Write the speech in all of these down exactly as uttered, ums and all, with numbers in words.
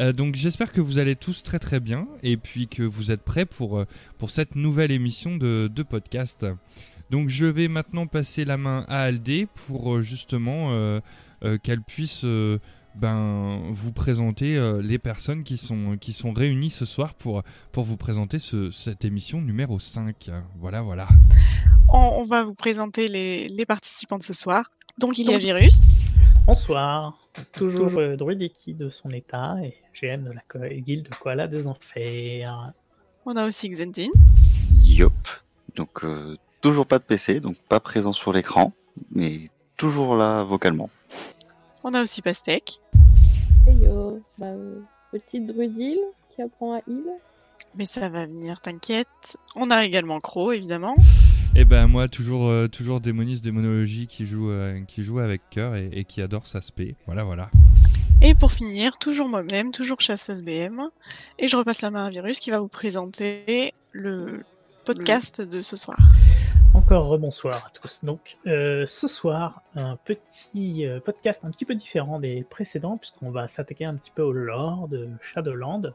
Euh, donc j'espère que vous allez tous très très bien et puis que vous êtes prêts pour, pour cette nouvelle émission de, de podcast. Donc je vais maintenant passer la main à Aldé pour euh, justement euh, euh, qu'elle puisse euh, ben, vous présenter euh, les personnes qui sont, qui sont réunies ce soir pour, pour vous présenter ce, cette émission numéro cinq. Voilà, voilà. On, on va vous présenter les, les participants de ce soir. Donc il y a Virus. Bonsoir, toujours euh, druidiki de son état et G M de la co- guilde Koala des Enfers. On a aussi Xentine. Yop, donc euh, toujours pas de P C, donc pas présent sur l'écran, mais toujours là vocalement. On a aussi Pastèque. Hey yo, bah, euh, petite druidile qui apprend à heal. Mais ça va venir, t'inquiète. On a également Crow, évidemment. Et ben moi, toujours, euh, toujours Démonis Démonologie qui joue, euh, qui joue avec cœur et, et qui adore sa spé. Voilà, voilà. Et pour finir, toujours moi-même, toujours chasseuse B M. Et je repasse la main à Virus qui va vous présenter le podcast de ce soir. Encore rebonsoir à tous. Donc euh, ce soir, un petit euh, podcast un petit peu différent des précédents puisqu'on va s'attaquer un petit peu au lore de Shadowland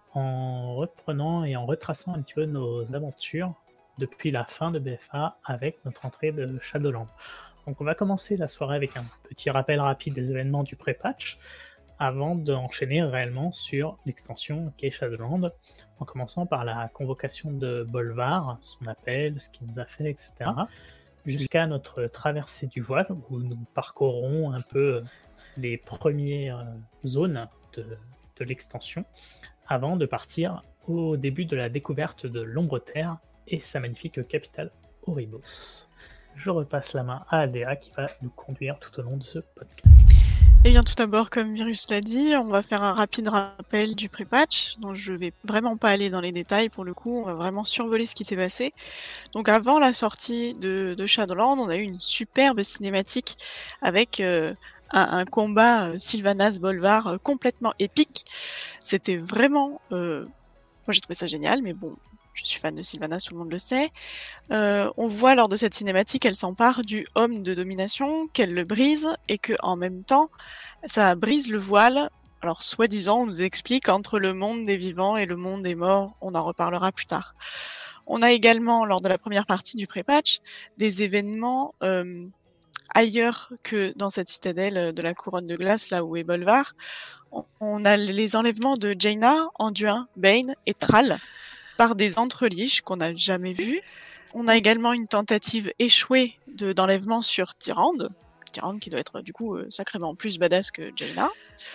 en reprenant et en retraçant un petit peu nos aventures depuis la fin de B F A avec notre entrée de Shadowland. Donc on va commencer la soirée avec un petit rappel rapide des événements du pré-patch avant d'enchaîner réellement sur l'extension qu'est Shadowland, en commençant par la convocation de Bolvar, son appel, ce qu'il nous a fait, et cetera, jusqu'à notre traversée du voile, où nous parcourrons un peu les premières zones de, de l'extension, avant de partir au début de la découverte de l'Ombre-Terre et sa magnifique capitale, Oribos. Je repasse la main à Adéa qui va nous conduire tout au long de ce podcast. Et bien tout d'abord, comme Virus l'a dit, on va faire un rapide rappel du pré-patch, donc je vais vraiment pas aller dans les détails pour le coup, on va vraiment survoler ce qui s'est passé. Donc avant la sortie de, de Shadowland, on a eu une superbe cinématique avec euh, un, un combat euh, Sylvanas-Bolvar euh, complètement épique. C'était vraiment... Euh... Moi j'ai trouvé ça génial, mais bon, je suis fan de Sylvanas, tout le monde le sait. Euh, on voit lors de cette cinématique, elle s'empare du homme de domination, qu'elle le brise, et que en même temps, ça brise le voile. Alors, soi-disant, on nous explique entre le monde des vivants et le monde des morts. On en reparlera plus tard. On a également, lors de la première partie du pré-patch, des événements euh, ailleurs que dans cette citadelle de la couronne de glace, là où est Bolvar. On, on a les enlèvements de Jaina, Anduin, Bane et Thrall par des entreliches qu'on n'a jamais vues. On a également une tentative échouée de, d'enlèvement sur Tyrande. Tyrande qui doit être du coup euh, sacrément plus badass que Jaina.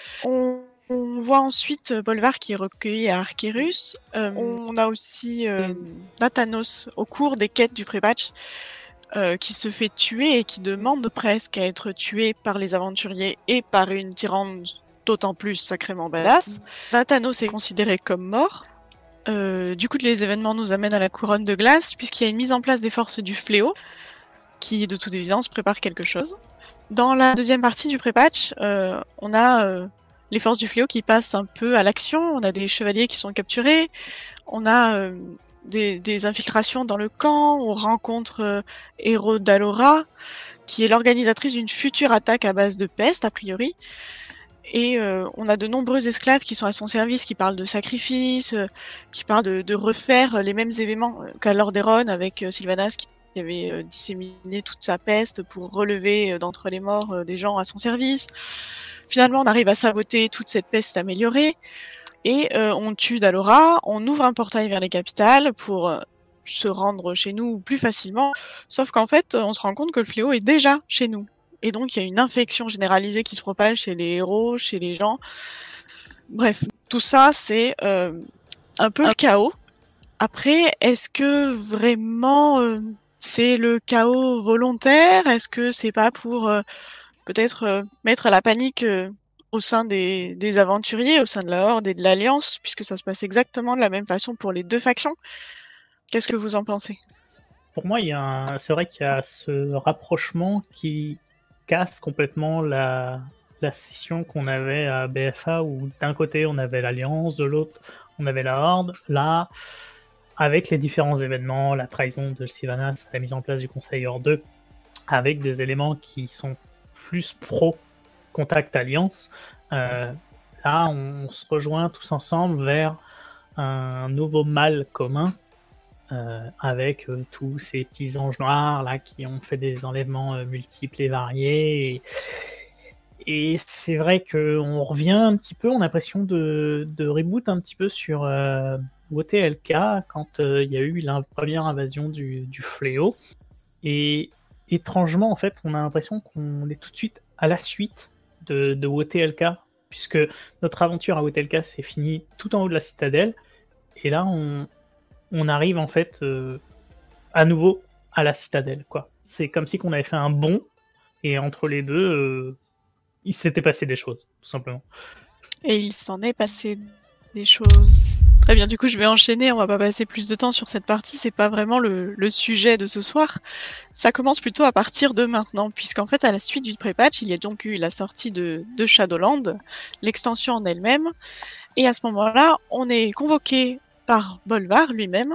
On, on voit ensuite Bolvar qui est recueilli à Arcérus. Euh, on a aussi euh, Nathanos au cours des quêtes du pré-patch euh, qui se fait tuer et qui demande presque à être tué par les aventuriers et par une Tyrande d'autant plus sacrément badass. Nathanos est considéré comme mort. Euh, du coup, les événements nous amènent à la couronne de glace, puisqu'il y a une mise en place des forces du fléau, qui, de toute évidence, prépare quelque chose. Dans la deuxième partie du pré-patch, euh, on a euh, les forces du fléau qui passent un peu à l'action, on a des chevaliers qui sont capturés, on a euh, des, des infiltrations dans le camp, on rencontre euh, Héros d'Alora, qui est l'organisatrice d'une future attaque à base de peste, a priori. Et euh, on a de nombreux esclaves qui sont à son service, qui parlent de sacrifice, euh, qui parlent de, de refaire les mêmes événements qu'à Lordaeron avec euh, Sylvanas qui avait euh, disséminé toute sa peste pour relever euh, d'entre les morts euh, des gens à son service. Finalement, on arrive à saboter toute cette peste améliorée et euh, on tue Dalora, on ouvre un portail vers les capitales pour euh, se rendre chez nous plus facilement. Sauf qu'en fait, on se rend compte que le fléau est déjà chez nous. Et donc, il y a une infection généralisée qui se propage chez les héros, chez les gens. Bref, tout ça, c'est euh, un peu le chaos. Après, est-ce que vraiment euh, c'est le chaos volontaire ? Est-ce que c'est pas pour euh, peut-être euh, mettre la panique euh, au sein des, des aventuriers, au sein de la Horde et de l'Alliance, puisque ça se passe exactement de la même façon pour les deux factions ? Qu'est-ce que vous en pensez ? Pour moi, il y a un... c'est vrai qu'il y a ce rapprochement qui casse complètement la, la scission qu'on avait à B F A où d'un côté on avait l'Alliance, de l'autre on avait la Horde. Là, avec les différents événements, la trahison de Sylvanas, la mise en place du Conseil Horde deux, avec des éléments qui sont plus pro-contact Alliance, euh, là, on se rejoint tous ensemble vers un nouveau mal commun, euh, avec euh, tous ces petits anges noirs là qui ont fait des enlèvements euh, multiples et variés. Et, et c'est vrai qu'on revient un petit peu, on a l'impression de, de reboot un petit peu sur euh, O T L K quand il euh, y a eu la première invasion du, du fléau. Et étrangement, en fait, on a l'impression qu'on est tout de suite à la suite de, de O T L K, puisque notre aventure à O T L K s'est finie tout en haut de la citadelle. Et là, on, on arrive en fait euh, à nouveau à la citadelle, quoi. C'est comme si qu'on avait fait un bond, et entre les deux, euh, il s'était passé des choses, tout simplement. Et il s'en est passé des choses. Très bien, du coup, je vais enchaîner. On va pas passer plus de temps sur cette partie. C'est pas vraiment le, le sujet de ce soir. Ça commence plutôt à partir de maintenant, puisqu'en fait, à la suite du pré-patch, il y a donc eu la sortie de, de Shadowland, l'extension en elle-même. Et à ce moment-là, on est convoqué par Bolvar lui-même,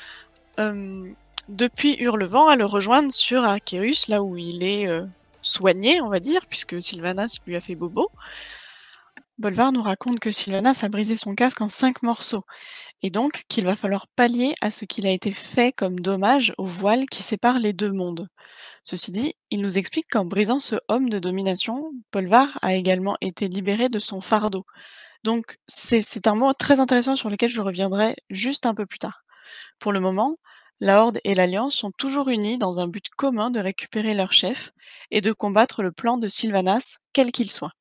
euh, depuis Hurlevent, à le rejoindre sur Arceus, là où il est euh, soigné, on va dire, puisque Sylvanas lui a fait bobo. Bolvar nous raconte que Sylvanas a brisé son casque en cinq morceaux, et donc qu'il va falloir pallier à ce qu'il a été fait comme dommage au voile qui sépare les deux mondes. Ceci dit, il nous explique qu'en brisant ce homme de domination, Bolvar a également été libéré de son fardeau. Donc c'est, c'est un mot très intéressant sur lequel je reviendrai juste un peu plus tard. Pour le moment, la Horde et l'Alliance sont toujours unis dans un but commun de récupérer leur chef et de combattre le plan de Sylvanas, quel qu'il soit.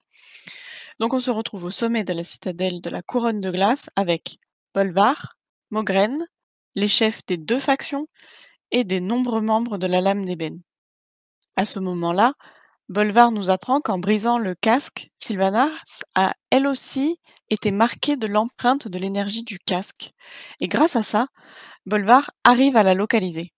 Donc on se retrouve au sommet de la citadelle de la Couronne de Glace avec Bolvar, Mograine, les chefs des deux factions et des nombreux membres de la Lame d'Ébène. À ce moment-là, Bolvar nous apprend qu'en brisant le casque, Sylvanas a elle aussi été marquée de l'empreinte de l'énergie du casque. Et grâce à ça, Bolvar arrive à la localiser.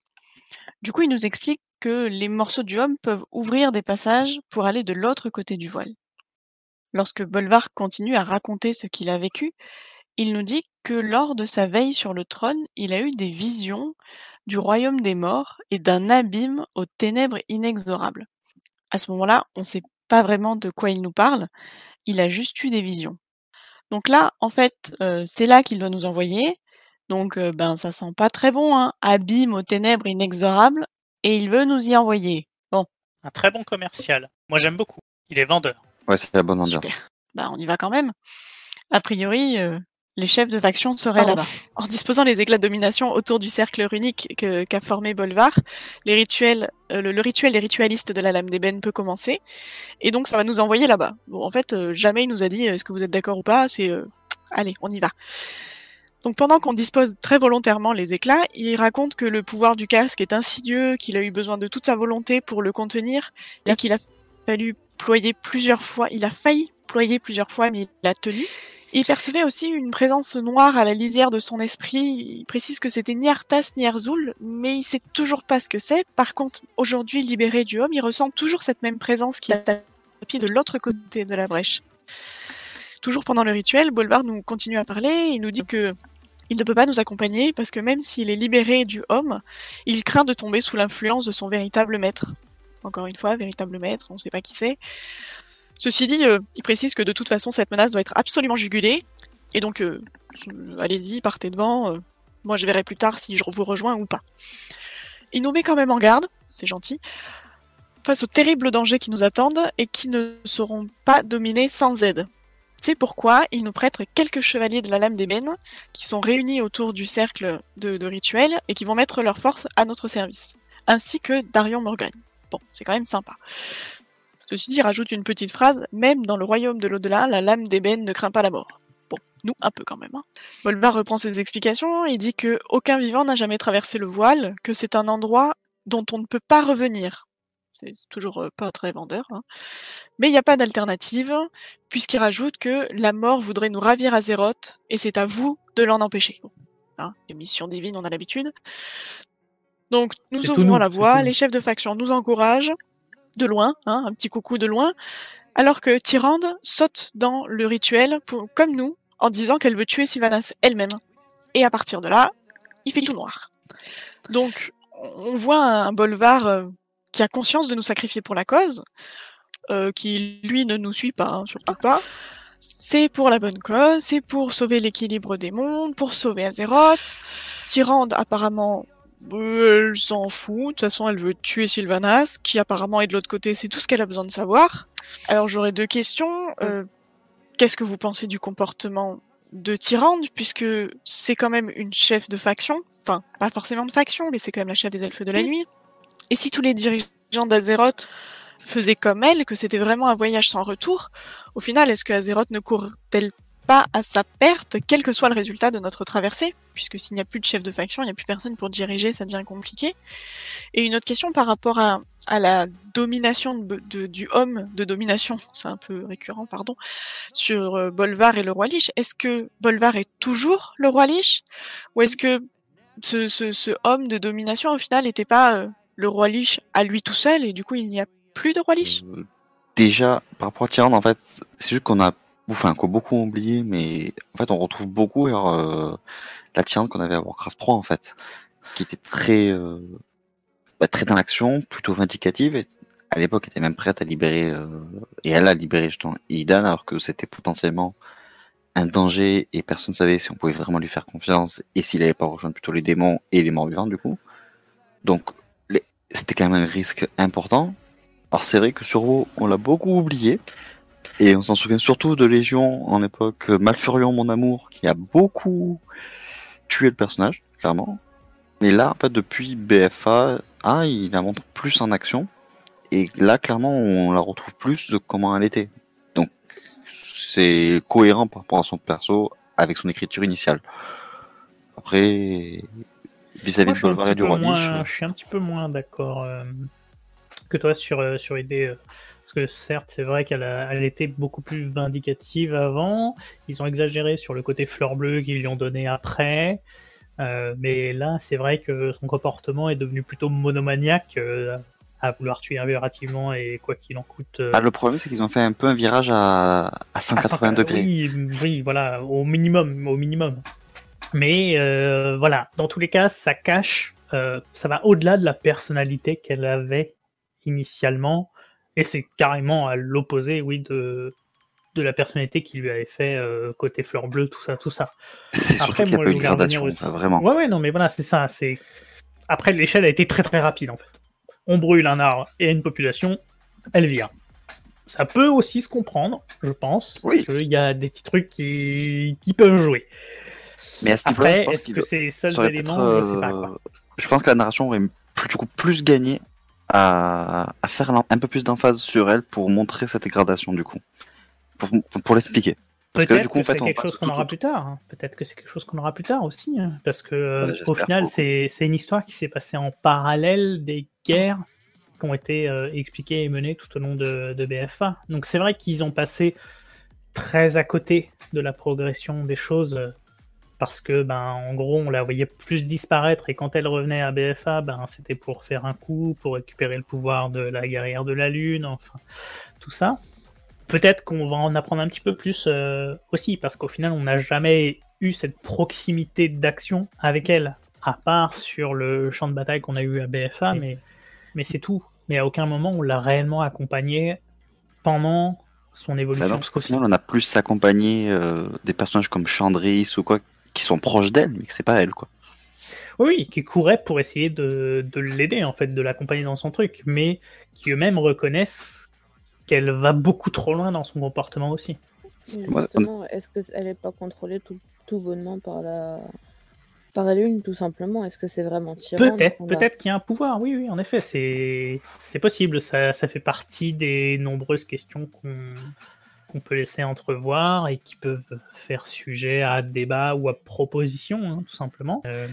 Du coup, il nous explique que les morceaux du homme peuvent ouvrir des passages pour aller de l'autre côté du voile. Lorsque Bolvar continue à raconter ce qu'il a vécu, il nous dit que lors de sa veille sur le trône, il a eu des visions du royaume des morts et d'un abîme aux ténèbres inexorables. À ce moment-là, on ne sait pas vraiment de quoi il nous parle, il a juste eu des visions. Donc là, en fait, euh, c'est là qu'il doit nous envoyer. Donc, euh, ben, ça sent pas très bon, hein. Abîme aux ténèbres inexorables, et il veut nous y envoyer. Bon. Un très bon commercial. Moi, j'aime beaucoup. Il est vendeur. Ouais, c'est la bonne ambiance. Super. Bah, on y va quand même. A priori, euh, les chefs de faction seraient là-bas. En disposant les éclats de domination autour du cercle runique que, qu'a formé Bolvar, les rituels, euh, le, le rituel des ritualistes de la Lame d'Ébène peut commencer. Et donc, ça va nous envoyer là-bas. Bon, en fait, euh, jamais il nous a dit est-ce que vous êtes d'accord ou pas. C'est euh, allez, on y va. Donc pendant qu'on dispose très volontairement les éclats, il raconte que le pouvoir du casque est insidieux, qu'il a eu besoin de toute sa volonté pour le contenir, et qu'il a fallu ployer plusieurs fois, il a failli ployer plusieurs fois, mais il a tenu. Il percevait aussi une présence noire à la lisière de son esprit. Il précise que c'était ni Arthas ni Erzuul, mais il sait toujours pas ce que c'est. Par contre, aujourd'hui libéré du homme, il ressent toujours cette même présence qui a tapé de l'autre côté de la brèche. Toujours pendant le rituel, Bolvar nous continue à parler, il nous dit que il ne peut pas nous accompagner parce que même s'il est libéré du homme, il craint de tomber sous l'influence de son véritable maître. Encore une fois, véritable maître, on ne sait pas qui c'est. Ceci dit, euh, il précise que de toute façon, cette menace doit être absolument jugulée. Et donc, euh, allez-y, partez devant. Euh, moi, je verrai plus tard si je vous rejoins ou pas. Il nous met quand même en garde, c'est gentil, face aux terribles dangers qui nous attendent et qui ne seront pas dominés sans aide. C'est pourquoi il nous prête quelques chevaliers de la Lame d'Ébène qui sont réunis autour du cercle de, de rituel et qui vont mettre leur force à notre service, ainsi que Darion Morgraine. Bon, c'est quand même sympa. Ceci dit, il rajoute une petite phrase, même dans le royaume de l'au-delà, la Lame d'Ébène ne craint pas la mort. Bon, nous, un peu quand même. Hein. Bolvar reprend ses explications, il dit que aucun vivant n'a jamais traversé le voile, que c'est un endroit dont on ne peut pas revenir. C'est toujours pas très vendeur. Hein. Mais il n'y a pas d'alternative, puisqu'il rajoute que la mort voudrait nous ravir Azeroth, et c'est à vous de l'en empêcher. Bon, hein, les missions divines, on a l'habitude. Donc, nous C'est ouvrons nous, la c'est voie, tout les nous. chefs de faction nous encouragent, de loin, hein, un petit coucou de loin, alors que Tyrande saute dans le rituel, pour, comme nous, en disant qu'elle veut tuer Sylvanas elle-même. Et à partir de là, il fait tout noir. Donc, on voit un Bolvar euh, qui a conscience de nous sacrifier pour la cause, euh, qui lui ne nous suit pas, hein, surtout pas. c'est pour la bonne cause, c'est pour sauver l'équilibre des mondes, pour sauver Azeroth. Tyrande, apparemment, euh, elle s'en fout. De toute façon, elle veut tuer Sylvanas, qui apparemment est de l'autre côté. C'est tout ce qu'elle a besoin de savoir. Alors, j'aurais deux questions. Euh, qu'est-ce que vous pensez du comportement de Tyrande, puisque c'est quand même une chef de faction. Enfin, pas forcément de faction, mais c'est quand même la chef des Elfes de la Nuit. Et si tous les dirigeants d'Azeroth faisaient comme elle, que c'était vraiment un voyage sans retour, au final, est-ce que Azeroth ne court-elle pas à sa perte, quel que soit le résultat de notre traversée, puisque s'il n'y a plus de chef de faction, il n'y a plus personne pour diriger, ça devient compliqué. Et une autre question par rapport à, à la domination de, de, du homme de domination, c'est un peu récurrent, pardon, sur euh, Bolvar et le roi Lich. Est-ce que Bolvar est toujours le roi Lich, ou est-ce que ce, ce, ce homme de domination, au final, n'était pas euh, le roi Lich à lui tout seul, et du coup, il n'y a plus de roi Lich? Euh, Déjà, par rapport à Tyrande, en fait, c'est juste qu'on a enfin qu'on a beaucoup oublié, mais en fait on retrouve beaucoup euh, la Tyrande qu'on avait à Warcraft trois en fait, qui était très euh, bah, très dans l'action, plutôt vindicative, et à l'époque était même prête à libérer euh, et elle a libéré justement Illidan, alors que c'était potentiellement un danger et personne ne savait si on pouvait vraiment lui faire confiance et s'il allait pas rejoindre plutôt les démons et les morts vivants du coup. Donc les... c'était quand même un risque important. Alors c'est vrai que sur WoW on l'a beaucoup oublié. Et on s'en souvient surtout de Légion en époque Malfurion mon amour qui a beaucoup tué le personnage, clairement. Mais là, en fait, depuis B F A, ah, il la montre plus en action. Et là, clairement, on la retrouve plus de comment elle était. Donc, c'est cohérent par rapport à son perso avec son écriture initiale. Après, vis-à-vis de Bolvar et du Roi Lich... Je suis un petit peu moins d'accord euh, que toi sur, euh, sur l'idée... Euh... Parce que certes, c'est vrai qu'elle a, elle était beaucoup plus vindicative avant. Ils ont exagéré sur le côté fleur bleue qu'ils lui ont donné après. Euh, mais là, c'est vrai que son comportement est devenu plutôt monomaniaque, euh, à vouloir tuer impérativement et quoi qu'il en coûte. Euh... Ah, le problème, c'est qu'ils ont fait un peu un virage à, à cent quatre-vingts degrés. Oui, oui, voilà, au minimum, au minimum. Mais euh, voilà, dans tous les cas, ça cache, euh, ça va au-delà de la personnalité qu'elle avait initialement. Et c'est carrément à l'opposé, oui, de, de la personnalité qui lui avait fait euh, côté fleur bleue, tout ça, tout ça. C'est Après, surtout qu'il n'y a pas une gradation, aussi... vraiment. Ouais, ouais, non, mais voilà, c'est ça. C'est... Après, l'échelle a été très très rapide, en fait. On brûle un arbre et une population, elle vire. Ça peut aussi se comprendre, je pense, oui. qu'il y a des petits trucs qui, qui peuvent jouer. Mais à ce Après, niveau-là, est-ce que c'est seuls éléments, euh... je sais pas, quoi. Je pense que la narration aurait du coup plus gagné À, à faire un peu plus d'emphase sur elle pour montrer cette dégradation du coup, pour, pour l'expliquer. Parce Peut-être que, du coup, que en fait, c'est quelque chose qu'on aura plus tard. Hein. Peut-être que c'est quelque chose qu'on aura plus tard aussi, hein. Parce que ouais, au final, c'est, c'est une histoire qui s'est passée en parallèle des guerres qui ont été euh, expliquées et menées tout au long de, de B F A. Donc c'est vrai qu'ils ont passé très à côté de la progression des choses. Euh, Parce que, ben, en gros, on la voyait plus disparaître et quand elle revenait à B F A, ben, c'était pour faire un coup, pour récupérer le pouvoir de la guerrière de la Lune, enfin, tout ça. Peut-être qu'on va en apprendre un petit peu plus euh, aussi, parce qu'au final, on n'a jamais eu cette proximité d'action avec elle, à part sur le champ de bataille qu'on a eu à B F A, mais, mais c'est tout. Mais à aucun moment, on l'a réellement accompagnée pendant son évolution. Bah non, parce qu'au final, on a plus accompagné euh, des personnages comme Chandris ou quoi, qui sont proches d'elle, mais que c'est pas elle, quoi. Oui, qui couraient pour essayer de, de l'aider, en fait, de l'accompagner dans son truc, mais qui eux-mêmes reconnaissent qu'elle va beaucoup trop loin dans son comportement aussi. Justement, est-ce qu'elle n'est pas contrôlée tout, tout bonnement par la... par la Lune, tout simplement? Est-ce que c'est vraiment Tyrande? Peut-être, peut-être qu'il y a un pouvoir, oui, oui, en effet, c'est, c'est possible, ça, ça fait partie des nombreuses questions qu'on... qu'on peut laisser entrevoir et qui peuvent faire sujet à débat ou à proposition, hein, tout simplement. Euh,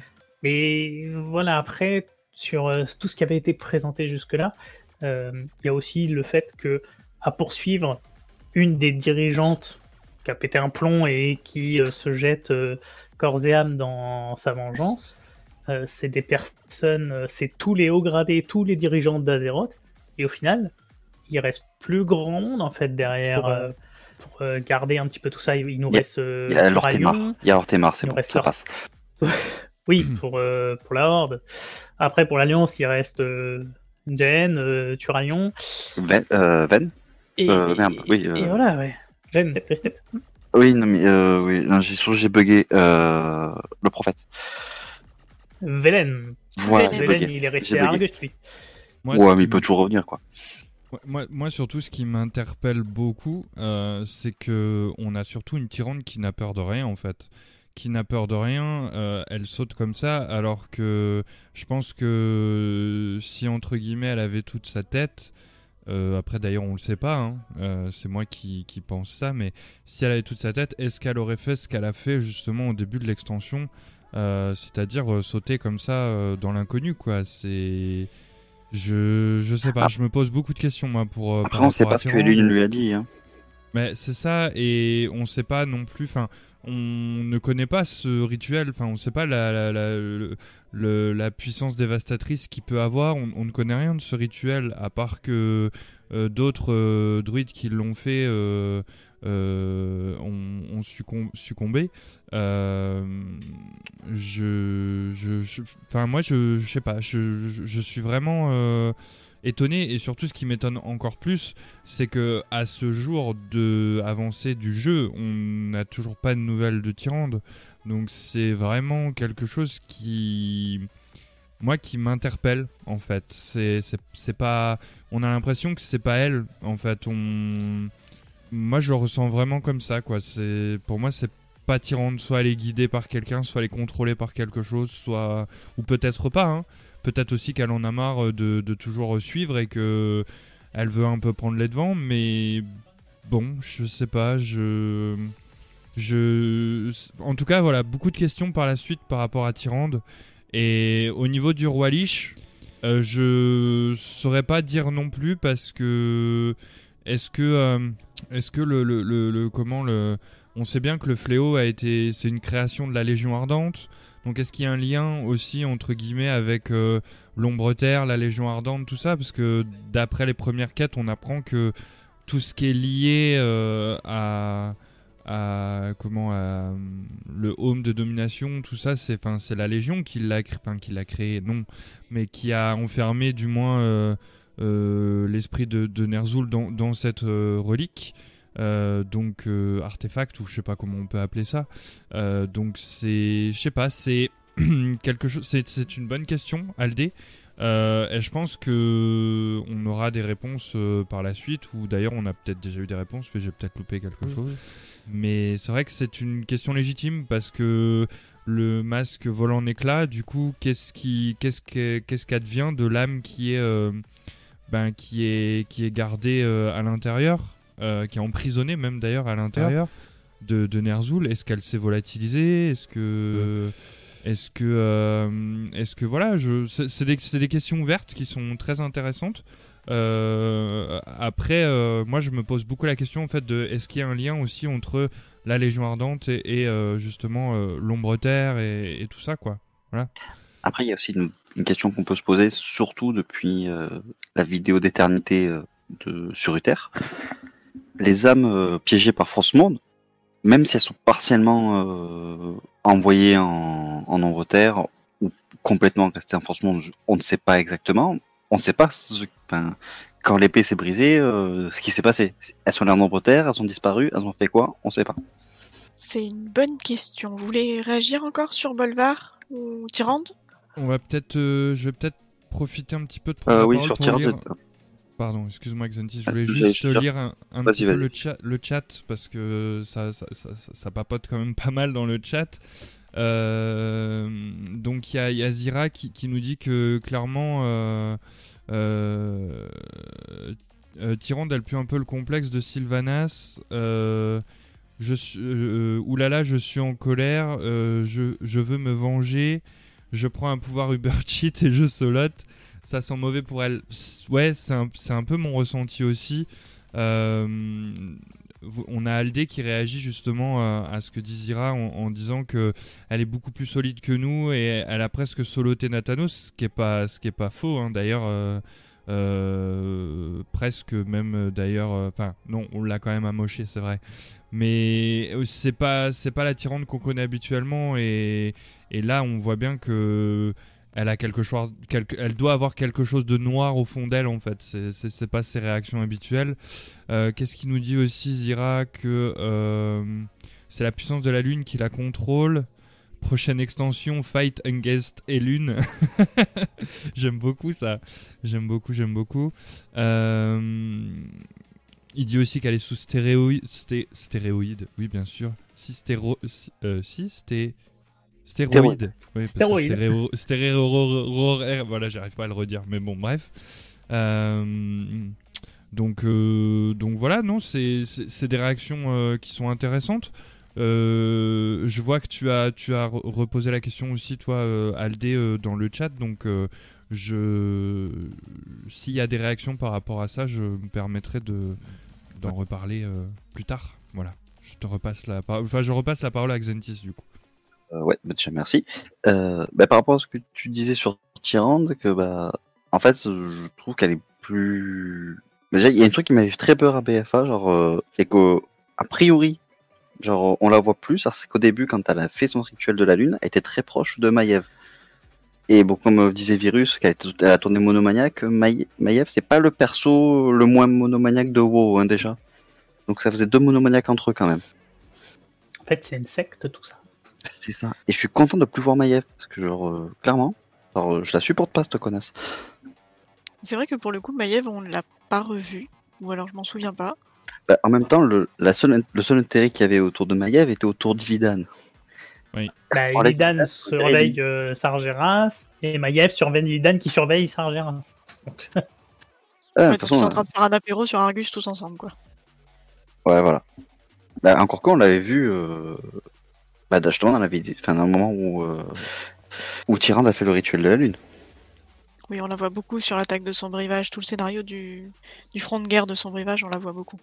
mais voilà, après, sur euh, tout ce qui avait été présenté jusque-là, il euh, y a aussi le fait que, à poursuivre une des dirigeantes qui a pété un plomb et qui euh, se jette euh, corps et âme dans sa vengeance, euh, c'est des personnes, euh, c'est tous les hauts gradés, tous les dirigeants d'Azeroth, et au final, il reste plus grand monde en fait derrière. Pour, euh, pour euh, garder un petit peu tout ça, il nous il y a, reste euh, il y a Lortemar, il y a Lortemar, c'est bon, ça leur... passe. Oui, pour, euh, pour la Horde. Après, pour l'Alliance, il reste euh, Jen, euh, Turalion. Ven, euh, Ven et, euh, merde, et, oui. Euh... Et voilà, ouais. Gêne, t'es testé. Oui, non, mais euh, oui, non, j'ai sûr, j'ai bugué. Euh, le prophète. Velen. Voilà, j'ai Velen, bugué. il est resté J'ai à bugué. Argus, lui. Moi, Ouais, ce mais qui il peut m- toujours revenir, quoi. Ouais, Moi, moi, surtout, ce qui m'interpelle beaucoup, euh, c'est que on a surtout une Tyrande qui n'a peur de rien, en fait. Qui n'a peur de rien, euh, elle saute comme ça, alors que je pense que si, entre guillemets, elle avait toute sa tête, euh, après d'ailleurs on le sait pas, hein, euh, c'est moi qui, qui pense ça, mais si elle avait toute sa tête, est-ce qu'elle aurait fait ce qu'elle a fait justement au début de l'extension, euh, c'est-à-dire euh, sauter comme ça euh, dans l'inconnu, quoi. C'est... Je, je sais pas, Ah. je me pose beaucoup de questions moi pour euh, Après, par on sait rapport à pas ce que Tyrande. Lune lui a dit. Hein. Mais c'est ça, et on sait pas non plus, enfin, on ne connaît pas ce rituel, enfin, on sait pas la, la, la, le- le- la puissance dévastatrice qu'il peut avoir, on, on ne connaît rien de ce rituel, à part que euh, d'autres euh, druides qui l'ont fait euh, euh, ont, ont succom- succombé. Euh, je, je, je- enfin, moi, je, je sais pas, je, je, je suis vraiment euh, étonné, et surtout ce qui m'étonne encore plus, c'est que à ce jour de avancée du jeu, on n'a toujours pas de nouvelles de Tyrande. Donc c'est vraiment quelque chose qui, moi, qui m'interpelle en fait. C'est, c'est, c'est pas, on a l'impression que c'est pas elle en fait. On, moi, je le ressens vraiment comme ça, quoi. C'est, pour moi, c'est pas Tyrande. Soit elle est guidée par quelqu'un, soit elle est contrôlée par quelque chose, soit, ou peut-être pas. Hein. Peut-être aussi qu'elle en a marre de, de toujours suivre et que elle veut un peu prendre les devants, mais bon, je sais pas, je... je... En tout cas, voilà, beaucoup de questions par la suite par rapport à Tyrande. Et au niveau du roi Lich, euh, je saurais pas dire non plus parce que... Est-ce que... euh, Est-ce que le, le, le, le- Comment le... On sait bien que le fléau a été... C'est une création de la Légion Ardente. Donc est-ce qu'il y a un lien aussi, entre guillemets, avec euh, l'Ombre Terre, la Légion Ardente, tout ça? Parce que d'après les premières quêtes, on apprend que tout ce qui est lié euh, à, à comment à, le home de domination, tout ça, c'est enfin c'est la Légion qui l'a créé, enfin qui l'a créé, non, mais qui a enfermé du moins euh, euh, l'esprit de, de Ner'zhul dans, dans cette euh, relique. Euh, donc euh, artefact ou je sais pas comment on peut appeler ça. Euh, donc c'est, je sais pas, c'est quelque chose. C'est, c'est une bonne question, Aldé. Euh, et je pense que on aura des réponses euh, par la suite, ou d'ailleurs on a peut-être déjà eu des réponses, mais j'ai peut-être loupé quelque Oui. chose. Mais c'est vrai que c'est une question légitime parce que le masque vole en éclats. Du coup, qu'est-ce qui, qu'est-ce que, qu'est-ce qu'advient de l'âme qui est, euh, ben, qui est, qui est gardée euh, à l'intérieur, euh, qui est emprisonnée même d'ailleurs à l'intérieur de, de Ner'zhul? Est-ce qu'elle s'est volatilisée? Est-ce que Est-ce que, euh, est-ce que voilà, je, c'est, c'est, des, c'est des questions ouvertes qui sont très intéressantes. Euh, après, euh, moi, je me pose beaucoup la question en fait de est-ce qu'il y a un lien aussi entre la Légion Ardente et, et euh, justement euh, l'Ombre Terre et, et tout ça, quoi. Voilà. Après, il y a aussi une, une question qu'on peut se poser, surtout depuis euh, la vidéo d'éternité euh, de sur Uther. Les âmes euh, piégées par France Monde, même si elles sont partiellement euh, envoyées en, en Ombre Terre ou complètement restées en France Monde, on ne sait pas exactement. On ne sait pas ce, enfin, quand l'épée s'est brisée, euh, ce qui s'est passé. Elles sont allées en Ombre Terre, elles ont disparu, elles ont fait quoi? On ne sait pas. C'est une bonne question. Vous voulez réagir encore sur Bolvar ou Tyrande? On va peut-être, euh, je vais peut-être profiter un petit peu de prendre Euh, la oui, parole sur pour Tyrande. lire. Pardon, excuse-moi Xantis, je voulais Ah, j'allais juste dire- lire un, un Vas-y, petit peu vas-y. le chat, le chat parce que ça, ça, ça, ça- ça papote quand même pas mal dans le chat. Euh, donc il y a, il y a Zira qui, qui nous dit que clairement euh, euh, euh, Tyrande elle pue un peu le complexe de Sylvanas. Euh, je suis, euh, oulala, je suis en colère, euh, je, je veux me venger, je prends un pouvoir Uber Cheat et je solote. Ça sent mauvais pour elle. Ouais, c'est un, c'est un peu mon ressenti aussi. Euh, on a Aldé qui réagit justement à, à ce que dit Zira en, en disant que elle est beaucoup plus solide que nous et elle a presque soloté Nathanos, ce qui est pas, ce qui est pas faux hein, d'ailleurs. Euh, euh, presque même euh, d'ailleurs. Enfin euh, non, on l'a quand même amoché, c'est vrai. Mais c'est pas, c'est pas la Tyrande qu'on connaît habituellement et, et là on voit bien que elle a quelque chose, quelque, elle doit avoir quelque chose de noir au fond d'elle en fait. C'est, c'est, c'est pas ses réactions habituelles. Euh, qu'est-ce qu'il nous dit aussi Zira que euh, c'est la puissance de la lune qui la contrôle. Prochaine extension, Fight Against Elune. J'aime beaucoup ça. J'aime beaucoup, j'aime beaucoup. Euh, il dit aussi qu'elle est sous stéréoïde. Sté, stéréoïde, oui, bien sûr. Si, stéro, si, euh, si sté, stéroïde. Oui, parce Stéroïde. que stéréo, stéréo, voilà, j'arrive pas à le redire. Mais bon, bref. Euh, donc, euh, donc voilà, non, c'est, c'est, c'est des réactions euh, qui sont intéressantes. Euh, je vois que tu as, tu as reposé la question aussi, toi, euh, Aldé, euh, dans le chat. Donc, euh, je, s'il y a des réactions par rapport à ça, je me permettrai de, d'en reparler euh, plus tard. Voilà. Je te repasse la parole. Enfin, je repasse la parole à Xentis, du coup. Euh, ouais, bah, déjà, merci. Euh, bah, par rapport à ce que tu disais sur Tyrande, que bah, en fait, je trouve qu'elle est plus. Déjà, il y a un truc qui m'avait fait très peur à B F A, genre, euh, c'est qu'a priori, genre, on la voit plus, c'est qu'au début, quand elle a fait son rituel de la lune, elle était très proche de Maiev. Et bon, comme disait Virus, qu'elle était- elle a tourné monomaniaque, Maï- Maiev, c'est pas le perso le moins monomaniaque de WoW, hein, déjà. Donc ça faisait deux monomaniaques entre eux, quand même. En fait, c'est une secte, tout ça. C'est ça. Et je suis content de plus voir Maiev, parce que, genre, euh, clairement, alors, euh, je la supporte pas, cette connasse. C'est vrai que pour le coup, Maiev, on l'a pas revu. Ou alors je m'en souviens pas. Bah, en même temps, le, la seule, le seul intérêt qu'il y avait autour de Maiev était autour d'Illidan. Bah, Oh, la- Illidan la- surveille euh, Sargeras et Maiev surveille Illidan qui surveille Sargeras. Donc, Ah, de Ouais, toute donc façon, ils sont en euh, train de faire un apéro sur Argus tous ensemble, quoi. ouais, voilà. Bah, encore quand on l'avait vu, euh... bah, justement, on avait, enfin, dans le moment où, euh... où Tyrande a fait le rituel de la lune. Oui, on la voit beaucoup sur l'attaque de son brivage. Tout le scénario du, du front de guerre de son brivage, on la voit beaucoup.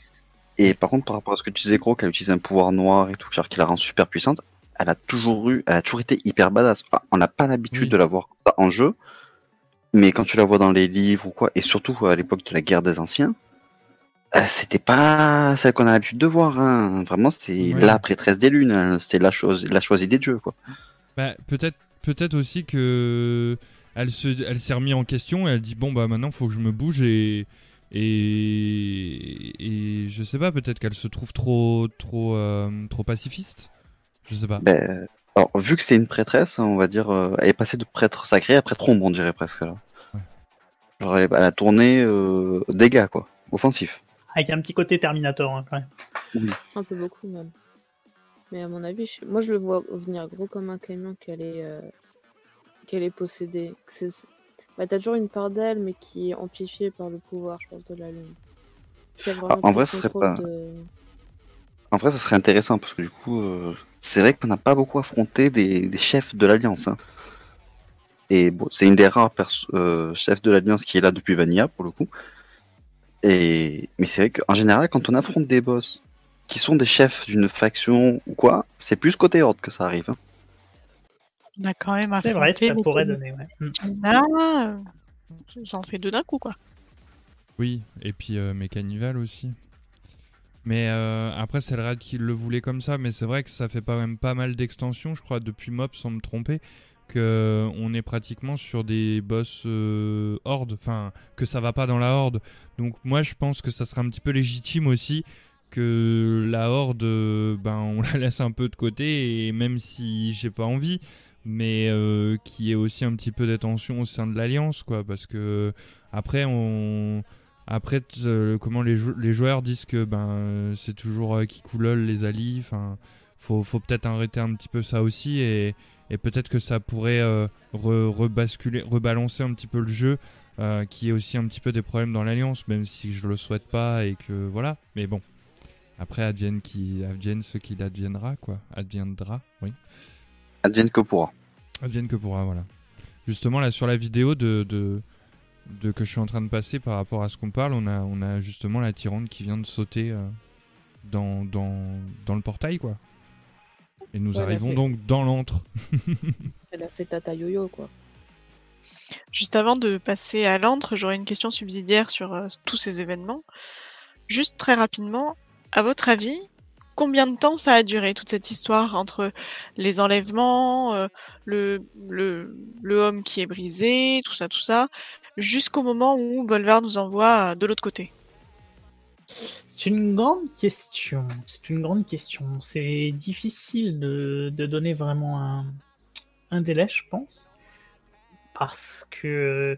Et par contre, par rapport à ce que tu disais, Gros, qu'elle utilise un pouvoir noir et tout, genre qui la rend super puissante, elle a toujours eu, elle a toujours été hyper badass. Enfin, on n'a pas l'habitude Oui. de la voir comme ça en jeu, mais quand tu la vois dans les livres ou quoi, et surtout à l'époque de la guerre des anciens, euh, c'était pas celle qu'on a l'habitude de voir, hein. Vraiment, c'est Ouais. la prêtresse des lunes, hein. C'est la chose, la choisie des dieux, quoi. Bah, peut-être, peut-être aussi que elle se, elle s'est remise en question et elle dit bon bah maintenant faut que je me bouge et et et je sais pas, peut-être qu'elle se trouve trop trop euh, trop pacifiste. Je sais pas. Ben, alors, vu que c'est une prêtresse, on va dire, euh, elle est passée de prêtre sacré à prêtre ombre, on dirait presque, là. Ouais. Genre, elle, elle a tourné euh, dégâts, quoi. Offensif. avec un petit côté Terminator, hein, quand même. Un peu beaucoup même. Mais à mon avis, je- moi je le vois venir gros comme un camion qu'elle est, euh, qu'elle est possédée. Que c'est- c'est- Bah, t'as toujours une part d'elle, mais qui est amplifiée par le pouvoir, je pense, de la lune. Qui a vraiment en tout vrai, le ce serait contrôle pas- de- En vrai, ça serait intéressant, parce que du coup, euh, c'est vrai qu'on n'a pas beaucoup affronté des, des chefs de l'Alliance. Hein. Et bon, c'est une des rares perso- euh, chefs de l'Alliance qui est là depuis Vanilla, pour le coup. Et... Mais c'est vrai qu'en général, quand on affronte des boss qui sont des chefs d'une faction ou quoi, c'est plus côté Horde que ça arrive. Hein. On a quand même C'est vrai, affronté ça les pourrait donner. Ouais. Mm. Kaminas, euh, J'en fais deux d'un coup, quoi. Oui, et puis euh, Mécanival aussi. Mais euh, après, c'est le raid qui le voulait comme ça, mais c'est vrai que ça fait pas même pas mal d'extensions, je crois, depuis Mob, sans me tromper, que on est pratiquement sur des boss euh, horde, enfin, que ça va pas dans la horde. Donc moi, je pense que ça serait un petit peu légitime aussi que la horde, euh, ben, on la laisse un peu de côté, et même si j'ai pas envie, mais euh, qu'il y ait aussi un petit peu d'attention au sein de l'Alliance, quoi, parce que après, on... Après, t- euh, comment les, jou- les joueurs disent que ben euh, c'est toujours euh, qui coulole les alliés. Enfin, faut, faut peut-être arrêter un petit peu ça aussi et, et peut-être que ça pourrait euh, re- rebasculer, rebalancer un petit peu le jeu, euh, qui est aussi un petit peu des problèmes dans l'alliance, même si je le souhaite pas et que voilà. Mais bon, après advienne qui advienne ce qu'il adviendra, quoi. Adviendra, oui. Advienne que pourra. Advienne que pourra, voilà. Justement là sur la vidéo de, de de que je suis en train de passer par rapport à ce qu'on parle, on a, on a justement la Tyrande qui vient de sauter euh, dans, dans, dans le portail, quoi. Et nous Ouais, elle a arrivons fait- donc dans l'antre. Elle a fait Tata Yo-Yo, quoi. Juste avant de passer à l'antre, j'aurais une question subsidiaire sur euh, tous ces événements. Juste très rapidement, à votre avis, combien de temps ça a duré, toute cette histoire entre les enlèvements, euh, le, le, le homme qui est brisé, tout ça, tout ça, jusqu'au moment où Bolvar nous envoie euh, de l'autre côté. C'est une grande question. C'est une grande question. C'est difficile de, de donner vraiment un, un délai, je pense. Parce que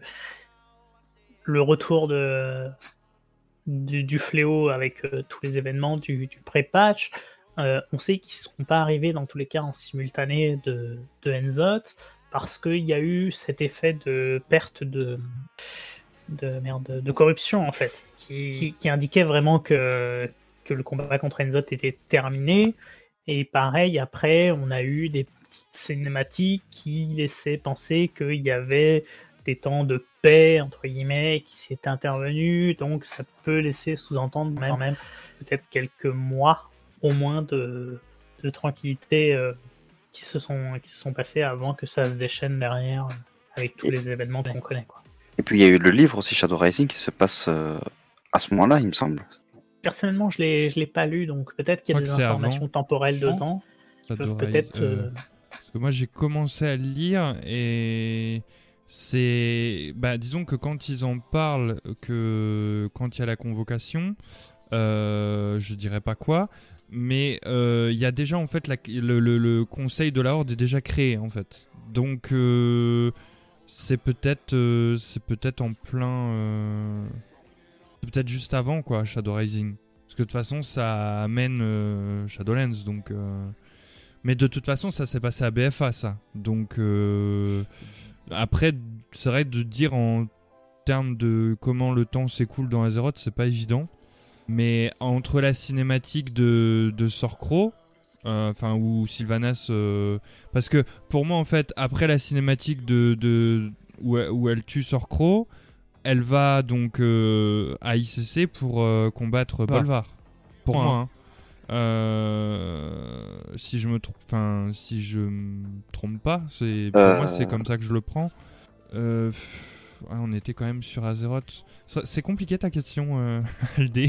le retour de, du, du fléau avec euh, tous les événements du, du pré-patch, euh, on sait qu'ils ne sont pas arrivés dans tous les cas en simultané de, de Enzoth, parce qu'il y a eu cet effet de perte de, de, merde, de corruption, en fait, qui, qui, qui indiquait vraiment que, que le combat contre Enzoth était terminé. Et pareil, après, on a eu des petites cinématiques qui laissaient penser qu'il y avait des temps de paix, entre guillemets, qui s'étaient intervenus. Donc, ça peut laisser sous-entendre même, même peut-être quelques mois, au moins, de, de tranquillité euh, qui, se sont, qui se sont passés avant que ça se déchaîne derrière, avec tous les événements qu'on connaît, quoi. Et puis il y a eu le livre aussi, Shadow Rising, qui se passe euh, à ce moment-là, il me semble. Personnellement, je l'ai, je l'ai pas lu, donc peut-être qu'il y a des informations avant. temporelles dedans. Qui peuvent peut-être. Euh... Parce que moi, j'ai commencé à le lire et c'est, bah, disons que quand ils en parlent, que quand il y a la convocation, euh, je dirais pas quoi, mais il euh, y a déjà en fait la... le, le, le conseil de la Horde est déjà créé en fait. Donc euh... c'est peut-être, euh... c'est peut-être en plein. Euh... peut-être juste avant quoi, Shadow Rising, parce que de toute façon ça amène euh, Shadowlands, donc euh... mais de toute façon ça s'est passé à B F A ça, donc euh... après c'est vrai de dire en termes de comment le temps s'écoule dans Azeroth, c'est pas évident, mais entre la cinématique de, de Sorcro, enfin euh, où Sylvanas euh... parce que pour moi en fait après la cinématique de, de... Où, où elle tue Sorcro, elle va donc euh, à I C C pour euh, combattre ah. Bolvar. Pour moi, hein. Euh, si je me trompe, enfin si je me trompe pas, c'est pour euh... moi c'est comme ça que je le prends. Euh, ouais, on était quand même sur Azeroth. Ça, c'est compliqué ta question, euh, Aldé.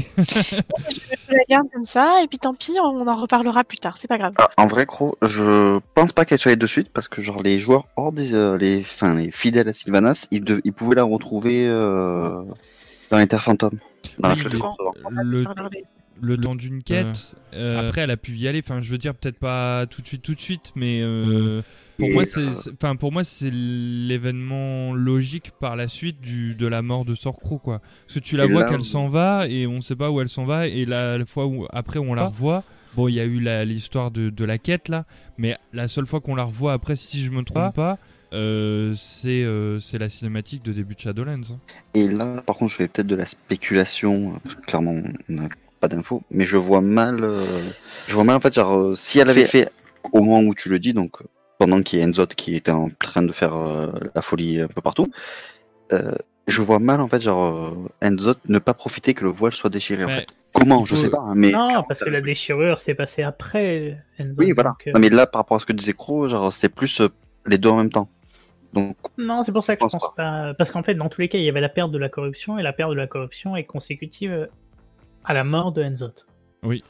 Je la garde comme ça et puis tant pis, on en reparlera plus tard. C'est pas grave. Ah, en vrai, Cro, je pense pas qu'elle soit de suite parce que genre les joueurs hors des, euh, les, enfin les fidèles à Sylvanas, ils, de, ils pouvaient la retrouver euh, dans les Terres Fantômes. Dans oui, la le, le, le temps d'une quête. Euh, après, elle a pu y aller. Enfin, je veux dire peut-être pas tout de suite, tout de suite, mais. Euh, Pour moi, c'est, enfin pour moi, c'est l'événement logique par la suite du, de la mort de Sorcro, quoi. Parce que tu la et vois là, qu'elle s'en va et on sait pas où elle s'en va, et la, la fois où après on la revoit, bon, il y a eu la, l'histoire de, de la quête là, mais la seule fois qu'on la revoit après, si je me trompe pas, euh, c'est, euh, c'est la cinématique de début de Shadowlands. Et là, par contre, je fais peut-être de la spéculation, parce que clairement, on n'a pas d'infos, mais je vois mal, euh, je vois mal en fait, genre, euh, si elle avait fait au moment où tu le dis, donc. Pendant qu'il y a Enzoth qui était en train de faire euh, la folie un peu partout, euh, je vois mal en fait genre euh, Enzoth ne pas profiter que le voile soit déchiré en fait. Comment, je sais pas. Hein, mais non, parce que la déchirure s'est passée après Enzoth. Oui, voilà. Donc, euh... non, mais là, par rapport à ce que disait Cro, genre c'est plus euh, les deux en même temps. Donc. Non, c'est pour ça que je pense, pense pas. pas. Parce qu'en fait, dans tous les cas, il y avait la perte de la corruption et la perte de la corruption est consécutive à la mort de Enzoth. Oui.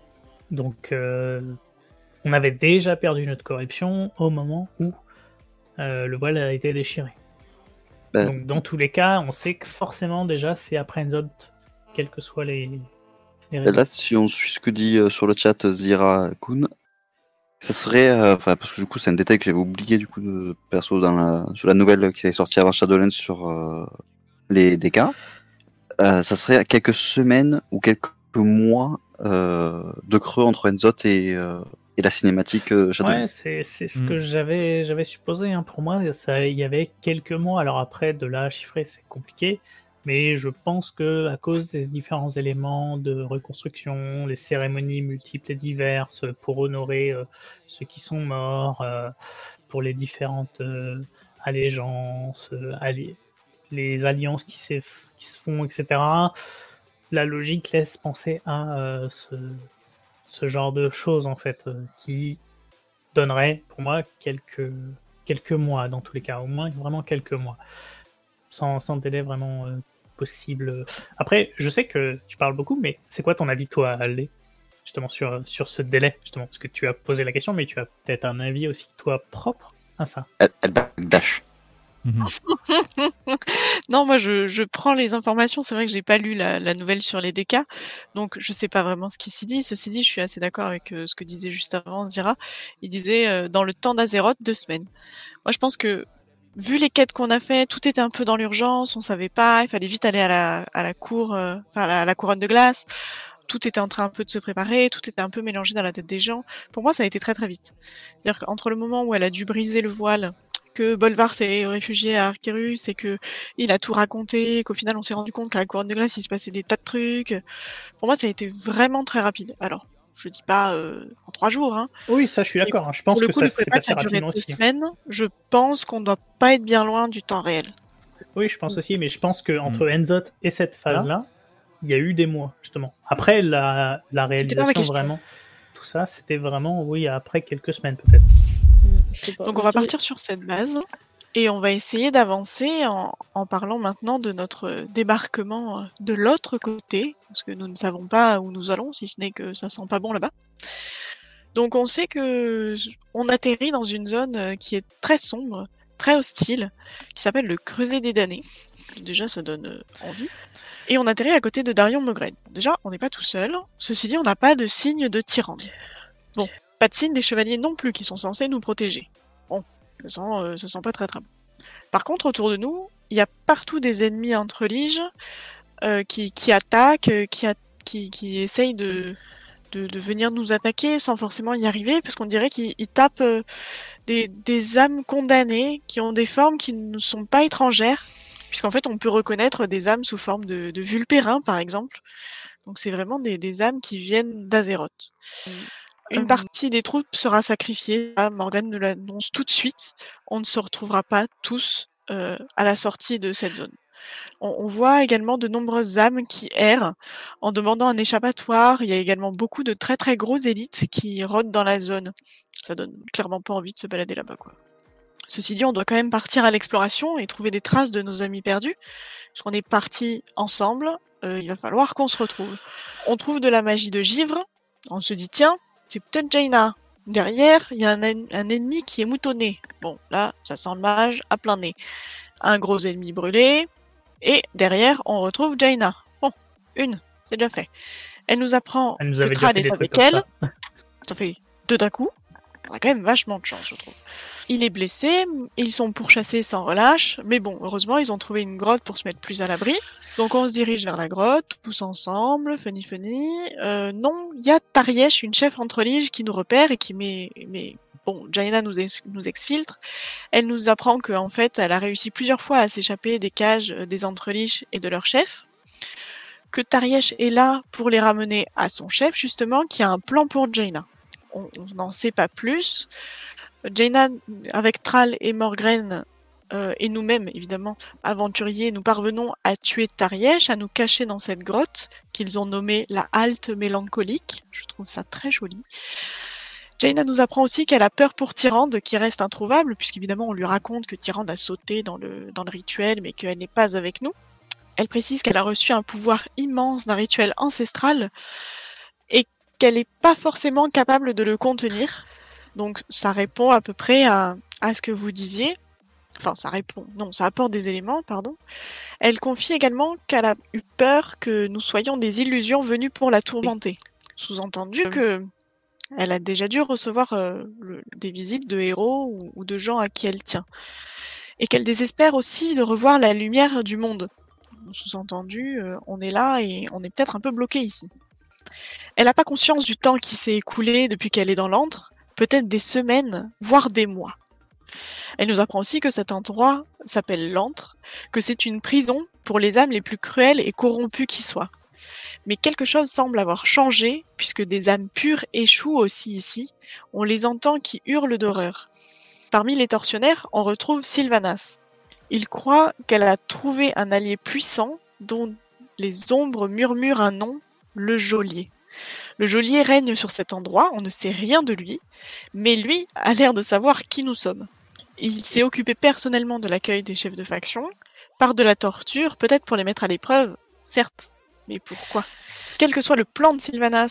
Donc. Euh... On avait déjà perdu notre corruption au moment où euh, le voile a été déchiré. Ben... Donc dans tous les cas, on sait que forcément déjà c'est après Enzoth, quels que soient les, les raisons. Là, si on suit ce que dit euh, sur le chat Zira Kun, ça serait, euh, parce que du coup c'est un détail que j'avais oublié du coup de perso dans la, sur la nouvelle qui est sortie avant Shadowlands sur euh, les D K, euh, ça serait quelques semaines ou quelques mois euh, de creux entre Enzoth et euh, et la cinématique euh, Shadowlands. Ouais, c'est, c'est ce mmh. que j'avais, j'avais supposé. Hein. Pour moi, ça, il y avait quelques mois. Alors après, de là à chiffrer, c'est compliqué. Mais je pense que à cause des différents éléments de reconstruction, les cérémonies multiples et diverses pour honorer euh, ceux qui sont morts, euh, pour les différentes euh, allégeances, euh, alli- les alliances qui, qui se font, et cetera. La logique laisse penser à euh, ce... ce genre de choses en fait euh, qui donnerait pour moi quelques quelques mois dans tous les cas, au moins vraiment quelques mois, sans, sans délai vraiment euh, possible. Après, je sais que tu parles beaucoup, mais c'est quoi ton avis toi, Aldé ? justement sur, sur ce délai, justement, parce que tu as posé la question, mais tu as peut-être un avis aussi, toi, propre à ça. Elle, elle backdash. Mhm. Non, moi je, je prends les informations. C'est vrai que j'ai pas lu la, la nouvelle sur les D K, donc je sais pas vraiment ce qui s'y dit. Ceci dit, je suis assez d'accord avec euh, ce que disait juste avant Zira. Il disait euh, dans le temps d'Azeroth, deux semaines. Moi je pense que vu les quêtes qu'on a fait, tout était un peu dans l'urgence. On savait pas, il fallait vite aller à la, à la cour, euh, enfin à la, à la couronne de glace. Tout était en train un peu de se préparer, tout était un peu mélangé dans la tête des gens. Pour moi, ça a été très très vite. C'est-à-dire qu'entre le moment où elle a dû briser le voile, que Bolvar s'est réfugié à Arcérus et que il a tout raconté, qu'au final on s'est rendu compte qu'à la couronne de glace il se passait des tas de trucs. Pour moi, ça a été vraiment très rapide. Alors, je dis pas euh, en trois jours, hein. Oui, ça, je suis d'accord. Hein. Je pense Pour le que coup, ça le s'est prépa, passé ça a duré rapidement deux aussi. semaines. Je pense qu'on doit pas être bien loin du temps réel. Oui, je pense aussi, mais je pense qu'entre Enzoth et cette phase-là, il y a eu des mois, justement. Après, la, la C'était pas ma réalisation, question. vraiment, tout ça, c'était vraiment, oui, après quelques semaines, peut-être. Je sais pas. Donc Je on va dirais- partir sur cette base et on va essayer d'avancer en, en parlant maintenant de notre débarquement euh, de l'autre côté, parce que nous ne savons pas où nous allons, si ce n'est que ça sent pas bon là-bas. Donc on sait que on atterrit dans une zone euh, qui est très sombre, très hostile, qui s'appelle le Creuset des damnés. Déjà, ça donne euh, envie. Et on atterrit à côté de Darion Mogren. Déjà, on n'est pas tout seul. Ceci dit, on n'a pas de signe de Tyrande. Bon, pas de signe des chevaliers non plus qui sont censés nous protéger. Bon, ça sent, euh, ça sent pas très très bon. Par contre, autour de nous, il y a partout des ennemis entre liges euh, qui, qui attaquent, euh, qui, a- qui, qui essayent de, de, de venir nous attaquer sans forcément y arriver, parce qu'on dirait qu'ils ils tapent euh, des, des âmes condamnées qui ont des formes qui ne nous sont pas étrangères, puisqu'en fait on peut reconnaître des âmes sous forme de, de vulpérins par exemple. Donc c'est vraiment des, des âmes qui viennent d'Azeroth. Une Euh, partie des troupes sera sacrifiée, ah, Morgane nous l'annonce tout de suite, on ne se retrouvera pas tous euh, à la sortie de cette zone. On, on voit également de nombreuses âmes qui errent en demandant un échappatoire. Il y a également beaucoup de très très grosses élites qui rôdent dans la zone. Ça donne clairement pas envie de se balader là-bas, quoi. Ceci dit, on doit quand même partir à l'exploration et trouver des traces de nos amis perdus. Parce qu'on est partis ensemble, euh, il va falloir qu'on se retrouve. On trouve de la magie de givre, on se dit tiens, c'est peut-être Jaina. Derrière, il y a un, en- un ennemi qui est moutonné. Bon, là, ça sent le mage à plein nez. Un gros ennemi brûlé, et derrière, on retrouve Jaina. Bon, une, c'est déjà fait. Elle nous apprend Elle nous que avait déjà Thrall fait est des trucs avec comme elle. ça. Ça fait deux d'un coup. On a quand même vachement de chance, je trouve. Il est blessé, ils sont pourchassés sans relâche, mais bon, heureusement, ils ont trouvé une grotte pour se mettre plus à l'abri. Donc on se dirige vers la grotte, tous ensemble, funny funny. Euh, non, il y a Tariesh, une chef entre liges, qui nous repère et qui met... Mais bon, Jaina nous, ex- nous exfiltre. Elle nous apprend qu'en fait, elle a réussi plusieurs fois à s'échapper des cages euh, des entreliches et de leur chef. Que Tariesh est là pour les ramener à son chef, justement, qui a un plan pour Jaina. On on n'en sait pas plus. Jaina, avec Thrall et Morgren, euh, et nous-mêmes, évidemment, aventuriers, nous parvenons à tuer Tariesh, à nous cacher dans cette grotte qu'ils ont nommée la halte mélancolique. Je trouve ça très joli. Jaina nous apprend aussi qu'elle a peur pour Tyrande, qui reste introuvable, puisqu'évidemment on lui raconte que Tyrande a sauté dans le, dans le rituel, mais qu'elle n'est pas avec nous. Elle précise qu'elle a reçu un pouvoir immense d'un rituel ancestral, et qu'elle n'est pas forcément capable de le contenir. Donc ça répond à peu près à, à ce que vous disiez. Enfin, ça répond. Non, ça apporte des éléments, pardon. Elle confie également qu'elle a eu peur que nous soyons des illusions venues pour la tourmenter. Sous-entendu que elle a déjà dû recevoir euh, le- des visites de héros ou, ou de gens à qui elle tient. Et qu'elle désespère aussi de revoir la lumière du monde. Sous-entendu, euh, on est là et on est peut-être un peu bloqué ici. Elle n'a pas conscience du temps qui s'est écoulé depuis qu'elle est dans l'antre, peut-être des semaines, voire des mois. Elle nous apprend aussi que cet endroit s'appelle l'antre, que c'est une prison pour les âmes les plus cruelles et corrompues qui soient. Mais quelque chose semble avoir changé, puisque des âmes pures échouent aussi ici, on les entend qui hurlent d'horreur. Parmi les tortionnaires, on retrouve Sylvanas. Il croit qu'elle a trouvé un allié puissant dont les ombres murmurent un nom, le geôlier. Le geôlier règne sur cet endroit, on ne sait rien de lui, mais lui a l'air de savoir qui nous sommes. Il s'est occupé personnellement de l'accueil des chefs de faction, par de la torture, peut-être pour les mettre à l'épreuve, certes, mais pourquoi ? Quel que soit le plan de Sylvanas,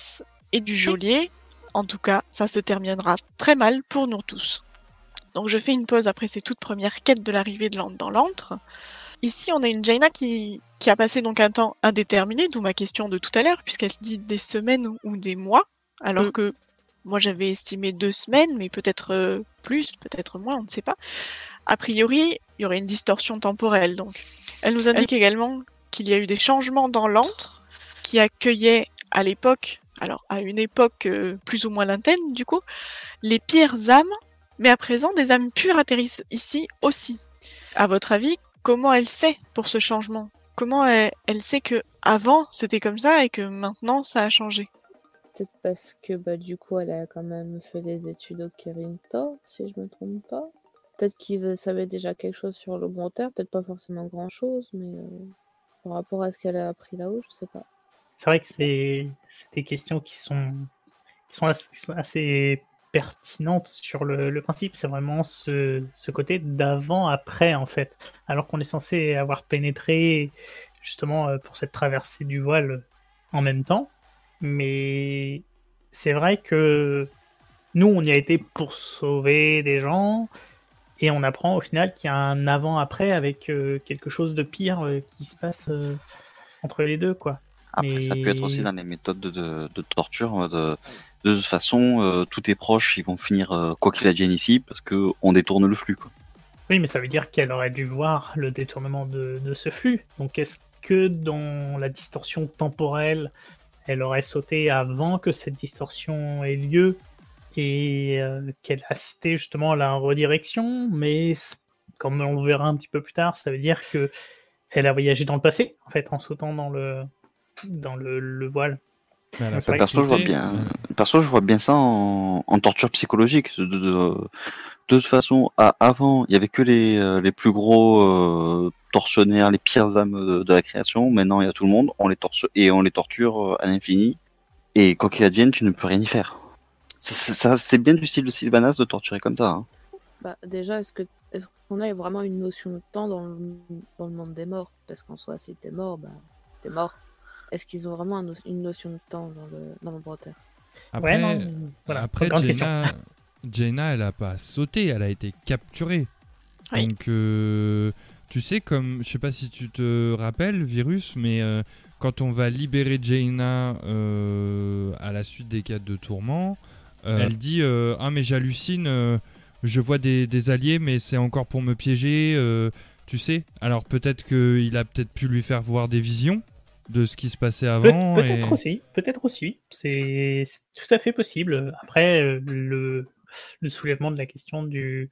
et du geôlier. En tout cas, ça se terminera très mal pour nous tous. Donc je fais une pause après ces toutes premières quêtes de l'arrivée de l'an- dans l'antre. Ici, on a une Jaina qui, qui a passé donc un temps indéterminé, d'où ma question de tout à l'heure, puisqu'elle dit des semaines ou, ou des mois, alors Mm. que moi j'avais estimé deux semaines, mais peut-être euh, plus, peut-être moins, on ne sait pas. A priori, il y aurait une distorsion temporelle. Donc, elle nous indique également qu'il y a eu des changements dans l'antre qui accueillait à l'époque, alors à une époque euh, plus ou moins lointaine du coup, les pires âmes, mais à présent des âmes pures atterrissent ici aussi. À votre avis, comment elle sait pour ce changement? Comment elle, elle sait que avant c'était comme ça et que maintenant ça a changé? Peut-être parce que bah, du coup, elle a quand même fait des études au Kirinto, si je me trompe pas. Peut-être qu'ils savaient déjà quelque chose sur le bon terme, peut-être pas forcément grand-chose, mais euh, par rapport à ce qu'elle a appris là-haut, je sais pas. C'est vrai que c'est c'est des questions qui sont, qui sont assez, qui sont assez pertinentes sur le, le principe. C'est vraiment ce, ce côté d'avant-après, en fait. Alors qu'on est censé avoir pénétré justement euh, pour cette traversée du voile en même temps. Mais c'est vrai que nous, on y a été pour sauver des gens. Et on apprend au final qu'il y a un avant-après avec euh, quelque chose de pire euh, qui se passe euh, entre les deux, quoi. Après, Mais... ça peut être aussi dans les méthodes de, de, de torture. De, de toute façon, euh, tous tes proches, ils vont finir euh, quoi qu'il advienne ici parce que on détourne le flux, quoi. Oui, mais ça veut dire qu'elle aurait dû voir le détournement de, de ce flux. Donc est-ce que dans la distorsion temporelle, elle aurait sauté avant que cette distorsion ait lieu et euh, qu'elle a assisté justement à la redirection? Mais comme on le verra un petit peu plus tard, ça veut dire que elle a voyagé dans le passé, en fait, en sautant dans le, dans le, le voile. Mais elle a C'est pas vrai que Perso, je vois sauté. bien, Ouais. perso, je vois bien ça en, en torture psychologique. De, de, de, de toute façon, à, avant, il y avait que les, euh, les plus gros euh, tortionnaires, les pires âmes de, de la création. Maintenant, il y a tout le monde. On les torture et on les torture euh, à l'infini. Et quoi qu'il advienne, tu ne peux rien y faire. Ça, ça, ça, c'est bien du style de Sylvanas de torturer comme ça. Hein. Bah, déjà, est-ce que est-ce qu'on a vraiment une notion de temps dans le, dans le monde des morts? Parce qu'en soi, si t'es mort, bah, t'es mort. Est-ce qu'ils ont vraiment un no- une notion de temps dans le, dans le Brother? Après, Ouais, non, voilà, après grande Jaina, Jaina, elle a pas sauté, elle a été capturée. Oui. Donc, euh, tu sais, comme, je sais pas si tu te rappelles, Virus, mais euh, quand on va libérer Jaina euh, à la suite des quêtes de tourment, euh, elle dit euh, ah mais j'hallucine, euh, je vois des, des alliés, mais c'est encore pour me piéger, euh, tu sais. Alors peut-être qu'il a peut-être pu lui faire voir des visions de ce qui se passait Peut- avant. peut-être et... aussi, peut-être aussi. C'est c'est tout à fait possible. Après, euh, le, le soulèvement de la question du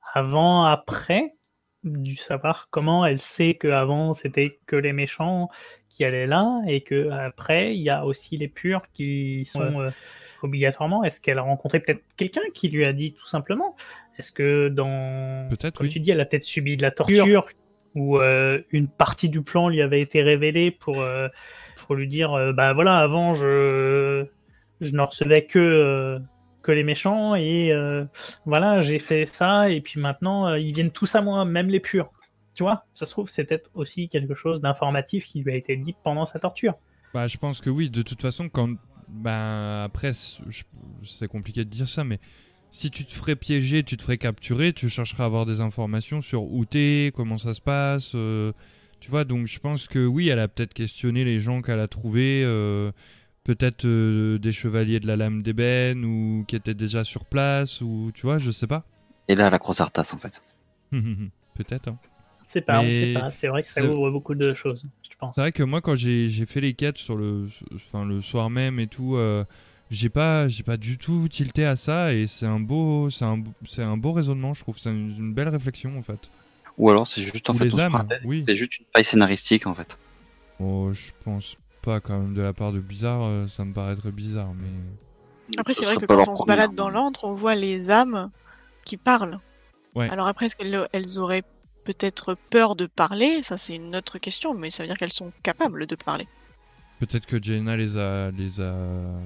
avant-après, du savoir comment elle sait que avant c'était que les méchants qui allaient là et que après il y a aussi les purs qui sont euh, obligatoirement. Est-ce qu'elle a rencontré peut-être quelqu'un qui lui a dit tout simplement? Est-ce que dans, Peut-être, comme oui. tu dis, elle a peut-être subi de la torture ou euh, une partie du plan lui avait été révélée pour euh, pour lui dire euh, bah voilà, avant je je ne recevais que euh, que les méchants et euh, voilà, j'ai fait ça et puis maintenant euh, ils viennent tous à moi, même les purs. Tu vois, ça se trouve c'est peut-être aussi quelque chose d'informatif qui lui a été dit pendant sa torture. Bah, je pense que oui. De toute façon, quand, bah, après, c'est je- c'est compliqué de dire ça, mais si tu te ferais piéger, tu te ferais capturer, tu chercheras à avoir des informations sur où t'es, comment ça se passe. euh, tu vois, donc je pense que oui, elle a peut-être questionné les gens qu'elle a trouvés, euh, peut-être euh, des chevaliers de la lame d'ébène ou qui étaient déjà sur place, ou tu vois, je sais pas. Et là, la grosse Arthas, en fait. Peut-être. Hein. C'est pas, on Mais sait pas. C'est vrai que ça c'est- ouvre beaucoup de choses, je pense. C'est vrai que moi, quand j'ai j'ai fait les quêtes sur le, enfin, le soir même et tout, euh, j'ai pas, j'ai pas du tout tilté à ça et c'est un beau, c'est un, c'est un beau raisonnement, je trouve. C'est une, une belle réflexion en fait. Ou alors, c'est juste en Ou fait, les on se âmes, prend la tête, oui. c'est juste une faille scénaristique, en fait. Oh, je pense pas quand même de la part de Blizzard, euh, ça me paraîtrait bizarre, mais. Après, Ce c'est vrai serait que pas quand leur on se première- balade dans l'antre, on voit les âmes qui parlent. Ouais. Alors après, est-ce qu'elles elles auraient peut-être peur de parler? Ça, c'est une autre question, mais ça veut dire qu'elles sont capables de parler. Peut-être que Jaina les a, les a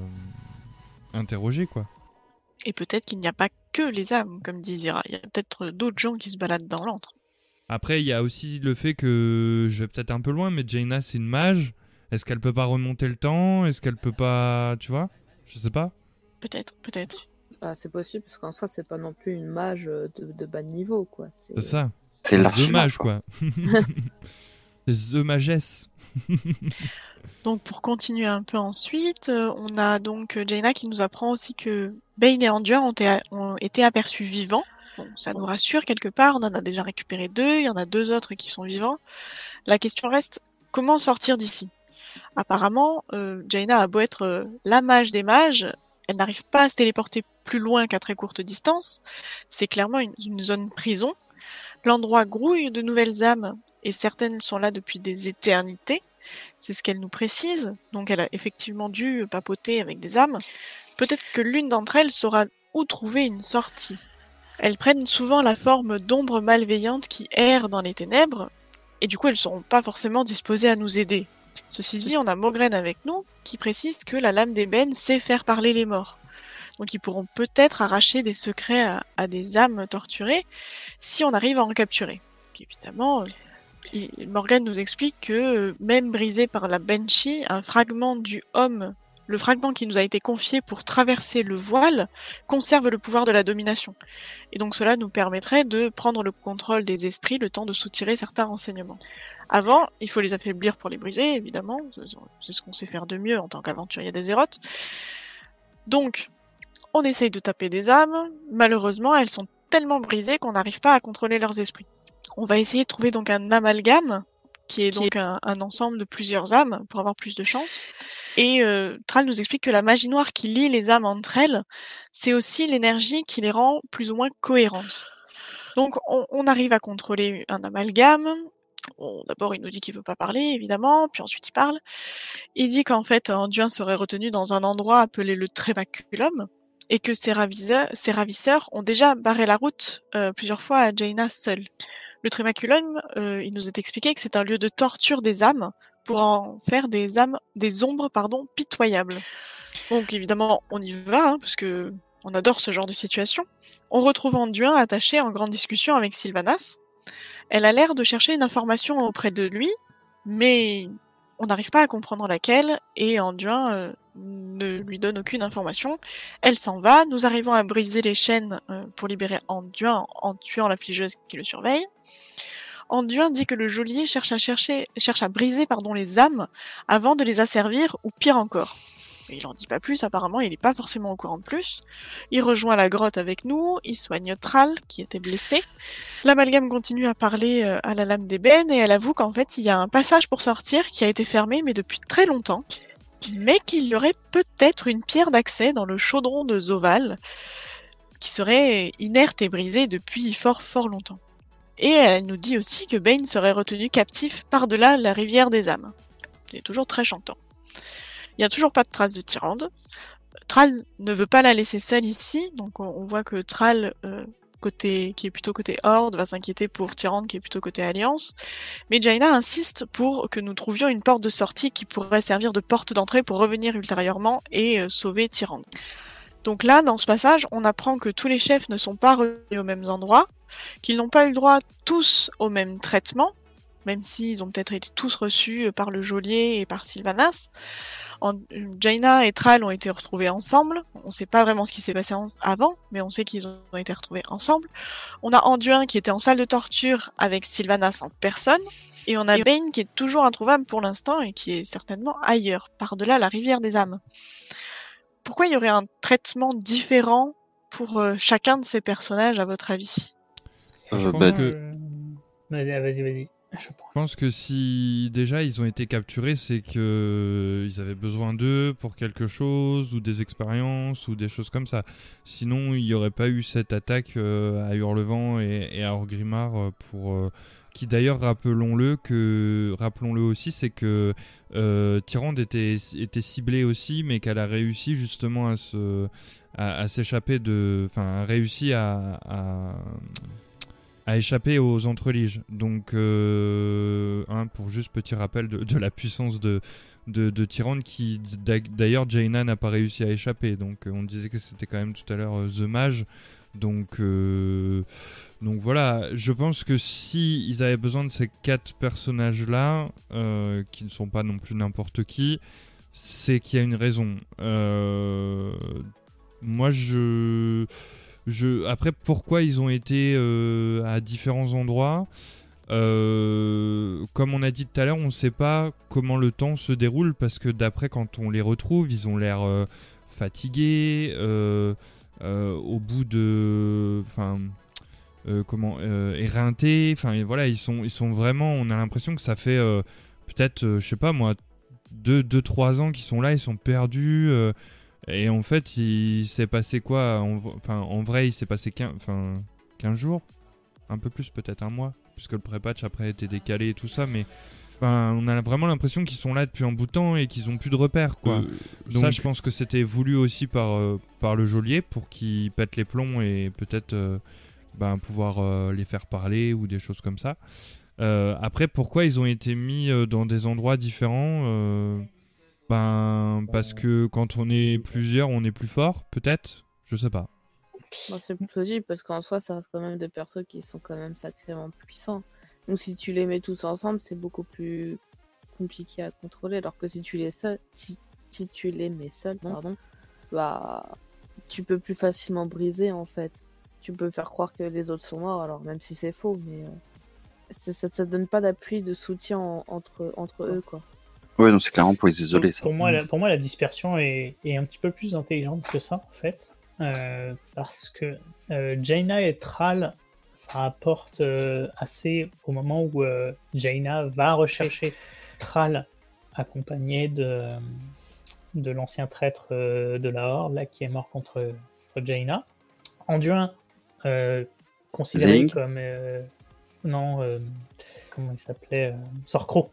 interrogés quoi. Et peut-être qu'il n'y a pas que les âmes, comme dit Zira. Il y a peut-être d'autres gens qui se baladent dans l'antre. Après, il y a aussi le fait que je vais peut-être un peu loin, mais Jaina c'est une mage. Est-ce qu'elle peut pas remonter le temps? Est-ce qu'elle peut pas, tu vois? Je sais pas. Peut-être, peut-être. Bah, c'est possible, parce qu'en soi, c'est pas non plus une mage de, de bas niveau, quoi. C'est C'est ça. C'est The l'archimage, Mage, quoi. C'est The Magesse. Donc pour continuer un peu ensuite, euh, on a donc euh, Jaina qui nous apprend aussi que Bane et Anduin ont, été- ont été aperçus vivants. Bon, ça nous rassure quelque part, on en a déjà récupéré deux, il y en a deux autres qui sont vivants. La question reste, comment sortir d'ici? Apparemment, euh, Jaina a beau être euh, la mage des mages, elle n'arrive pas à se téléporter plus loin qu'à très courte distance. C'est clairement une, une zone prison. L'endroit grouille de nouvelles âmes, et certaines sont là depuis des éternités. C'est ce qu'elle nous précise. Donc elle a effectivement dû papoter avec des âmes. Peut-être que l'une d'entre elles saura où trouver une sortie. Elles prennent souvent la forme d'ombres malveillantes qui errent dans les ténèbres, et du coup elles ne seront pas forcément disposées à nous aider. Ceci dit, on a Mogren avec nous, qui précise que la lame d'ébène sait faire parler les morts. Donc ils pourront peut-être arracher des secrets à, à des âmes torturées, si on arrive à en capturer. Donc, évidemment, il, Morgan nous explique que euh, même brisé par la Banshee, un fragment du homme, le fragment qui nous a été confié pour traverser le voile, conserve le pouvoir de la domination. Et donc cela nous permettrait de prendre le contrôle des esprits le temps de soutirer certains renseignements. Avant, il faut les affaiblir pour les briser, évidemment. C'est ce qu'on sait faire de mieux en tant qu'aventurier des Zéroth. Donc, on essaye de taper des âmes. Malheureusement, elles sont tellement brisées qu'on n'arrive pas à contrôler leurs esprits. On va essayer de trouver donc un amalgame, qui est donc un, un ensemble de plusieurs âmes, pour avoir plus de chance. Et euh, Thrall nous explique que la magie noire qui lie les âmes entre elles, c'est aussi l'énergie qui les rend plus ou moins cohérentes. Donc on, on arrive à contrôler un amalgame. Bon, d'abord, il nous dit qu'il veut pas parler, évidemment, puis ensuite il parle. Il dit qu'en fait, Anduin serait retenu dans un endroit appelé le Trémaculum, et que ses ravisseurs, ses ravisseurs ont déjà barré la route euh, plusieurs fois à Jaina seule. Le Trémaculum, euh, il nous est expliqué que c'est un lieu de torture des âmes pour en faire des âmes, des ombres, pardon, pitoyables. Donc évidemment, on y va, hein, parce que on adore ce genre de situation. On retrouve Anduin attaché en grande discussion avec Sylvanas. Elle a l'air de chercher une information auprès de lui, mais on n'arrive pas à comprendre laquelle, et Anduin euh, ne lui donne aucune information. Elle s'en va, nous arrivons à briser les chaînes euh, pour libérer Anduin en tuant la fligeuse qui le surveille. Anduin dit que le geôlier cherche à, chercher, cherche à briser pardon, les âmes avant de les asservir, ou pire encore. Il en dit pas plus, apparemment, il n'est pas forcément au courant de plus. Il rejoint la grotte avec nous, il soigne Thrall, qui était blessé. L'amalgame continue à parler euh, à la lame d'ébène, et elle avoue qu'en fait, il y a un passage pour sortir qui a été fermé, mais depuis très longtemps, mais qu'il y aurait peut-être une pierre d'accès dans le chaudron de Zoval, qui serait inerte et brisée depuis fort fort longtemps. Et elle nous dit aussi que Bane serait retenu captif par-delà la rivière des âmes. C'est toujours très chantant. Il n'y a toujours pas de traces de Tyrande. Thrall ne veut pas la laisser seule ici, donc on, on voit que Thrall, euh, côté, qui est plutôt côté Horde, va s'inquiéter pour Tyrande qui est plutôt côté Alliance. Mais Jaina insiste pour que nous trouvions une porte de sortie qui pourrait servir de porte d'entrée pour revenir ultérieurement et euh, sauver Tyrande. Donc là, dans ce passage, on apprend que tous les chefs ne sont pas revenus aux mêmes endroits, qu'ils n'ont pas eu le droit tous au même traitement, même s'ils ont peut-être été tous reçus par le geôlier et par Sylvanas. En, Jaina et Thrall ont été retrouvés ensemble. On ne sait pas vraiment ce qui s'est passé en, avant, mais on sait qu'ils ont été retrouvés ensemble. On a Anduin qui était en salle de torture avec Sylvanas en personne. Et on a Bane qui est toujours introuvable pour l'instant et qui est certainement ailleurs, par-delà la rivière des âmes. Pourquoi il y aurait un traitement différent pour euh, chacun de ces personnages, à votre avis ? Je Euh, pense bah, que... Euh, Vas-y, vas-y, vas-y. Je prends. Je pense que si déjà ils ont été capturés, c'est que ils avaient besoin d'eux pour quelque chose, ou des expériences, ou des choses comme ça. Sinon, il n'y aurait pas eu cette attaque euh, à Hurlevent et, et à Orgrimmar euh, pour... Euh, qui d'ailleurs, rappelons-le, que, rappelons-le aussi, c'est que euh, Tyrande était, était ciblée aussi, mais qu'elle a réussi justement à, se, à, à s'échapper de... Enfin, a réussi à... à à échapper aux entreliges. Donc, euh, hein, pour juste petit rappel de, de la puissance de, de, de Tyrande, qui d'ailleurs Jaina n'a pas réussi à échapper. Donc, on disait que c'était quand même tout à l'heure euh, The Mage. Donc, euh, donc voilà, je pense que si ils avaient besoin de ces quatre personnages-là, euh, qui ne sont pas non plus n'importe qui, c'est qu'il y a une raison. Euh, moi, je, je, après, pourquoi ils ont été euh, à différents endroits, euh, comme on a dit tout à l'heure, on ne sait pas comment le temps se déroule parce que d'après, quand on les retrouve, ils ont l'air euh, fatigués, euh, euh, au bout de, enfin, euh, comment, euh, éreintés. Enfin, voilà, ils sont, ils sont vraiment. On a l'impression que ça fait euh, peut-être, euh, je sais pas moi. deux trois ans qu'ils sont là, ils sont perdus. Euh, et en fait, il s'est passé quoi en, Enfin, en vrai, il s'est passé quinze, enfin, quinze jours. Un peu plus, peut-être un mois. Puisque le pré-patch après a été décalé et tout ça. Mais enfin, on a vraiment l'impression qu'ils sont là depuis un bout de temps et qu'ils ont plus de repères, quoi. Euh, Donc, ça, je pense que c'était voulu aussi par, euh, par le geôlier pour qu'ils pètent les plombs et peut-être euh, ben, pouvoir euh, les faire parler ou des choses comme ça. Euh, après, pourquoi ils ont été mis euh, dans des endroits différents euh, Ben, parce que quand on est plusieurs, on est plus fort, peut-être. Je sais pas. Bon, c'est plus possible parce qu'en soi, ça reste quand même des persos qui sont quand même sacrément puissants. Donc, si tu les mets tous ensemble, c'est beaucoup plus compliqué à contrôler. Alors que si tu les seuls, si, si tu les mets seuls, pardon, bah, tu peux plus facilement briser en fait. Tu peux faire croire que les autres sont morts, alors même si c'est faux, mais. Euh... Ça, ça donne pas d'appui, de soutien en, entre, entre eux, quoi. Ouais, donc c'est clairement pour les isoler, Donc, ça. Pour moi, la, pour moi, la dispersion est, est un petit peu plus intelligente que ça, en fait. Euh, parce que euh, Jaina et Thrall, ça rapporte euh, assez au moment où euh, Jaina va rechercher Thrall, accompagné de, de l'ancien traître euh, de la Horde, là, qui est mort contre, contre Jaina. Anduin, euh, considéré Zing. comme... Euh, Non, euh, comment il s'appelait euh, Sorcro.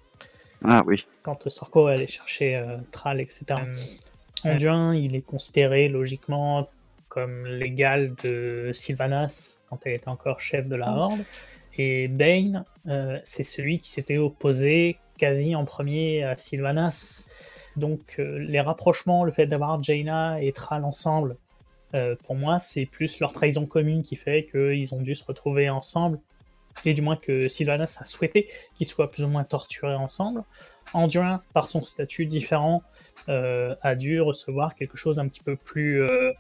Ah oui. Quand Sorcro allait chercher euh, Thrall, et cetera. Euh, Anduin, il est considéré logiquement comme l'égal de Sylvanas quand elle était encore chef de la Horde. Et Bane, euh, c'est celui qui s'était opposé quasi en premier à Sylvanas. Donc euh, les rapprochements, le fait d'avoir Jaina et Thrall ensemble, euh, pour moi, c'est plus leur trahison commune qui fait qu'ils ont dû se retrouver ensemble. Et du moins que Sylvanas a souhaité qu'ils soient plus ou moins torturés ensemble. Anduin, par son statut différent, euh, a dû recevoir quelque chose d'un petit peu plus euh,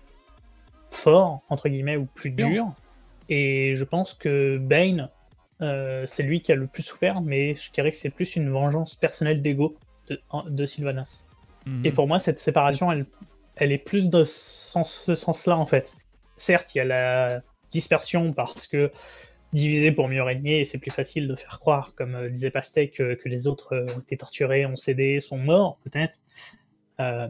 fort, entre guillemets, ou plus dur. Et je pense que Bane, euh, c'est lui qui a le plus souffert, mais je dirais que c'est plus une vengeance personnelle d'ego de, de Sylvanas. Mmh. Et pour moi, cette séparation, elle, elle est plus de sens, ce sens-là, en fait. Certes, il y a la dispersion parce que diviser pour mieux régner, et c'est plus facile de faire croire, comme euh, disait Pastèque, euh, que les autres euh, ont été torturés, ont cédé, sont morts, peut-être. Euh,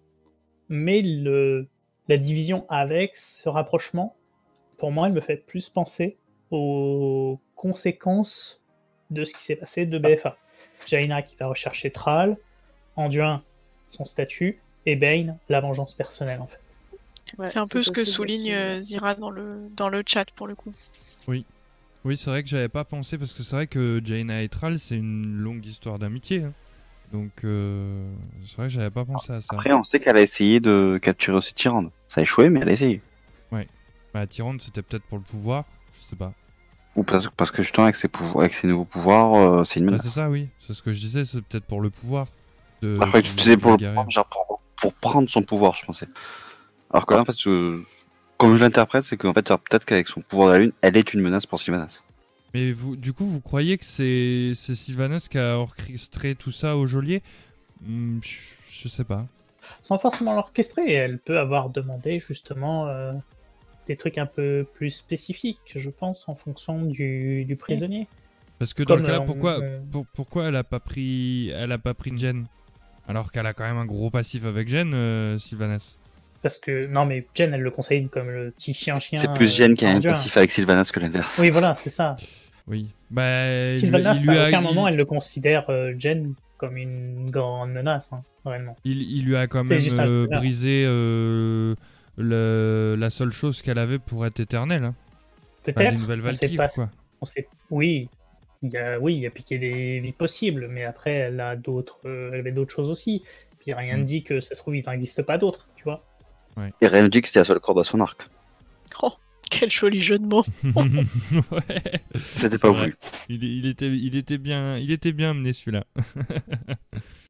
mais le, la division avec ce rapprochement, pour moi, elle me fait plus penser aux conséquences de ce qui s'est passé de B F A. Jaina qui va rechercher Thrall, Anduin, son statut, et Bane, la vengeance personnelle, en fait. Ouais, c'est un peu ce que souligne euh, Zira dans le, dans le chat, pour le coup. Oui. Oui, c'est vrai que j'avais pas pensé, parce que c'est vrai que Jaina et Thrall, c'est une longue histoire d'amitié. Hein. Donc, euh, c'est vrai que j'avais pas pensé à ça. Après, on sait qu'elle a essayé de capturer aussi Tyrande. Ça a échoué, mais elle a essayé. Ouais. Bah, Tyrande, c'était peut-être pour le pouvoir, je sais pas. Ou parce, parce que justement, avec ses, pouvoirs, avec ses nouveaux pouvoirs, euh, c'est une menace. Bah, c'est ça, oui. C'est ce que je disais, c'est peut-être pour le pouvoir. De, Après, tu disais pour, le genre pour, pour prendre son pouvoir, je pensais. Alors que là, en fait, je, comme je l'interprète, c'est qu'en fait, peut-être qu'avec son pouvoir de la Lune, elle est une menace pour Sylvanas. Mais vous, du coup, vous croyez que c'est, c'est Sylvanas qui a orchestré tout ça au geôlier ? hmm, je, je sais pas. Sans forcément l'orchestrer, elle peut avoir demandé justement euh, des trucs un peu plus spécifiques, je pense, en fonction du, du prisonnier. Parce que dans Comme le cas là, on, pourquoi, on... pour, pourquoi elle a pas pris, elle a pas pris une Jen ? Alors qu'elle a quand même un gros passif avec Jen, euh, Sylvanas. Parce que, non mais Jen, elle le conseille comme le petit chien-chien. C'est plus Jen euh, qui a un Anduin. passif avec Sylvanas que l'inverse. Oui, voilà, c'est ça. Oui. Bah, Sylvanas, il lui à a, aucun il... moment, elle le considère, euh, Jen, comme une grande menace, hein, réellement. Il, il lui a quand même euh, brisé euh, le, la seule chose qu'elle avait pour être éternelle. Hein. Peut-être. Enfin, les nouvelles Valkyries, pas, quoi. On sait, oui, il y a, oui, il a piqué des vies possibles, mais après, elle a d'autres, euh, elle avait d'autres choses aussi. Puis rien ne mm. dit que ça se trouve, il n'en existe pas d'autres, tu vois. Ouais. Et rien ne dit que c'était la seule corde à son arc. Oh, quel joli jeu de mots. Ouais. C'était pas voulu. Il, il, était, il, était bien, il était bien mené celui-là.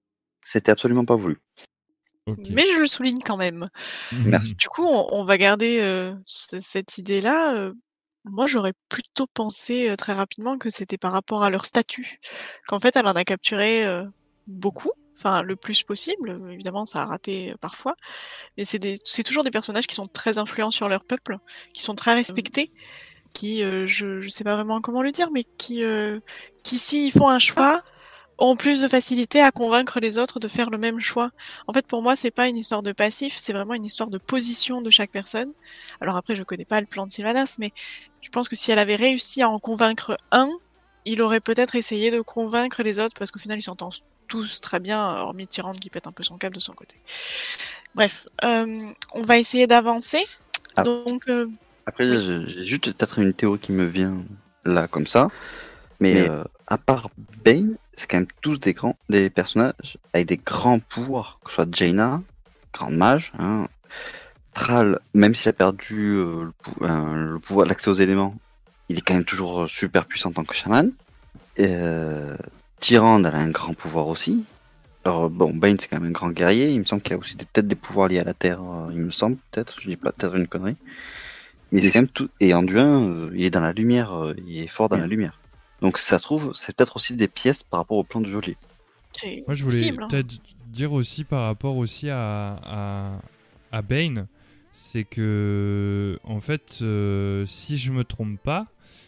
c'était absolument pas voulu. Ok. Mais je le souligne quand même. Merci. Du coup, on, on va garder euh, c- cette idée-là. euh, Moi, j'aurais plutôt pensé euh, très rapidement que c'était par rapport à leur statut. Qu'en fait, elle en a capturé euh, beaucoup, enfin le plus possible. Évidemment, ça a raté euh, parfois. Mais c'est des, c'est toujours des personnages qui sont très influents sur leur peuple, qui sont très respectés, qui, euh, je, je sais pas vraiment comment le dire, mais qui, euh, qui s'ils font un choix, ont plus de facilité à convaincre les autres de faire le même choix. En fait, pour moi, c'est pas une histoire de passif, c'est vraiment une histoire de position de chaque personne. Alors après, je connais pas le plan de Sylvanas, mais je pense que si elle avait réussi à en convaincre un, il aurait peut-être essayé de convaincre les autres, parce qu'au final, ils s'entendent tous très bien, hormis Tyrande qui pète un peu son câble de son côté. Bref, euh, on va essayer d'avancer. Ah. Donc, euh, Après, Oui. je- j'ai juste peut-être une théorie qui me vient là comme ça. Mais, Mais- euh, à part Bane, c'est quand même tous des grands, des personnages avec des grands pouvoirs, que ce soit Jaina, grande mage, hein, Thrall, même s'il a perdu euh, le, pou- euh, le pouvoir d'accès aux éléments, il est quand même toujours euh, super puissant en tant que chaman. Et, euh, Tyrande, elle a un grand pouvoir aussi. Alors bon, Bane c'est quand même un grand guerrier, il me semble qu'il a aussi des- peut-être des pouvoirs liés à la terre, euh, il me semble peut-être, je dis pas peut-être une connerie. Mais c'est quand même tout. Et Anduin, euh, il est dans la lumière, euh, il est fort dans la lumière. Donc ça se trouve, c'est peut-être aussi des pièces par rapport au plan de Jolie. c'est Moi, je voulais possible. hein. peut-être dire aussi par rapport aussi à, à, à Bane, c'est que, en fait, euh, si je me trompe pas,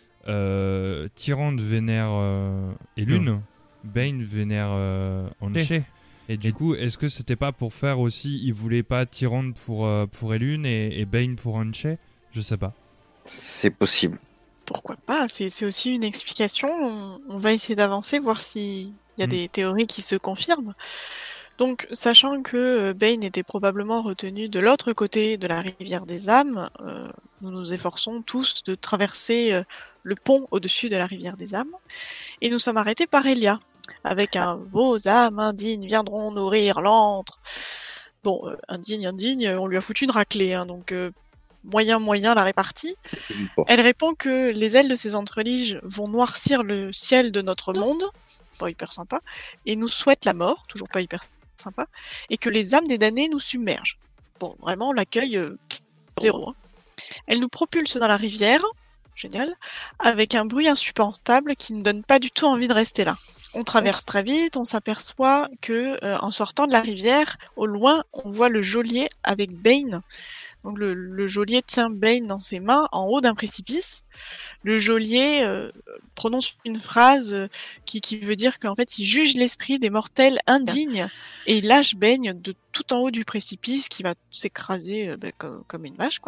euh, Tyrande vénère euh, Elune, Bane vénère euh, Anche. Et du coup, est-ce que c'était pas pour faire aussi, il voulait pas Tyrande pour, euh, pour Elune et, et Bane pour Anche? Je sais pas. C'est possible. Pourquoi pas? C'est c'est aussi une explication. On, on va essayer d'avancer, voir s'il y a Mm. des théories qui se confirment. Donc, sachant que euh, Bane était probablement retenu de l'autre côté de la rivière des âmes, euh, nous nous efforçons tous de traverser euh, le pont au-dessus de la rivière des âmes. Et nous sommes arrêtés par Elia, avec un « Vos âmes indignes viendront nourrir l'antre ». Bon, euh, indigne, indigne, on lui a foutu une raclée, hein, donc euh, moyen, moyen la répartie. Elle répond que les ailes de ces entreliges vont noircir le ciel de notre monde, pas hyper sympa, et nous souhaite la mort, toujours pas hyper sympa, et que les âmes des damnés nous submergent. Bon, vraiment, l'accueil, euh, zéro. Hein. Elle nous propulse dans la rivière, génial, avec un bruit insupportable qui ne donne pas du tout envie de rester là. On traverse très vite, on s'aperçoit que, euh, en sortant de la rivière, au loin, on voit le geôlier avec Bane. Donc le, le geôlier tient Bane dans ses mains en haut d'un précipice. Le geôlier euh, prononce une phrase euh, qui, qui veut dire qu'en fait il juge l'esprit des mortels indignes et il lâche Bane de tout en haut du précipice qui va s'écraser euh, bah, comme, comme une vache quoi.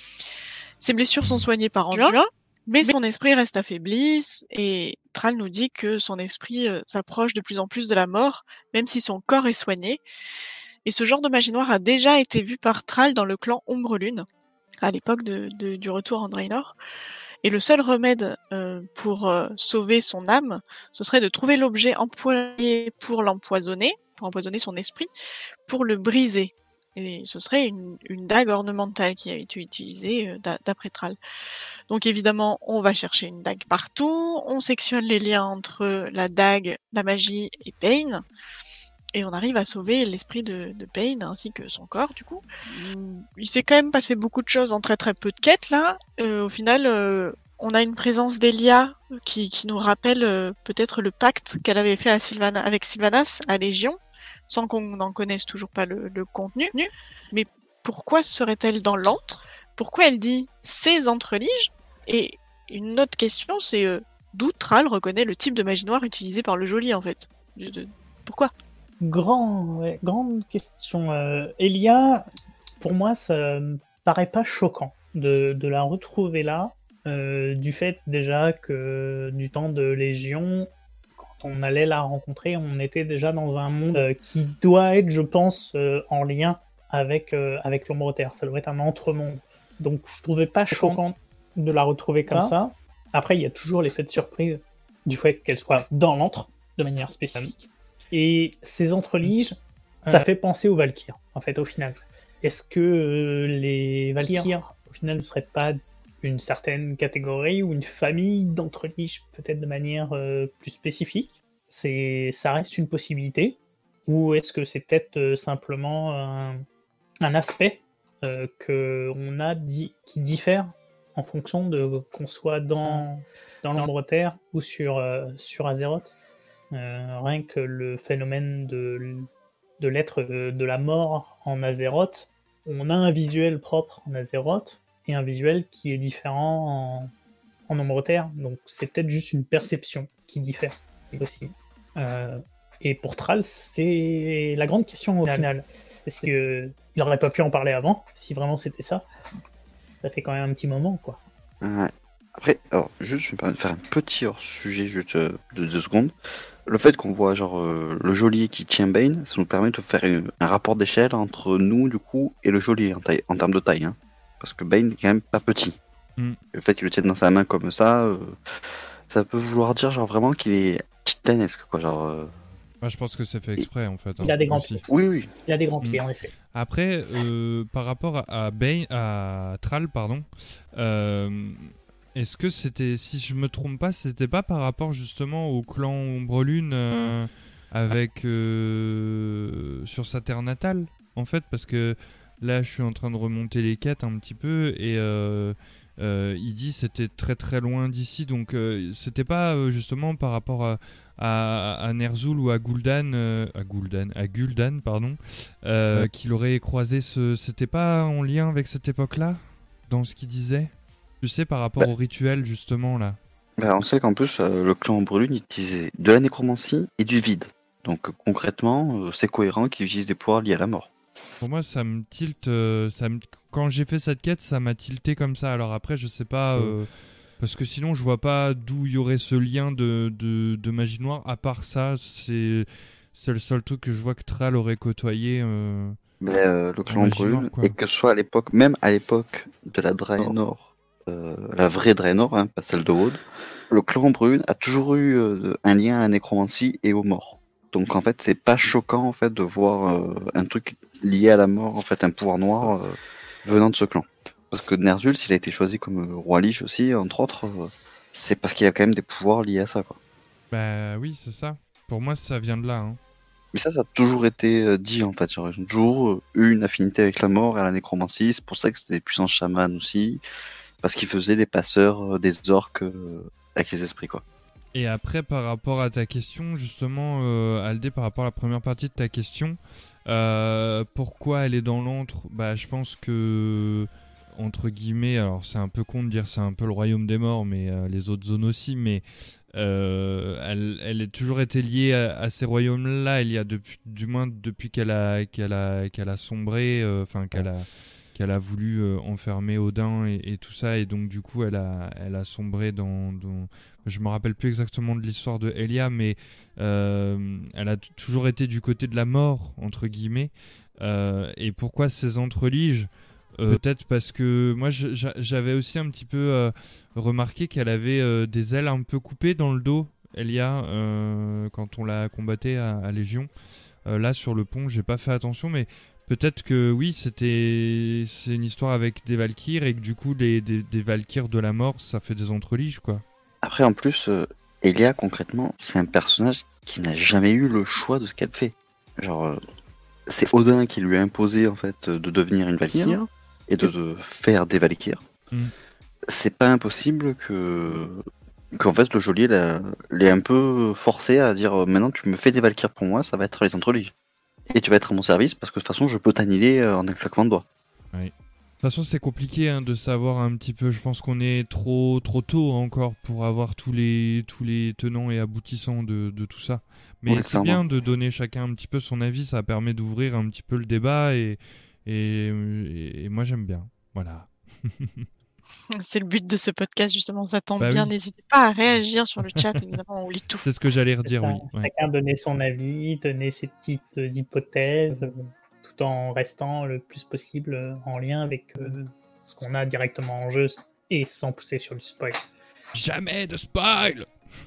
Ses blessures sont soignées par Anduin, mais son esprit reste affaibli et Thrall nous dit que son esprit euh, s'approche de plus en plus de la mort, même si son corps est soigné. Et ce genre de magie noire a déjà été vu par Thrall dans le clan Ombrelune, à l'époque de, de, du retour en Draenor. Et le seul remède euh, pour euh, sauver son âme, ce serait de trouver l'objet employé pour l'empoisonner, pour empoisonner son esprit, pour le briser. Et ce serait une, une dague ornementale qui a été utilisée euh, d'après Thrall. Donc évidemment, on va chercher une dague partout, on sectionne les liens entre la dague, la magie et Bane. Et on arrive à sauver l'esprit de, de Bane ainsi que son corps, du coup. Il s'est quand même passé beaucoup de choses en très très peu de quêtes, là. Euh, au final, euh, on a une présence d'Elia qui, qui nous rappelle euh, peut-être le pacte qu'elle avait fait à Sylvana, avec Sylvanas à Légion, sans qu'on n'en connaisse toujours pas le, le contenu. Mais pourquoi serait-elle dans l'antre? Pourquoi elle dit ces entreliges? Et une autre question, c'est euh, d'où Thrall reconnaît le type de magie noire utilisé par le geôlier, en fait? De, pourquoi? Grand, ouais, grande question. Euh, Elia, pour moi, ça me paraît pas choquant de, de la retrouver là, euh, du fait déjà que du temps de Légion, quand on allait la rencontrer, on était déjà dans un monde euh, qui doit être, je pense, euh, en lien avec, euh, avec l'ombre terre. Ça doit être un entre-monde. Donc je trouvais pas choquant de la retrouver comme ça. ça. Après, il y a toujours l'effet de surprise du fait qu'elle soit dans l'antre, de manière spécifique. Et ces entreliges, ça fait penser aux Valkyres, en fait, au final. Est-ce que euh, les Valkyres, au final, ne seraient pas une certaine catégorie ou une famille d'entreliges, peut-être de manière euh, plus spécifique? C'est, ça reste une possibilité. ou est-ce que c'est peut-être euh, simplement un, un aspect euh, que on a dit, qui diffère en fonction de qu'on soit dans, dans l'ombre terre ou sur, euh, sur Azeroth. Euh, rien que le phénomène de, de l'être euh, de la mort en Azeroth, on a un visuel propre en Azeroth et un visuel qui est différent en, en ombre terre. Donc c'est peut-être juste une perception qui diffère aussi. Euh, et pour Thrall, c'est la grande question au final. Est-ce qu'il n'aurait pas pu en parler avant, si vraiment c'était ça? Ça fait quand même un petit moment, quoi. Ouais. Après, alors, juste, je vais me permettre de faire un petit hors-sujet, juste euh, de deux secondes. Le fait qu'on voit, genre, euh, le geôlier qui tient Bane, ça nous permet de faire une- un rapport d'échelle entre nous, du coup, et le geôlier, en, taille, en termes de taille. Hein. Parce que Bane est quand même pas petit. Mm. Le fait qu'il le tienne dans sa main comme ça, euh, ça peut vouloir dire, genre, vraiment qu'il est titanesque, quoi, genre... euh, Moi, je pense que c'est fait exprès, en fait. Il hein, a des grands aussi. pieds. Oui, oui. Il a des grands Mm. pieds, en effet. Après, euh, par rapport à, à Bane, à Thrall, pardon, euh, est-ce que c'était, si je me trompe pas, c'était pas par rapport justement au clan Ombrelune euh, avec euh, sur sa terre natale, en fait, parce que là, je suis en train de remonter les quêtes un petit peu et euh, euh, il dit c'était très très loin d'ici, donc euh, c'était pas euh, justement par rapport à à, à Ner'zhul ou à Gul'dan, euh, à Gul'dan, à Gul'dan, pardon, euh, Ouais. qu'il aurait croisé ce, c'était pas en lien avec cette époque-là, dans ce qu'il disait, tu sais, par rapport Bah. au rituel justement là. Bah, on sait qu'en plus, euh, le clan Brulune utilisait de la nécromancie et du vide. Donc euh, concrètement, euh, c'est cohérent qu'ils utilisent des pouvoirs liés à la mort. Pour moi, ça me tilte, euh, ça me... quand j'ai fait cette quête, ça m'a tilté comme ça. Alors après, je sais pas. Euh... Parce que sinon, je vois pas d'où il y aurait ce lien de, de, de magie noire. À part ça, c'est, c'est le seul truc que je vois que Thrall aurait côtoyé. Euh... Mais euh, le clan magie noire, Brune, quoi. et que ce soit à l'époque, même à l'époque de la Draenor, euh, la vraie Draenor, hein, pas celle de Wood, le clan Brune a toujours eu euh, un lien à la nécromancie et aux morts. Donc en fait, c'est pas choquant en fait de voir euh, un truc lié à la mort, en fait, un pouvoir noir euh, venant de ce clan. Parce que Ner'zhul, s'il a été choisi comme euh, roi Lich aussi, entre autres, euh, c'est parce qu'il y a quand même des pouvoirs liés à ça, quoi. Bah oui, c'est ça. Pour moi, ça vient de là. Hein. Mais ça, ça a toujours été euh, dit en fait. Genre, ils ont toujours euh, eu une affinité avec la mort et la nécromancie. C'est pour ça que c'était des puissants chamans aussi. Parce qu'ils faisaient des passeurs euh, des orques euh, avec les esprits, quoi. Et après, par rapport à ta question, justement, euh, Aldé, par rapport à la première partie de ta question, euh, pourquoi elle est dans l'antre? Bah, je pense que, entre guillemets, alors c'est un peu con de dire c'est un peu le royaume des morts, mais euh, les autres zones aussi, mais euh, elle, elle a toujours été liée à, à ces royaumes-là. Il y a depuis, du moins depuis qu'elle a, qu'elle a, qu'elle a sombré, enfin euh, qu'elle a, qu'elle a voulu euh, enfermer Odin et, et tout ça, et donc du coup elle a, elle a sombré dans, dans... Je me rappelle plus exactement de l'histoire de Elia, mais euh, elle a t- toujours été du côté de la mort, entre guillemets. Euh, et pourquoi ces entreliges? Euh, peut-être parce que moi je- j'a- j'avais aussi un petit peu euh, remarqué qu'elle avait euh, des ailes un peu coupées dans le dos, Elia, euh, quand on l'a combattait à, à Légion. Euh, là sur le pont, j'ai pas fait attention, mais peut-être que oui, c'était c'est une histoire avec des Valkyres et que du coup les, des, des Valkyres de la mort, ça fait des entreliges, quoi. Après, en plus, euh, Elia, concrètement, c'est un personnage qui n'a jamais eu le choix de ce qu'elle fait. Genre, euh, c'est Odin qui lui a imposé, en fait, de devenir une Valkyre et de, de faire des Valkyres. Mm. C'est pas impossible que qu'en fait, le geôlier l'a- l'ait un peu forcé à dire euh, maintenant, tu me fais des Valkyres pour moi, ça va être les entreliges. Et tu vas être à mon service parce que de toute façon, je peux t'annihiler euh, en un claquement de doigts. De toute façon, c'est compliqué hein, de savoir un petit peu. Je pense qu'on est trop trop tôt encore pour avoir tous les tous les tenants et aboutissants de, de tout ça. Mais Ouais, c'est clairement. bien de donner chacun un petit peu son avis. Ça permet d'ouvrir un petit peu le débat et et, et, et moi j'aime bien. Voilà. C'est le but de ce podcast, justement, ça tombe Bah bien. oui. N'hésitez pas à réagir sur le chat, évidemment, on lit tout. C'est ce que j'allais redire, Ça, oui. Ouais. Chacun donner son avis, donner ses petites euh, hypothèses, euh, tout en restant le plus possible euh, en lien avec euh, ce qu'on a directement en jeu et sans pousser sur du spoil. Jamais de spoil.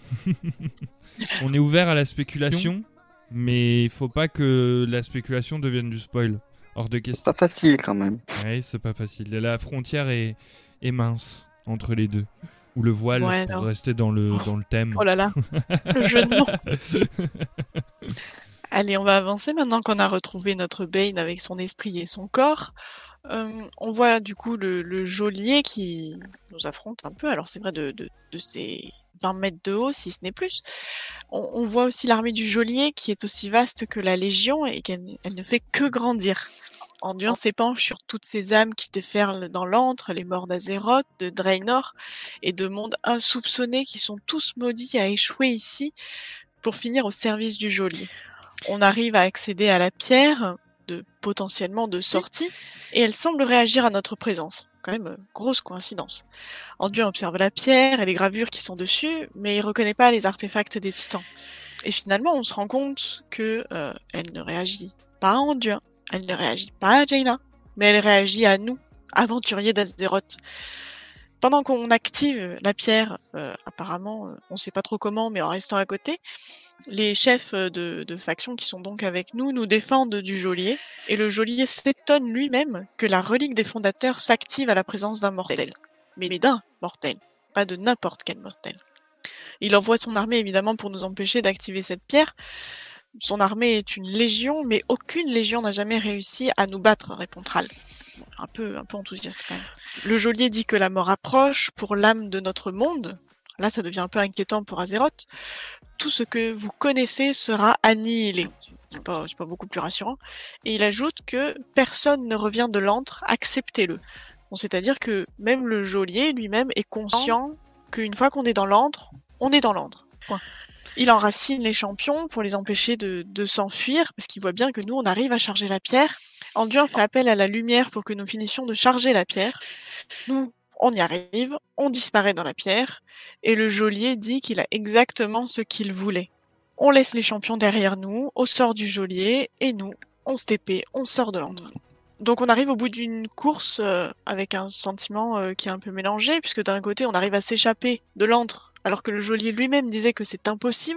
On est ouvert à la spéculation, mais il faut pas que la spéculation devienne du spoil. Hors de C'est question. pas facile quand même. Ouais, c'est pas facile. La frontière est, est mince entre les deux. Ou le voile, Ouais, pour non. rester dans le, dans le thème. Oh là là, le jeu de mots. Allez, on va avancer maintenant qu'on a retrouvé notre Bane avec son esprit et son corps. Euh, on voit du coup le, le geôlier qui nous affronte un peu. Alors c'est vrai de, de, de ses vingt mètres de haut, si ce n'est plus. On, on voit aussi l'armée du geôlier qui est aussi vaste que la Légion et qu'elle elle ne fait que grandir. Anduin s'épanche sur toutes ces âmes qui déferlent dans l'antre, les morts d'Azeroth, de Draenor et de mondes insoupçonnés qui sont tous maudits à échouer ici pour finir au service du geôlier. On arrive à accéder à la pierre, de potentiellement de sortie, et elle semble réagir à notre présence. Quand même, euh, grosse coïncidence. Anduin observe la pierre et les gravures qui sont dessus, mais il reconnaît pas les artefacts des titans. Et finalement, on se rend compte que euh, elle ne réagit pas à Anduin, elle ne réagit pas à Jaina, mais elle réagit à nous, aventuriers d'Azeroth. Pendant qu'on active la pierre, euh, apparemment, euh, on sait pas trop comment, mais en restant à côté, les chefs de, de factions qui sont donc avec nous nous défendent du geôlier, et le geôlier s'étonne lui-même que la relique des fondateurs s'active à la présence d'un mortel. Mais d'un mortel, pas de n'importe quel mortel. Il envoie son armée évidemment pour nous empêcher d'activer cette pierre. Son armée est une légion, mais aucune légion n'a jamais réussi à nous battre, répond Thrall. Un peu, un peu enthousiaste quand même. Le geôlier dit que la mort approche pour l'âme de notre monde. Là, ça devient un peu inquiétant pour Azeroth. Tout ce que vous connaissez sera annihilé. C'est pas, c'est pas beaucoup plus rassurant. Et il ajoute que personne ne revient de l'antre, acceptez-le. Bon, c'est-à-dire que même le geôlier lui-même est conscient qu'une fois qu'on est dans l'antre, on est dans l'antre. Point. Il enracine les champions pour les empêcher de, de s'enfuir, parce qu'il voit bien que nous, on arrive à charger la pierre. Anduin fait appel à la lumière pour que nous finissions de charger la pierre. Nous, on y arrive, on disparaît dans la pierre, et le geôlier dit qu'il a exactement ce qu'il voulait. On laisse les champions derrière nous, au sort du geôlier, et nous, on se T P, on sort de l'antre. Donc on arrive au bout d'une course euh, avec un sentiment euh, qui est un peu mélangé, puisque d'un côté on arrive à s'échapper de l'antre, alors que le geôlier lui-même disait que c'est impossible.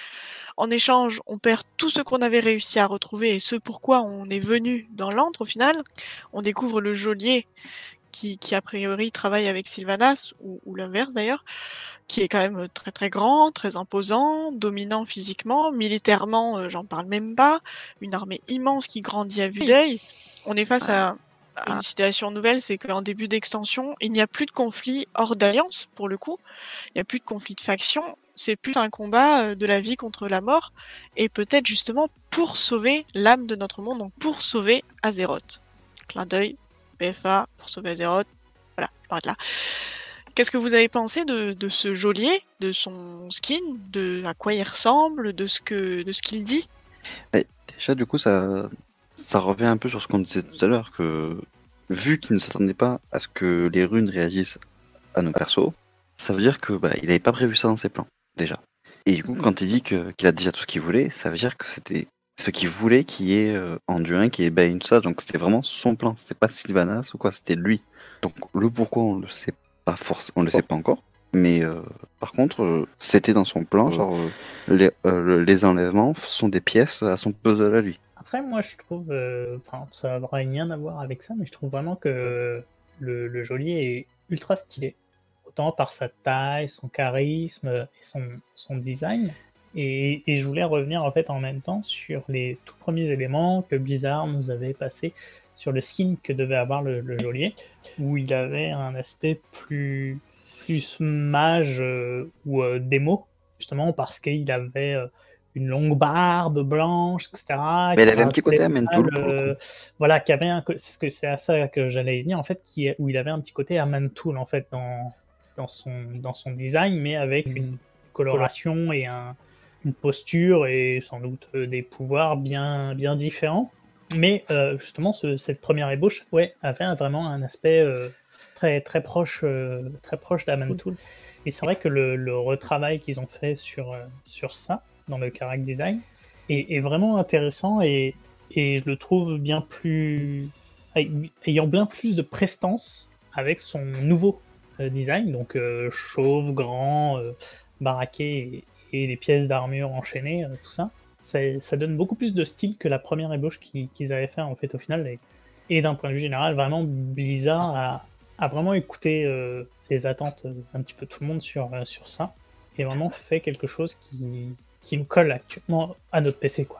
En échange, on perd tout ce qu'on avait réussi à retrouver et ce pourquoi on est venu dans l'antre au final. On découvre le geôlier qui, qui a priori travaille avec Sylvanas, ou, ou l'inverse d'ailleurs, qui est quand même très très grand, très imposant, dominant physiquement, militairement, euh, j'en parle même pas, une armée immense qui grandit à vue d'œil. On est face à, à une situation nouvelle, c'est qu'en début d'extension, il n'y a plus de conflit hors d'alliance, pour le coup, il n'y a plus de conflit de faction, c'est plus un combat de la vie contre la mort, et peut-être justement pour sauver l'âme de notre monde, donc pour sauver Azeroth. Clin d'œil, P F A, pour sauver Azeroth, voilà, j'arrête là. Qu'est-ce que vous avez pensé de, de ce geôlier, de son skin, de à quoi il ressemble, de ce que de ce qu'il dit? Mais déjà, du coup, ça, ça revient un peu sur ce qu'on disait tout à l'heure, que vu qu'il ne s'attendait pas à ce que les runes réagissent à nos persos, ça veut dire que bah, il n'avait pas prévu ça dans ses plans, déjà. Et du coup, quand il dit que, qu'il a déjà tout ce qu'il voulait, ça veut dire que c'était ce qu'il voulait qui est euh, Anduin, qui est Bane, tout ça. Donc c'était vraiment son plan, c'était pas Sylvanas ou quoi, c'était lui. Donc le pourquoi, on le sait pas forcément, on le sait pas encore. Mais euh, par contre, euh, c'était dans son plan, genre euh, les, euh, les enlèvements sont des pièces à son puzzle à lui. Après, moi, je trouve, enfin, euh, ça n'aura rien à voir avec ça, mais je trouve vraiment que le, le geôlier est ultra stylé. Autant par sa taille, son charisme et son, son design. Et, et je voulais revenir en fait en même temps sur les tout premiers éléments que Blizzard nous avait passés sur le skin que devait avoir le, le geôlier, où il avait un aspect plus, plus mage euh, ou euh, démo, justement parce qu'il avait euh, une longue barbe blanche, et cetera. Mais il avait un petit côté Amantul, pour le coup. Voilà, qui avait un, c'est ce que c'est à ça que j'allais venir en fait, qui, où il avait un petit côté Amantul en fait dans dans son dans son design, mais avec une coloration et un, une posture et sans doute des pouvoirs bien bien différents. Mais euh, justement, ce, cette première ébauche, ouais, avait vraiment un aspect euh, très très proche euh, très proche d'Amantul. Et c'est vrai que le, le retravail qu'ils ont fait sur euh, sur ça dans le character design est, est vraiment intéressant et et je le trouve bien plus ayant bien plus de prestance avec son nouveau euh, design, donc euh, chauve, grand, euh, baraqué et, et les pièces d'armure enchaînées, euh, tout ça. ça. Ça donne beaucoup plus de style que la première ébauche qu'ils, qu'ils avaient fait en fait au final. Et, et d'un point de vue général, vraiment Blizzard a, a vraiment écouté euh, les attentes euh, un petit peu tout le monde sur, euh, sur ça et vraiment fait quelque chose qui, qui nous colle actuellement à notre P C, quoi.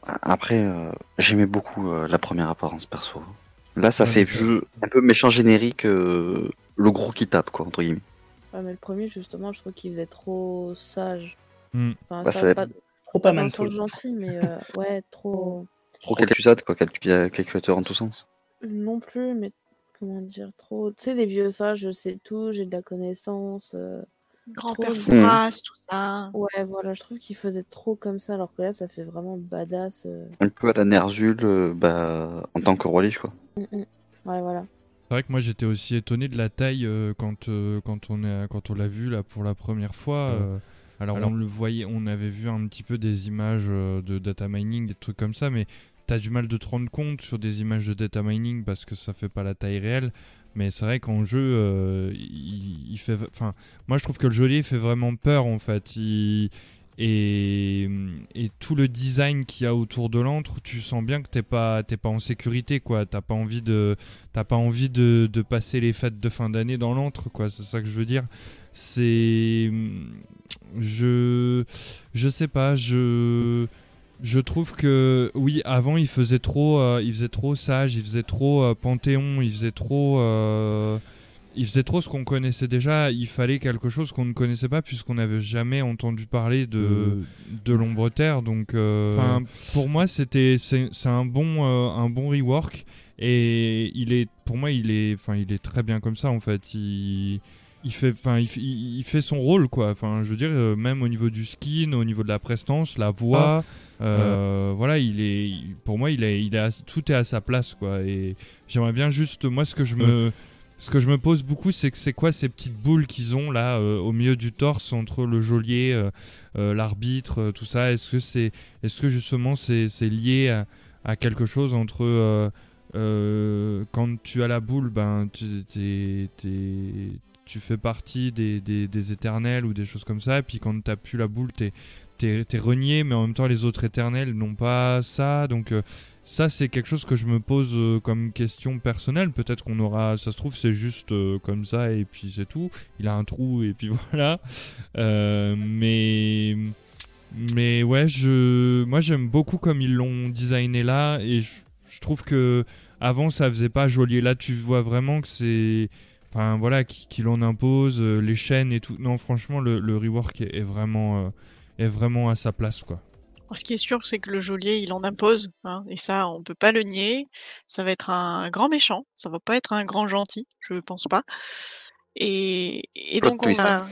Après, euh, j'aimais beaucoup euh, la première apparence perso. Là, ça Ouais, fait mais ça- jeu un peu méchant générique, euh, le gros qui tape, quoi, entre guillemets. Ouais, mais le premier, justement, je trouve qu'il faisait trop sage. Hmm. Enfin, Bah, ça, c'est pas, Trop pas pas dans le manful. sens gentil, mais euh, ouais, trop. Trop calculade, quoi, calcul- calculateur en tous sens. Non plus, mais comment dire, trop. Tu sais, les vieux sages, je sais tout, j'ai de la connaissance. euh, Grand-père Trop- Fouras, tout ça. Ouais, voilà, je trouve qu'il faisait trop comme ça, alors que là, ça fait vraiment badass. euh. Un peu à la Ner'zhul, euh, bah, en tant que roi liche, quoi. Mm, mm. Ouais, voilà. C'est vrai que moi j'étais aussi étonné de la taille euh, quand, euh, quand on est, quand on l'a vu là pour la première fois. euh, alors, Alors- on le voyait, on avait vu un petit peu des images euh, de data mining, des trucs comme ça, mais t'as du mal de te rendre compte sur des images de data mining parce que ça fait pas la taille réelle. Mais c'est vrai qu'en jeu, euh, il, il fait, enfin, moi je trouve que le geôlier fait vraiment peur en fait. Il- et, et tout le design qu'il y a autour de l'antre, tu sens bien que t'es pas, t'es pas en sécurité quoi. T'as pas envie de, t'as pas envie de, de passer les fêtes de fin d'année dans l'antre quoi. C'est ça que je veux dire. C'est, je, je sais pas, je. Je trouve que oui, avant il faisait trop, euh, il faisait trop sage, il faisait trop euh, Panthéon, il faisait trop, euh, il faisait trop ce qu'on connaissait déjà. Il fallait quelque chose qu'on ne connaissait pas puisqu'on n'avait jamais entendu parler de de l'Ombre Terre. Donc, euh, enfin, pour moi c'était c'est c'est un bon euh, un bon rework et il est pour moi il est enfin il est très bien comme ça en fait. Il il fait, enfin, il, il, il fait son rôle, quoi. Enfin, je veux dire, euh, même au niveau du skin, au niveau de la prestance, la voix, euh, voilà, il est, il- pour moi, il est, il est à- tout est à sa place, quoi. Et j'aimerais bien juste, moi, ce que je me, ce que je me pose beaucoup, c'est que c'est quoi ces petites boules qu'ils ont là euh, au milieu du torse entre le geôlier, euh, euh, l'arbitre, euh, tout ça. Est-ce que c'est, est-ce que justement c'est, c'est lié à, à quelque chose entre euh, euh, quand tu as la boule, ben, tu, t'es, t'es- tu fais partie des, des, des éternels ou des choses comme ça, et puis quand t'as plus la boule, t'es, t'es, t'es renié, mais en même temps les autres éternels n'ont pas ça, donc euh, ça c'est quelque chose que je me pose euh, comme question personnelle. Peut-être qu'on aura, ça se trouve c'est juste euh, comme ça et puis c'est tout, il a un trou et puis voilà. Euh, mais mais ouais, je, moi j'aime beaucoup comme ils l'ont designé là, et je, je trouve que avant ça faisait pas geôlier. Là tu vois vraiment que c'est, enfin voilà, qui, qui l'on impose, euh, les chaînes et tout. Non, franchement, le, le rework est, est vraiment, euh, est vraiment à sa place, quoi. Ce qui est sûr, c'est que le geôlier, il en impose, hein, et ça, on peut pas le nier. Ça va être un grand méchant, ça va pas être un grand gentil, je pense pas. Et, et Plot donc on twist. va.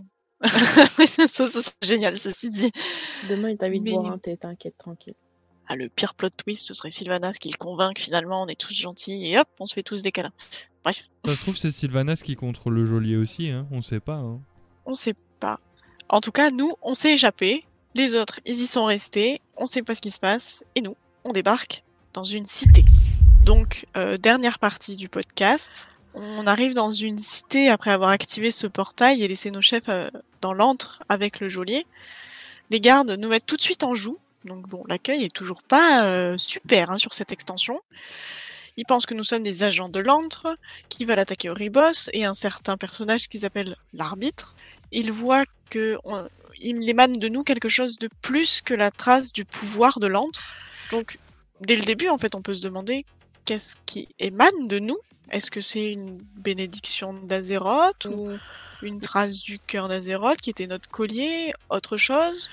ça, ça, ça, c'est génial, ceci dit. Demain, il t'invite Mais- boire un thé, t'inquiète, tranquille. Ah, le pire plot twist, ce serait Sylvanas qui le convainc que finalement on est tous gentils et hop, on se fait tous des câlins. Bref, Ça se trouve, c'est Sylvanas qui contrôle le geôlier aussi, hein. On sait pas, hein. on sait pas. En tout cas, nous, on s'est échappé. Les autres, ils y sont restés. On sait pas ce qui se passe. Et nous, on débarque dans une cité. Donc, euh, dernière partie du podcast. On arrive dans une cité après avoir activé ce portail et laissé nos chefs euh, dans l'antre avec le geôlier. Les gardes nous mettent tout de suite en joue. Donc bon, l'accueil est toujours pas euh, super hein, sur cette extension. Ils pensent que nous sommes des agents de l'antre qui veulent attaquer Oribos et un certain personnage qu'ils appellent l'arbitre. Ils voient que on, il émane de nous quelque chose de plus que la trace du pouvoir de l'antre. Donc dès le début, en fait, on peut se demander qu'est-ce qui émane de nous. Est-ce que c'est une bénédiction d'Azeroth ou une trace du cœur d'Azeroth qui était notre collier, autre chose?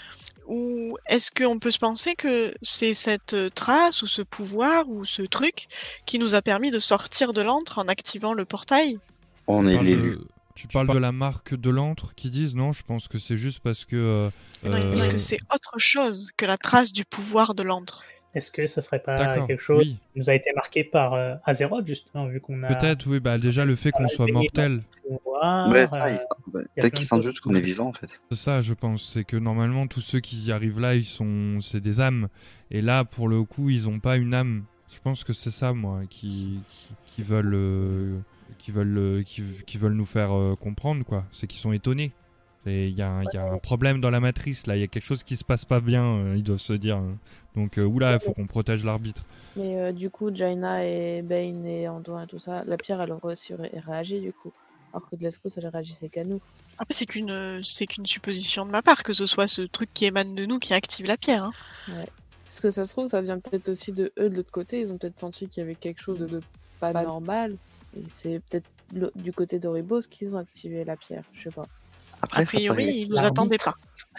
Ou est-ce qu'on peut se penser que c'est cette trace ou ce pouvoir ou ce truc qui nous a permis de sortir de l'antre en activant le portail? On Tu est parles, l'élu. de, tu parles de la marque de l'antre qui disent non, je pense que c'est juste parce que. euh, Non, ils disent euh, que c'est autre chose que la trace du pouvoir de l'antre. Est-ce que ce serait pas D'accord, quelque chose oui. qui nous a été marqué par euh, Azeroth, justement, vu qu'on a Peut-être, oui, bah déjà le fait qu'on soit mortel. pouvoir, Ouais, ça, euh, ils- ouais, y a peut-être plein qu'ils de sentent choses. juste qu'on est vivant en fait. C'est ça, je pense. C'est que normalement, tous ceux qui y arrivent là, ils sont, c'est des âmes. Et là, pour le coup, ils ont pas une âme. Je pense que c'est ça, moi, qui, qui, qui veulent, euh, qui veulent, euh, qui, qui veulent nous faire euh, comprendre, quoi. C'est qu'ils sont étonnés. Il y, a un- y a un problème dans la matrice, là. Il y a quelque chose qui se passe pas bien, euh, ils doivent se dire. hein. Donc, euh, oula, il faut qu'on protège l'arbitre. Mais euh, du coup, Jaina et Bane et Antoine et tout ça, la pierre, elle aurait aussi ré- réagi du coup. Alors que de l'Esco, ça ne réagissait qu'à nous. Après, c'est qu'une, c'est qu'une supposition de ma part que ce soit ce truc qui émane de nous qui active la pierre. Hein. Parce que ça se trouve, ça vient peut-être aussi de eux de l'autre côté. Ils ont peut-être senti qu'il y avait quelque chose de, de pas normal. Et c'est peut-être le- du côté d'Oribos qu'ils ont activé la pierre. Je sais pas. Après, A ça priori, paraît... ils nous l'arbitre. attendaient pas.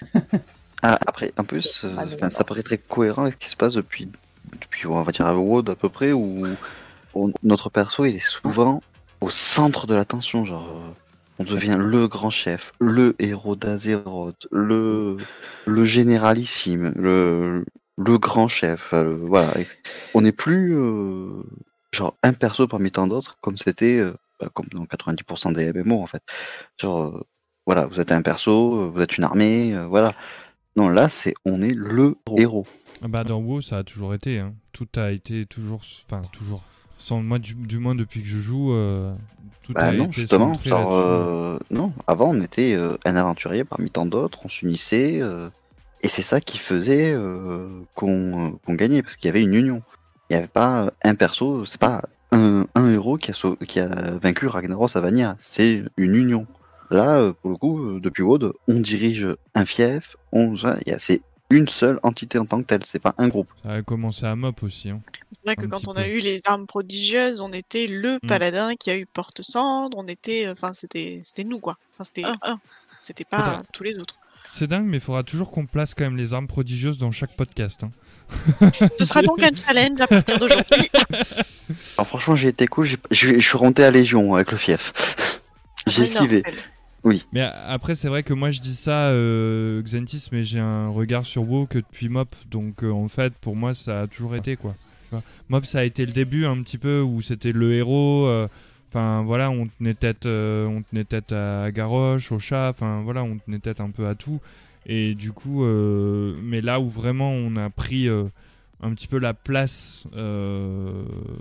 Ah, après, en plus, euh, Ah, non, enfin, non. ça paraît très cohérent avec ce qui se passe depuis, depuis on va dire, à WoD à peu près, où on- notre perso, il est souvent au centre de l'attention, genre, euh, on devient le grand chef, le héros d'Azeroth, le, le généralissime, le, le grand chef, euh, voilà. On n'est plus, euh, genre, un perso parmi tant d'autres, comme c'était, euh, bah, comme dans quatre-vingt-dix pour cent des M M O, en fait. Genre, euh, voilà, vous êtes un perso, euh, vous êtes une armée, euh, voilà. Non, là, c'est on est le héros. Ah bah dans WoW ça a toujours été, hein. Tout a été toujours, enfin toujours, sans moi du, du moins depuis que je joue, euh, tout Bah a non, été justement, centré genre, là-dessus. euh, non, avant on était euh, un aventurier parmi tant d'autres, on s'unissait, euh, et c'est ça qui faisait euh, qu'on euh, qu'on gagnait, parce qu'il y avait une union. Il n'y avait pas euh, un perso, c'est pas un, un héros qui a, sau- qui a vaincu Ragnaros à Vanilla, c'est une union. Là, euh, pour le coup, euh, depuis WoD, on dirige un fief, on, il y a- c'est une seule entité en tant que telle, c'est pas un groupe. Ça a commencé à Mop aussi, hein. C'est vrai que Un quand petit on a peu. eu les armes prodigieuses, on était le Mm. paladin qui a eu porte-cendre, on était, enfin c'était, c'était nous quoi. Enfin c'était un, un. C'était pas Faudra- tous les autres. C'est dingue, mais il faudra toujours qu'on place quand même les armes prodigieuses dans chaque podcast, hein. Ce sera donc un challenge à partir d'aujourd'hui. Alors franchement, j'ai été cool, j'ai- je je suis remonté à Légion avec le fief. J'ai Rainer, esquivé. rappelle. Mais après, c'est vrai que moi je dis ça, euh, Xentis, mais j'ai un regard sur WoW que depuis Mop, donc euh, en fait, pour moi, ça a toujours été quoi. Tu vois. Mop, ça a été le début un petit peu où c'était le héros. euh, Enfin voilà, on tenait tête, euh, on tenait tête à Garrosh, au chat. Enfin voilà, on tenait tête un peu à tout. Et du coup, euh, mais là où vraiment on a pris euh, un petit peu la place, euh,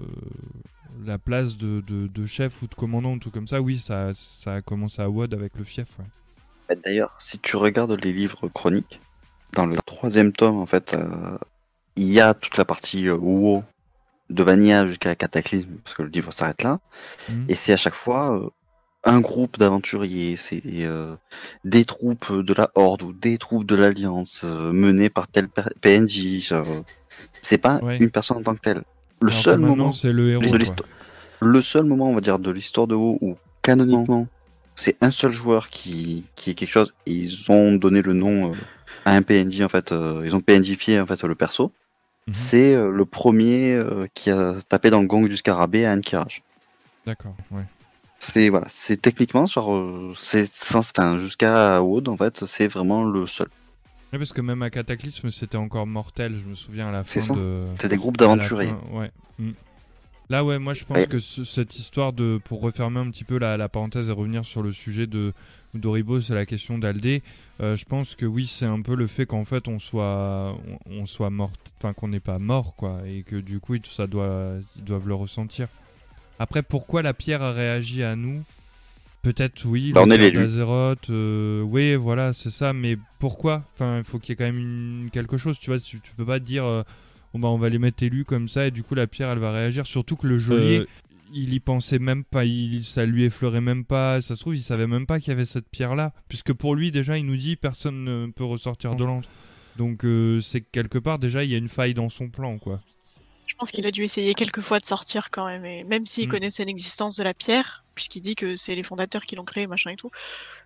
la place de, de, de chef ou de commandant ou tout comme ça, oui, ça, ça a commencé à WoD avec le fief. Ouais. D'ailleurs, si tu regardes les livres chroniques, dans le troisième tome, en fait, euh, il y a toute la partie euh, WoW de Vanilla jusqu'à Cataclysme, parce que le livre s'arrête là. Mhm. Et c'est à chaque fois euh, un groupe d'aventuriers, c'est euh, des troupes de la Horde ou des troupes de l'Alliance euh, menées par tel per- P N J. genre, euh, c'est pas Ouais. une personne en tant que telle. Le Alors que seul maintenant, moment, c'est le héros. de quoi. l'histoire- le seul moment, on va dire, de l'histoire de WoW où canoniquement c'est un seul joueur qui, qui est quelque chose et ils ont donné le nom euh, à un P N J en fait, euh, ils ont P N J-fié en fait le perso. Mhm. C'est euh, le premier euh, qui a tapé dans le gong du scarabée à Ankiraj. D'accord, ouais. C'est voilà, c'est techniquement genre euh, c'est sans- enfin jusqu'à WoD en fait, c'est vraiment le seul. Ouais, parce que même à Cataclysme, c'était encore mortel, je me souviens à la fin C'est ça. de. C'est des groupes à la d'aventuriers. fin, ouais. Mm. Là, ouais, moi je pense Ouais. que ce- cette histoire de. Pour refermer un petit peu la, la parenthèse et revenir sur le sujet de d'Oribos et la question d'Aldé, euh, je pense que oui, c'est un peu le fait qu'en fait on soit, on, on soit mort. Enfin, qu'on n'est pas mort, quoi. Et que du coup, ils- ça doit, ils doivent le ressentir. Après, pourquoi la pierre a réagi à nous? Peut-être oui, Bah, on est le cœur l'élu. d'Azeroth, euh, oui, voilà, c'est ça, mais pourquoi? Enfin, il faut qu'il y ait quand même une- quelque chose, tu vois, tu, tu peux pas te dire, euh, bon, bah, on va les mettre élus comme ça, et du coup, la pierre, elle va réagir, surtout que le geôlier, euh, il y pensait même pas, il, ça lui effleurait même pas, ça se trouve, il savait même pas qu'il y avait cette pierre-là, puisque pour lui, déjà, il nous dit, personne ne peut ressortir de l'antre. Donc, euh, c'est que quelque part, déjà, il y a une faille dans son plan, quoi. Je pense qu'il a dû essayer quelques fois de sortir quand même, et même s'il Mm. connaissait l'existence de la pierre, puisqu'il dit que c'est les fondateurs qui l'ont créée, machin et tout,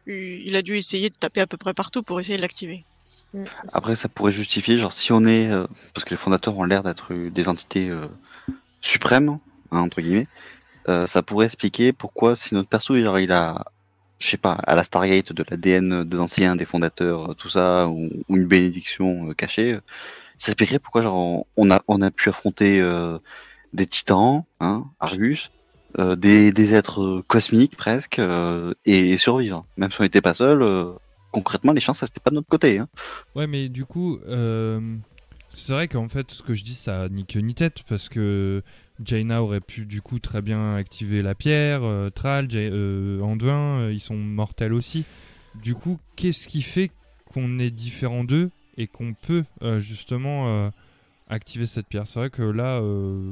il a dû essayer de taper à peu près partout pour essayer de l'activer. Mm. Après, ça pourrait justifier, genre, si on est. euh, parce que les fondateurs ont l'air d'être euh, des entités euh, suprêmes, hein, entre guillemets, euh, ça pourrait expliquer pourquoi, si notre perso, genre, il a. Je sais pas, à la Stargate de l'A D N des anciens, des fondateurs, euh, tout ça, ou, ou une bénédiction euh, cachée, euh, ça expliquerait pourquoi, genre, on- on a, on a pu affronter euh, des titans, hein, Argus, euh, des, des êtres euh, cosmiques presque, euh, et, et survivre. Même si on n'était pas seul, euh, concrètement, les chances, ça c'était pas de notre côté. Hein. Ouais, mais du coup, euh, c'est vrai qu'en fait, ce que je dis, ça a ni queue ni tête, parce que Jaina aurait pu du coup très bien activer la pierre, euh, Thrall, Jay- euh, Anduin, euh, ils sont mortels aussi. Du coup, qu'est-ce qui fait qu'on est différent d'eux et qu'on peut euh, justement euh, activer cette pierre? C'est vrai que là, euh,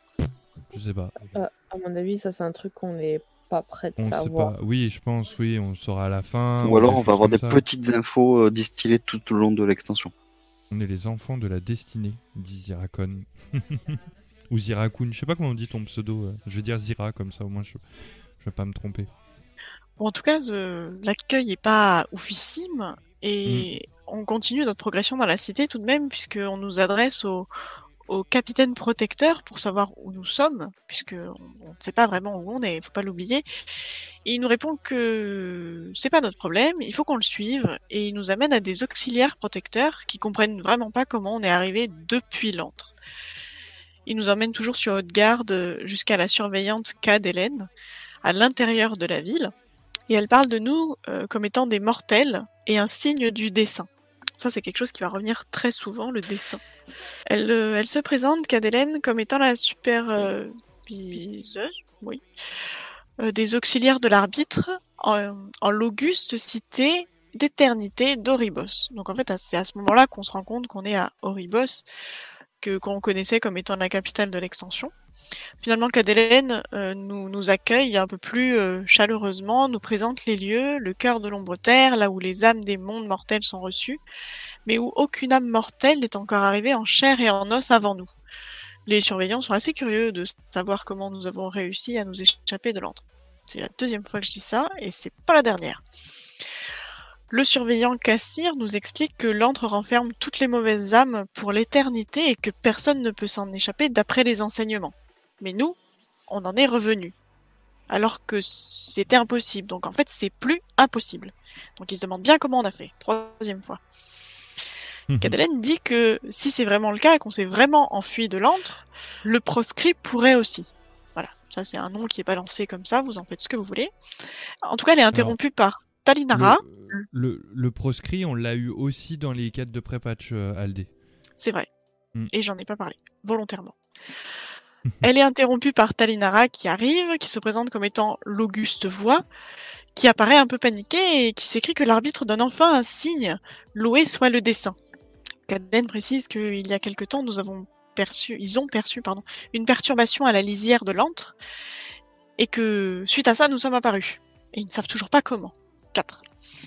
je sais pas. Euh, à mon avis, ça c'est un truc qu'on n'est pas prêt de On sait savoir. pas. Oui, je pense, oui, on le saura à la fin. Ou alors des on va choses avoir des comme ça. petites infos euh, distillées tout au long de l'extension. On est les enfants de la destinée, dit Zirakon. Ou Zirakun, je sais pas comment on dit ton pseudo. euh, Je vais dire Zira, comme ça au moins je, je vais pas me tromper. Bon, en tout cas, euh, l'accueil est pas oufissime et on continue notre progression dans la cité tout de même, puisqu'on nous adresse au, au capitaine protecteur pour savoir où nous sommes, puisqu'on on ne sait pas vraiment où on est, faut pas l'oublier. Et il nous répond que c'est pas notre problème, il faut qu'on le suive, et il nous amène à des auxiliaires protecteurs qui comprennent vraiment pas comment on est arrivé depuis l'antre. Il nous emmène toujours sur haute garde jusqu'à la surveillante Cad Hélène, à l'intérieur de la ville, et elle parle de nous euh, comme étant des mortels et un signe du dessein. Ça, c'est quelque chose qui va revenir très souvent, le dessein. Elle, euh, elle se présente, Cad Hélène, comme étant la superviseuse, oui, euh, des auxiliaires de l'arbitre en, en l'auguste cité d'éternité d'Oribos. Donc en fait, c'est à ce moment-là qu'on se rend compte qu'on est à Oribos, que qu'on connaissait comme étant la capitale de l'extension. Finalement, Cad Hélène euh, nous, nous accueille un peu plus euh, chaleureusement, nous présente les lieux, le cœur de l'ombre terre, là où les âmes des mondes mortels sont reçues, mais où aucune âme mortelle n'est encore arrivée en chair et en os avant nous. Les surveillants sont assez curieux de savoir comment nous avons réussi à nous échapper de l'antre. C'est la deuxième fois que je dis ça, et c'est pas la dernière. Le surveillant Cassir nous explique que l'antre renferme toutes les mauvaises âmes pour l'éternité et que personne ne peut s'en échapper d'après les enseignements. Mais nous, on en est revenus. Alors que c'était impossible. Donc en fait, c'est plus impossible. Donc il se demande bien comment on a fait. Troisième fois. Mmh. Cad Hélène dit que si c'est vraiment le cas et qu'on s'est vraiment enfui de l'antre, le proscrit pourrait aussi. Voilà, ça c'est un nom qui est balancé comme ça, vous en faites ce que vous voulez. En tout cas, elle est interrompue Alors, par Talinara. Le, le, le proscrit, on l'a eu aussi dans les quêtes de pré-patch, euh, Aldé. C'est vrai. Mmh. Et j'en ai pas parlé, volontairement. Elle est interrompue par Talinara qui arrive, qui se présente comme étant l'auguste voix, qui apparaît un peu paniquée et qui s'écrie que l'arbitre donne enfin un signe, loué soit le dessein. Cad Hélène précise qu'il y a quelque temps, nous avons perçu, ils ont perçu pardon, une perturbation à la lisière de l'antre, et que suite à ça, nous sommes apparus. Et ils ne savent toujours pas comment. quatre.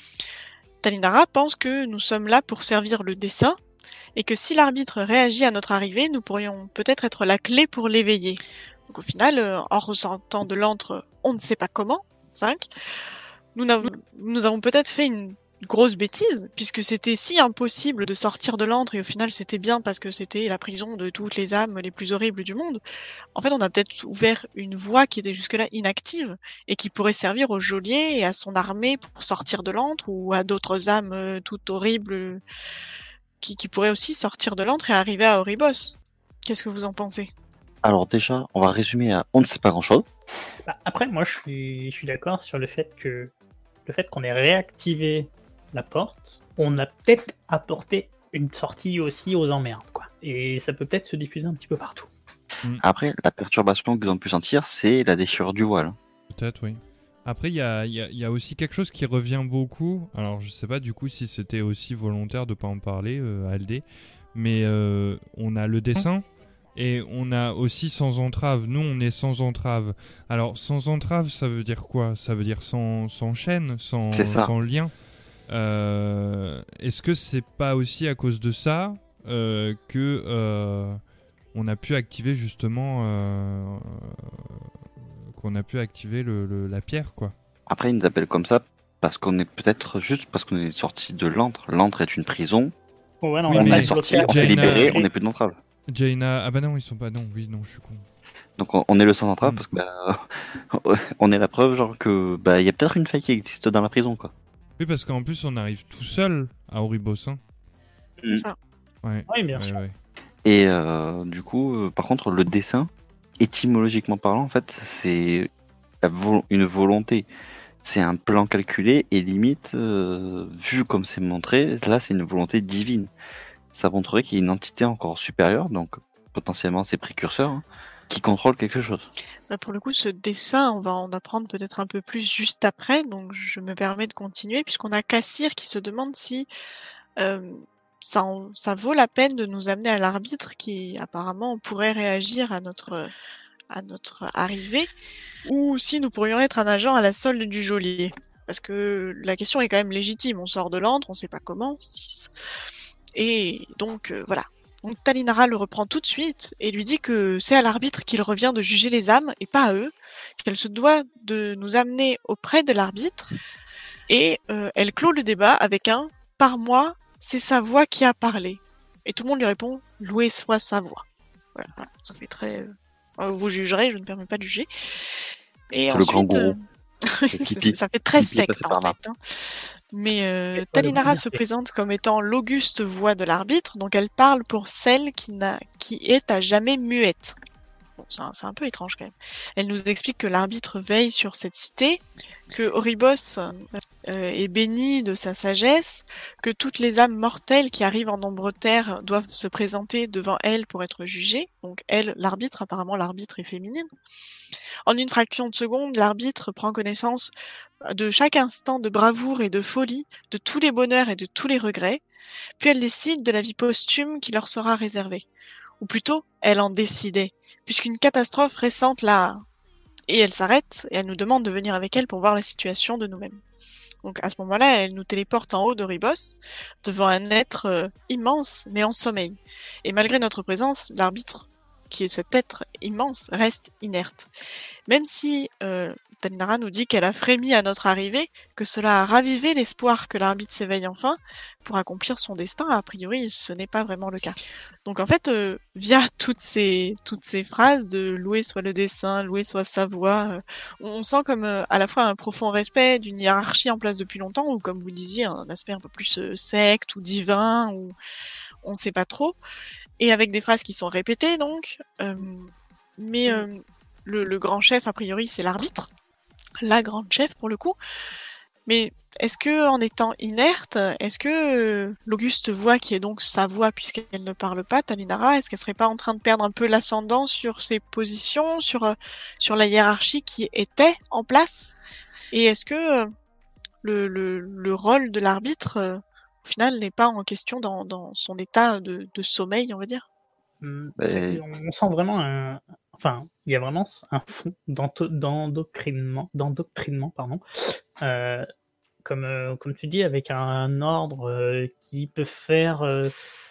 Talinara pense que nous sommes là pour servir le dessein, et que si l'arbitre réagit à notre arrivée, nous pourrions peut-être être la clé pour l'éveiller. Donc au final, euh, en ressentant de l'antre, on ne sait pas comment, cinq, nous, n'avons, nous avons peut-être fait une grosse bêtise, puisque c'était si impossible de sortir de l'antre, et au final c'était bien parce que c'était la prison de toutes les âmes les plus horribles du monde. En fait, on a peut-être ouvert une voie qui était jusque-là inactive, et qui pourrait servir au geôlier et à son armée pour sortir de l'antre, ou à d'autres âmes euh, toutes horribles qui, qui pourraient aussi sortir de l'antre et arriver à Oribos. Qu'est-ce que vous en pensez ? Alors déjà, on va résumer à on ne sait pas grand-chose. Bah, après, moi je suis, je suis d'accord sur le fait que le fait qu'on ait réactivé la porte, on a peut-être apporté une sortie aussi aux emmerdes, quoi. Et ça peut peut-être se diffuser un petit peu partout. Après, la perturbation qu'ils ont pu sentir, c'est la déchirure du voile. Peut-être, oui. Après, il y a, y, a, y a aussi quelque chose qui revient beaucoup. Alors, je sais pas du coup si c'était aussi volontaire de pas en parler, euh, Aldé, mais euh, on a le dessin et on a aussi sans entrave. Nous, on est sans entrave. Alors, sans entrave, ça veut dire quoi ? Ça veut dire sans, sans chaîne, sans, sans lien. Euh, est-ce que c'est pas aussi à cause de ça euh, que euh, on a pu activer justement euh, qu'on a pu activer le, le, la pierre, quoi. Après, ils nous appellent comme ça parce qu'on est peut-être juste parce qu'on est sorti de l'antre. L'antre est une prison. Oh ouais, non, oui, on est sorti, on s'est libéré, on n'est plus d'entrave. Jaina, ah bah non, ils sont pas, non, oui, non, je suis con. Donc on, on est le sans entrave mm. parce que bah, on est la preuve genre que bah il y a peut-être une faille qui existe dans la prison, quoi. Oui, parce qu'en plus on arrive tout seul à Oribos, hein. C'est ça. Ouais. Oui, bien ouais, sûr. Ouais. Et euh, du coup, euh, par contre, le dessin, étymologiquement parlant, en fait, c'est vo- une volonté. C'est un plan calculé et limite, euh, vu comme c'est montré, là c'est une volonté divine. Ça montrerait qu'il y a une entité encore supérieure, donc potentiellement ses précurseurs, hein, qui contrôle quelque chose. Bah pour le coup, ce dessin, on va en apprendre peut-être un peu plus juste après, donc je me permets de continuer, puisqu'on a Cassir qui se demande si euh, ça, en, ça vaut la peine de nous amener à l'arbitre qui apparemment pourrait réagir à notre, à notre arrivée, ou si nous pourrions être un agent à la solde du geôlier. Parce que la question est quand même légitime, on sort de l'antre, on sait pas comment, six. Et donc euh, voilà. Donc Talinara le reprend tout de suite et lui dit que c'est à l'arbitre qu'il revient de juger les âmes et pas à eux, qu'elle se doit de nous amener auprès de l'arbitre, et euh, elle clôt le débat avec un « par moi, c'est sa voix qui a parlé ». Et tout le monde lui répond « loué soit sa voix ». Voilà, ça fait très... Euh, vous jugerez, je ne permets pas de juger. Et C'est ensuite, le grand gourou. euh, Skippy. ça fait très Skippy est passé secte par en là. fait. Hein. Mais euh, Ouais, Talinara le se premier. présente comme étant l'auguste voix de l'arbitre, donc elle parle pour celle qui, n'a, qui est à jamais muette. Bon, c'est un, c'est un peu étrange quand même. Elle nous explique que l'arbitre veille sur cette cité, que Oribos euh, est béni de sa sagesse, que toutes les âmes mortelles qui arrivent en nombre terre doivent se présenter devant elle pour être jugées. Donc elle, l'arbitre, apparemment l'arbitre est féminine. En une fraction de seconde, l'arbitre prend connaissance de chaque instant de bravoure et de folie, de tous les bonheurs et de tous les regrets, puis elle décide de la vie posthume qui leur sera réservée. Ou plutôt, elle en décidait, puisqu'une catastrophe récente l'a... Et elle s'arrête, et elle nous demande de venir avec elle pour voir la situation de nous-mêmes. Donc à ce moment-là, elle nous téléporte en haut d'Oribos, devant un être euh, immense, mais en sommeil. Et malgré notre présence, l'arbitre, qui est cet être immense, reste inerte. Même si euh, Talinara nous dit qu'elle a frémi à notre arrivée, que cela a ravivé l'espoir que l'arbitre s'éveille enfin pour accomplir son destin, a priori ce n'est pas vraiment le cas. Donc en fait, euh, via toutes ces, toutes ces phrases de louer soit le dessin, louer soit sa voix, euh, on, on sent comme euh, à la fois un profond respect d'une hiérarchie en place depuis longtemps, ou comme vous disiez, un aspect un peu plus euh, secte ou divin, ou on ne sait pas trop, et avec des phrases qui sont répétées donc, euh, mais euh, le, le grand chef a priori c'est l'arbitre, la grande chef pour le coup, mais est-ce que en étant inerte, est-ce que euh, l'auguste voix qui est donc sa voix puisqu'elle ne parle pas, Talinara, est-ce qu'elle serait pas en train de perdre un peu l'ascendant sur ses positions, sur, euh, sur la hiérarchie qui était en place? Et est-ce que euh, le, le, le rôle de l'arbitre euh, au final n'est pas en question dans, dans son état de, de sommeil, on va dire? Hum, Mais- c'est- On sent vraiment un. Enfin, il y a vraiment un fond d'ento- d'endoctrinement, d'endoctrinement, pardon. Euh, comme, euh, comme tu dis, avec un ordre euh, qui peut faire euh,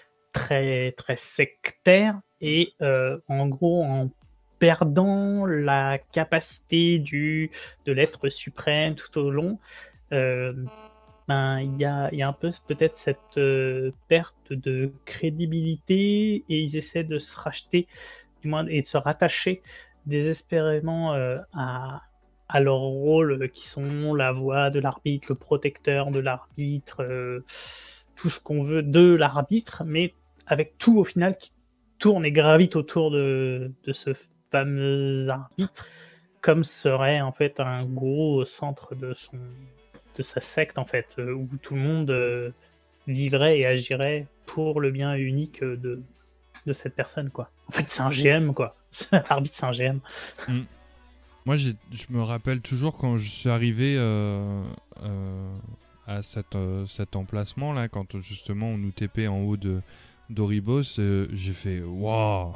très, très sectaire et euh, en gros en perdant la capacité du, de l'être suprême tout au long, euh, ben, il y a, il y a un peu peut-être cette euh, perte de crédibilité et ils essaient de se racheter du moins et de se rattacher désespérément euh, à, à leur rôle euh, qui sont la voix de l'arbitre, le protecteur de l'arbitre, euh, tout ce qu'on veut de l'arbitre, mais avec tout au final qui tourne et gravite autour de, de ce fameux arbitre, comme serait en fait un gros centre de son de sa secte en fait, euh, où tout le monde euh, vivrait et agirait pour le bien unique de, de cette personne quoi. En fait c'est un G M quoi, l'arbitre c'est un G M. Mm. Moi, j'ai, je me rappelle toujours quand je suis arrivé euh, euh, à cet, euh, cet emplacement-là, quand justement on nous T P en haut de, d'Oribos, euh, j'ai fait waouh.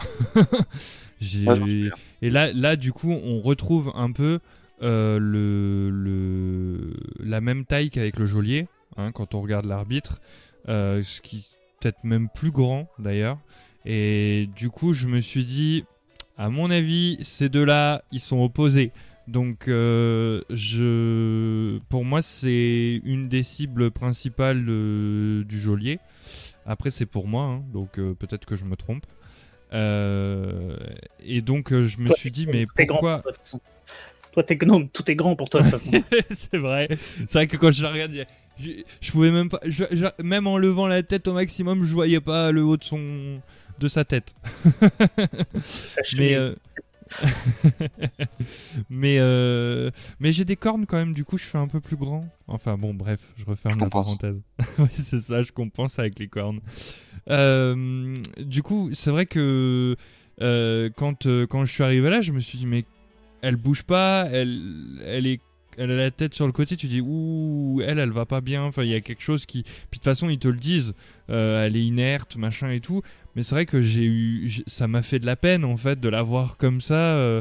J'ai... Ouais, j'en suis Et là, là, du coup, on retrouve un peu euh, le, le, la même taille qu'avec le geôlier, hein, quand on regarde l'arbitre, euh, ce qui peut-être même plus grand d'ailleurs. Et du coup, je me suis dit, à mon avis, ces deux-là, ils sont opposés. Donc, euh, je... pour moi, c'est une des cibles principales euh, du geôlier. Après, c'est pour moi, hein, donc euh, peut-être que je me trompe. Euh, et donc, euh, je me Toi, suis t'es- dit, mais t'es grand pourquoi... pour toi, de toute façon. Toi t'es gnome, tout est grand pour toi de toute façon. C'est vrai. C'est vrai que quand je la regarde, je, je pouvais même pas... Je, je- même en levant la tête au maximum, je voyais pas le haut de son... de sa tête. Sachez- Mais... euh, mais euh, mais j'ai des cornes quand même, du coup je suis un peu plus grand. Enfin bon, bref, je referme Je la compense. parenthèse. Oui, c'est ça, je compense avec les cornes. Euh, du coup, c'est vrai que euh, quand, euh, quand je suis arrivé là, je me suis dit, mais elle bouge pas, elle, elle, est, elle a la tête sur le côté, tu dis, ouh, elle, elle va pas bien. Enfin, il y a quelque chose qui. Puis de toute façon, ils te le disent, euh, elle est inerte, machin et tout. Mais c'est vrai que j'ai eu, j'ai- ça m'a fait de la peine en fait de la voir comme ça, euh,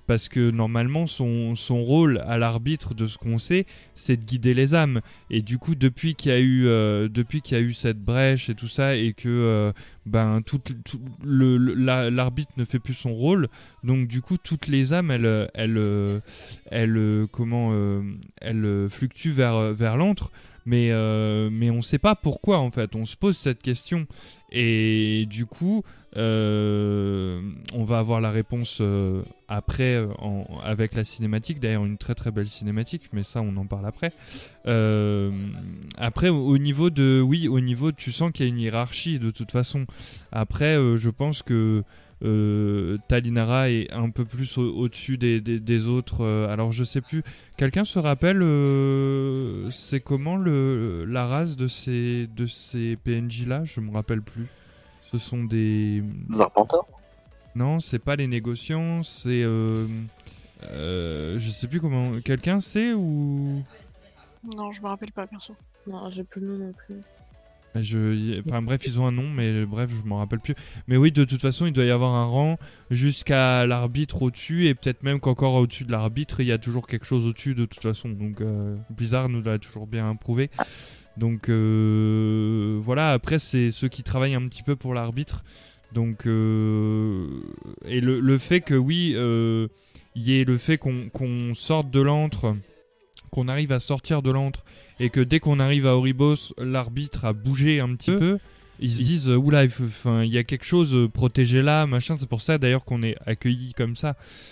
parce que normalement son, son rôle à l'arbitre, de ce qu'on sait, c'est de guider les âmes. Et du coup, depuis qu'il y a eu, euh, depuis qu'il y a eu cette brèche et tout ça, et que euh, ben, tout, tout, le, le, la, l'arbitre ne fait plus son rôle, donc du coup, toutes les âmes, elles, elles, elles, elles comment, euh, elles fluctuent vers, vers l'antre. Mais, euh, mais on ne sait pas pourquoi, en fait. On se pose cette question. Et du coup, euh, on va avoir la réponse euh, après, en, avec la cinématique. D'ailleurs, une très très belle cinématique, mais ça, on en parle après. Euh, après, au, au niveau de... Oui, au niveau... Tu sens qu'il y a une hiérarchie, de toute façon. Après, euh, je pense que... Euh, Talinara est un peu plus au- au-dessus des, des, des autres. Euh, alors je sais plus. Quelqu'un se rappelle euh, c'est comment le, la race de ces, de ces P N J là? Je me rappelle plus. Ce sont des... Les arpenteurs. Non, c'est pas les négociants, c'est... Euh, euh, je sais plus comment... Quelqu'un sait ou... Non, je me rappelle pas, perso. Non, j'ai plus le nom non plus. Je... Enfin bref, ils ont un nom, mais bref, je m'en rappelle plus. Mais oui, de toute façon, il doit y avoir un rang jusqu'à l'arbitre au-dessus, et peut-être même qu'encore au-dessus de l'arbitre, il y a toujours quelque chose au-dessus de toute façon. Donc euh, Blizzard nous l'a toujours bien prouvé. Donc euh, voilà, après, c'est ceux qui travaillent un petit peu pour l'arbitre. Donc, euh, et le, le fait que oui, euh, il y ait le fait qu'on, qu'on sorte de l'antre, qu'on arrive à sortir de l'antre, et que dès qu'on arrive à Oribos, l'arbitre a bougé un petit peu, ils se disent, oula, il, faut, il y a quelque chose, euh, protégé là, machin. C'est pour ça d'ailleurs qu'on est accueillis comme ça.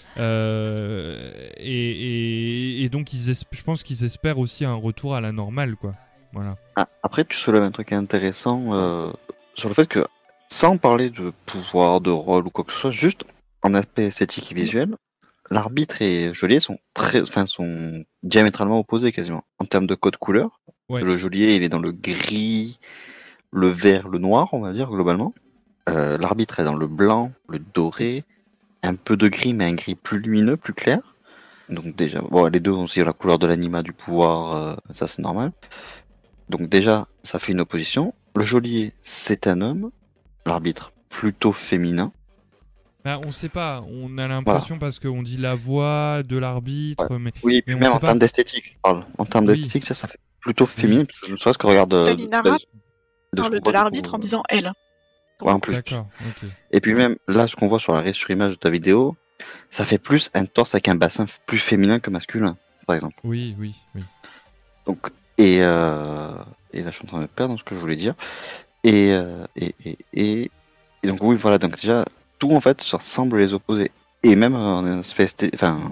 Euh, et, et, et donc, ils esp- je pense qu'ils espèrent aussi un retour à la normale, quoi. Voilà. Ah, après, tu soulèves un truc intéressant euh, sur le fait que, sans parler de pouvoir, de rôle ou quoi que ce soit, juste en aspect esthétique et visuel, l'arbitre et geôlier sont très, enfin, sont diamétralement opposés quasiment en termes de code couleur. Ouais. Le geôlier, il est dans le gris, le vert, le noir, on va dire globalement. Euh, l'arbitre est dans le blanc, le doré, un peu de gris, mais un gris plus lumineux, plus clair. Donc déjà, bon, les deux ont aussi la couleur de l'anima, du pouvoir, euh, ça c'est normal. Donc déjà, ça fait une opposition. Le geôlier, c'est un homme. L'arbitre, plutôt féminin. Bah, on sait pas, on a l'impression, voilà, parce qu'on dit la voix de l'arbitre, ouais. mais oui, mais on même sait en pas. termes d'esthétique, je parle. En termes Oui. d'esthétique, ça, ça fait plutôt féminin, oui. Parce que je sais ce que regarde. Talinara parle de l'arbitre en disant elle. Ouais, en plus. D'accord, ok. Et puis même là, ce qu'on voit sur la sur image de ta vidéo, ça fait plus un torse avec un bassin plus féminin que masculin, par exemple. Oui, oui, oui. Donc et euh, et là, je suis en train de me perdre dans ce que je voulais dire. Et euh, et, et et et donc oui, voilà. Donc déjà, tout en fait, ça semble les opposer. Et même en aspect, enfin,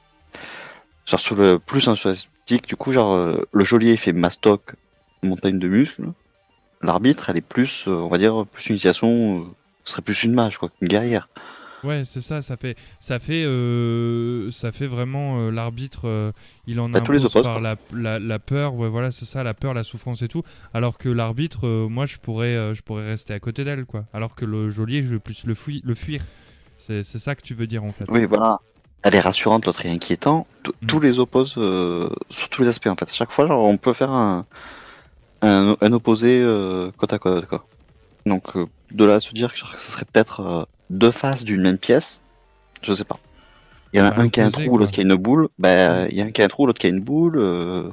genre sur le plus en esthétique, du coup, genre euh, le geôlier il fait mastoc, montagne de muscles. L'arbitre, elle est plus, euh, on va dire, plus une initiation, euh, ce serait plus une mage, quoi, une guerrière. Ouais, c'est ça, ça fait, ça fait, euh, ça fait vraiment euh, l'arbitre, euh, il en bah, impose oppose, par la, la, la peur, ouais, voilà, c'est ça, la peur, la souffrance et tout. Alors que l'arbitre, euh, moi, je pourrais, euh, je pourrais rester à côté d'elle, quoi. Alors que le geôlier, je vais plus le, fui- le fuir. C'est, c'est ça que tu veux dire, en fait. Oui, voilà. Elle est rassurante, l'autre est inquiétant. T- Mm. Tous les opposent euh, sur tous les aspects, en fait. À chaque fois, genre, on peut faire un, un, un opposé euh, côte à côte, quoi. Donc, euh, de là à se dire que, genre, que ce serait peut-être euh, deux faces d'une même pièce, je sais pas. Il y en a Bah, un qui a un opposé, trou, quoi. l'autre qui a une boule. Ben, Mm. il y a un qui a un trou, l'autre qui a une boule. Euh...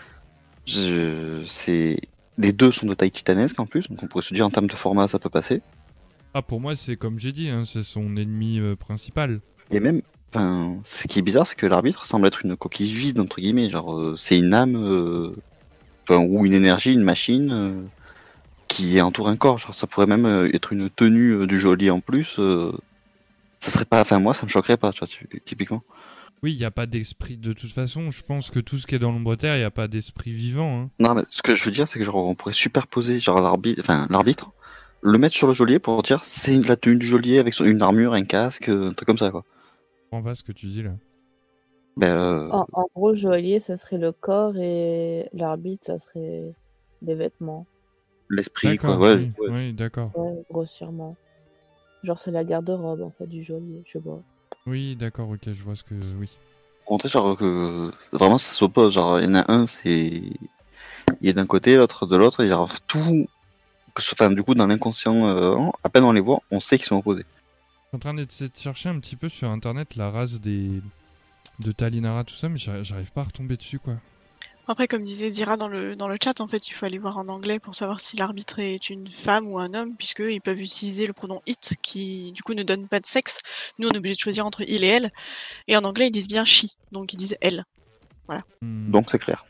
Je... C'est... Les deux sont de taille titanesque en plus, donc on pourrait se dire en termes de format ça peut passer. Ah, pour moi, c'est comme j'ai dit, hein, c'est son ennemi euh, principal. Et même, enfin, ce qui est bizarre, c'est que l'arbitre semble être une coquille vide, entre guillemets. Genre, euh, c'est une âme, euh, enfin, ou une énergie, une machine euh, qui entoure un corps. Genre, ça pourrait même euh, être une tenue euh, du geôlier en plus. Euh, ça serait pas, enfin, moi, ça me choquerait pas, tu vois, tu- typiquement. Oui, il n'y a pas d'esprit. De toute façon, je pense que tout ce qui est dans l'ombre terre, il n'y a pas d'esprit vivant. Hein. Non, mais ce que je veux dire, c'est que genre, on pourrait superposer, genre, l'arbitre, enfin, l'arbitre, le mettre sur le geôlier pour dire c'est la tenue du geôlier avec son- une armure, un casque, un truc comme ça, quoi. On va ce que tu dis là. Ben, euh, En, en gros, geôlier, ça serait le corps et l'arbitre, ça serait des vêtements. l'esprit, quoi. D'accord, Ouais, oui, ouais. oui, d'accord. Ouais, grossièrement. Genre, c'est la garde-robe, en fait, du geôlier, je vois. Oui, d'accord, ok, je vois ce que... Oui. Pour montrer genre que vraiment ça s'oppose, genre il y en a un c'est il est d'un côté, l'autre de l'autre, et genre tout que ce- enfin du coup dans l'inconscient euh, à peine on les voit, on sait qu'ils sont opposés. suis en train d'essayer de chercher un petit peu sur internet la race des de Talinara, tout ça, mais j'arrive, j'arrive pas à retomber dessus, quoi. Après, comme disait Zira dans le, dans le chat, en fait, il faut aller voir en anglais pour savoir si l'arbitre est une femme ou un homme, puisqu'ils peuvent utiliser le pronom it, qui du coup ne donne pas de sexe. Nous, on est obligé de choisir entre il et elle. Et en anglais, ils disent bien she, donc ils disent elle. Voilà. Hmm. Donc c'est clair.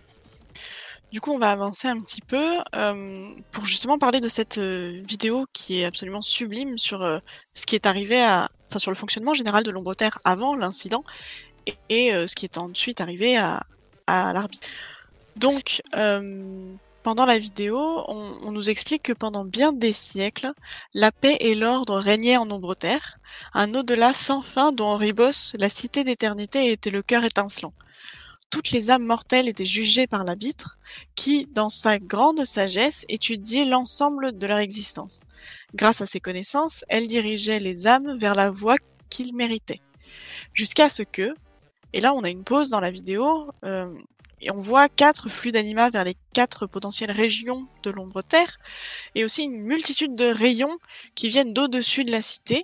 Du coup, on va avancer un petit peu euh, pour justement parler de cette euh, vidéo qui est absolument sublime sur euh, ce qui est arrivé à, enfin, sur le fonctionnement général de l'Ombre Terre avant l'incident et, et euh, ce qui est ensuite arrivé à, à l'arbitre. Donc, euh, pendant la vidéo, on, on nous explique que pendant bien des siècles, la paix et l'ordre régnaient en Ombre Terre, un au-delà sans fin dont Erebos, la cité d'éternité, était le cœur étincelant. Toutes les âmes mortelles étaient jugées par l'arbitre, qui, dans sa grande sagesse, étudiait l'ensemble de leur existence. Grâce à ses connaissances, elle dirigeait les âmes vers la voie qu'ils méritaient. Jusqu'à ce que, et là on a une pause dans la vidéo, euh, et on voit quatre flux d'anima vers les quatre potentielles régions de l'Ombre Terre, et aussi une multitude de rayons qui viennent d'au-dessus de la cité.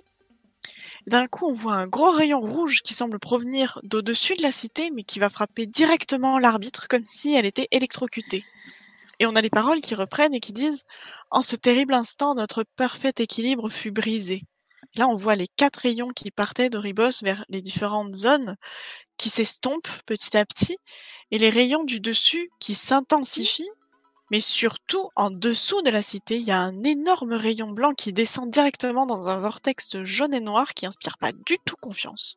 D'un coup, on voit un gros rayon rouge qui semble provenir d'au-dessus de la cité, mais qui va frapper directement l'arbitre comme si elle était électrocutée. Et on a les paroles qui reprennent et qui disent « En ce terrible instant, notre parfait équilibre fut brisé. » Là, on voit les quatre rayons qui partaient d'Erebos vers les différentes zones qui s'estompent petit à petit, et les rayons du dessus qui s'intensifient. Mais surtout, en dessous de la cité, il y a un énorme rayon blanc qui descend directement dans un vortex jaune et noir qui inspire pas du tout confiance.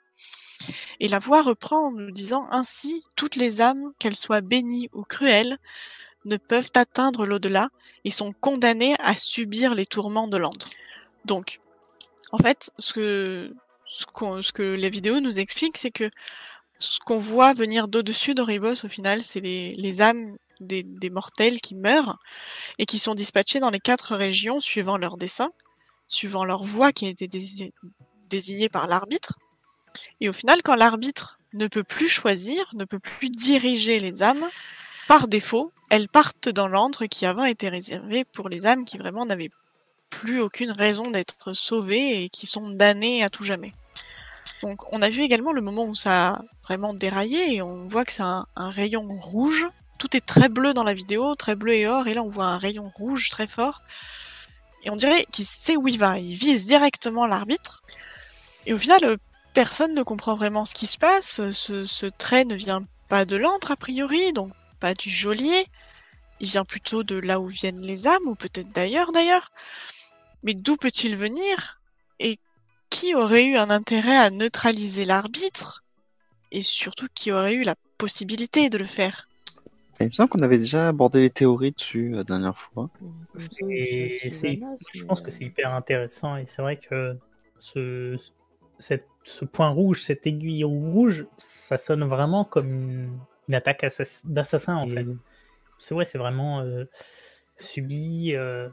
Et la voix reprend en nous disant ainsi, toutes les âmes, qu'elles soient bénies ou cruelles, ne peuvent atteindre l'au-delà et sont condamnées à subir les tourments de l'Endre. Donc, en fait, ce que, ce, qu'on, ce que les vidéos nous expliquent, c'est que ce qu'on voit venir d'au-dessus d'Erebos, au final, c'est les, les âmes Des, des mortels qui meurent et qui sont dispatchés dans les quatre régions suivant leur dessein, suivant leur voie qui a été dési- désignée par l'arbitre. Et au final, quand l'arbitre ne peut plus choisir, ne peut plus diriger les âmes, par défaut, elles partent dans l'antre qui avant était réservé pour les âmes qui vraiment n'avaient plus aucune raison d'être sauvées et qui sont damnées à tout jamais. Donc on a vu également le moment où ça a vraiment déraillé et on voit que c'est un, un rayon rouge. Tout est très bleu dans la vidéo, très bleu et or, et là on voit un rayon rouge très fort. Et on dirait qu'il sait où il va, il vise directement l'arbitre. Et au final, personne ne comprend vraiment ce qui se passe. Ce, ce trait ne vient pas de l'antre a priori, donc pas du geôlier. Il vient plutôt de là où viennent les âmes, ou peut-être d'ailleurs d'ailleurs. Mais d'où peut-il venir ? Et qui aurait eu un intérêt à neutraliser l'arbitre ? Et surtout, qui aurait eu la possibilité de le faire ? Il me semble qu'on avait déjà abordé les théories dessus la dernière fois. C'est, c'est, je pense que c'est hyper intéressant et c'est vrai que ce, cette, ce point rouge, cette aiguille rouge, ça sonne vraiment comme une, une attaque assass- d'assassin en fait. C'est vrai, c'est vraiment euh, subi euh,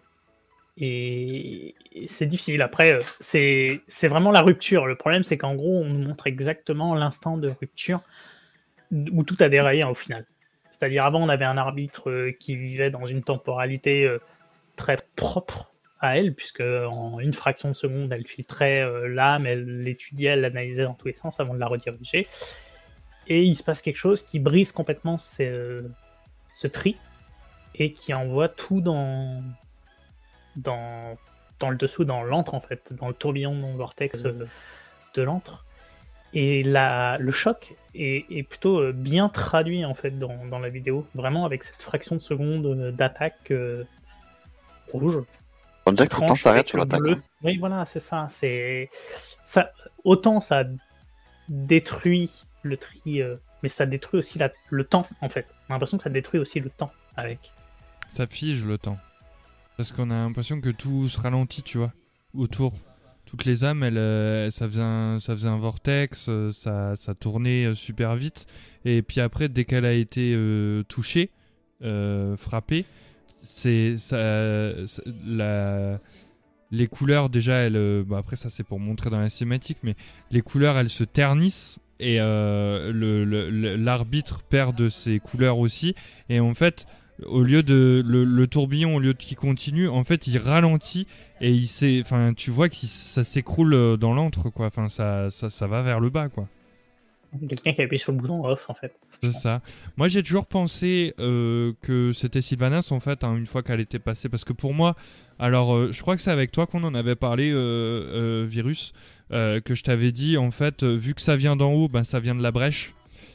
et, et c'est difficile. Après, euh, c'est, c'est vraiment la rupture. Le problème, c'est qu'en gros, on nous montre exactement l'instant de rupture où tout a déraillé au final. C'est-à-dire avant, on avait un arbitre euh, qui vivait dans une temporalité euh, très propre à elle, puisque en une fraction de seconde, elle filtrait euh, l'âme, elle l'étudiait, elle l'analysait dans tous les sens avant de la rediriger. Et il se passe quelque chose qui brise complètement ce, ce tri et qui envoie tout dans, dans, dans le dessous, dans l'antre en fait, dans le tourbillon non vortex euh, de l'antre. Et la, le choc est, est plutôt bien traduit en fait dans, dans la vidéo, vraiment avec cette fraction de seconde d'attaque euh, rouge. On dirait que le temps s'arrête sur l'attaque. Hein. Oui, voilà, c'est ça. C'est ça. Autant ça détruit le tri, euh, mais ça détruit aussi la, le temps en fait. On a l'impression que ça détruit aussi le temps avec. Ça fige le temps, parce qu'on a l'impression que tout se ralentit, tu vois, autour. Toutes les âmes, elles, euh, ça, faisait un, ça faisait un vortex, euh, ça, ça tournait euh, super vite. Et puis après, dès qu'elle a été euh, touchée, euh, frappée, c'est, ça, ça, la, les couleurs, déjà, elles, euh, bah après ça c'est pour montrer dans la cinématique, mais les couleurs, elles se ternissent et euh, le, le, l'arbitre perd de ses couleurs aussi. Et en fait, au lieu de le, le tourbillon, au lieu de qu'il continue, en fait, il ralentit et il s'est, enfin, tu vois que ça s'écroule dans l'antre, quoi. Enfin, ça, ça, ça va vers le bas, quoi. Quelqu'un qui appuie sur le bouton off, en fait. C'est ça. Moi, j'ai toujours pensé euh, que c'était Sylvanas, en fait, hein, une fois qu'elle était passée. Parce que pour moi, alors, euh, je crois que c'est avec toi qu'on en avait parlé, euh, euh, Virus, euh, que je t'avais dit, en fait, euh, vu que ça vient d'en haut, ben, ça vient de la brèche.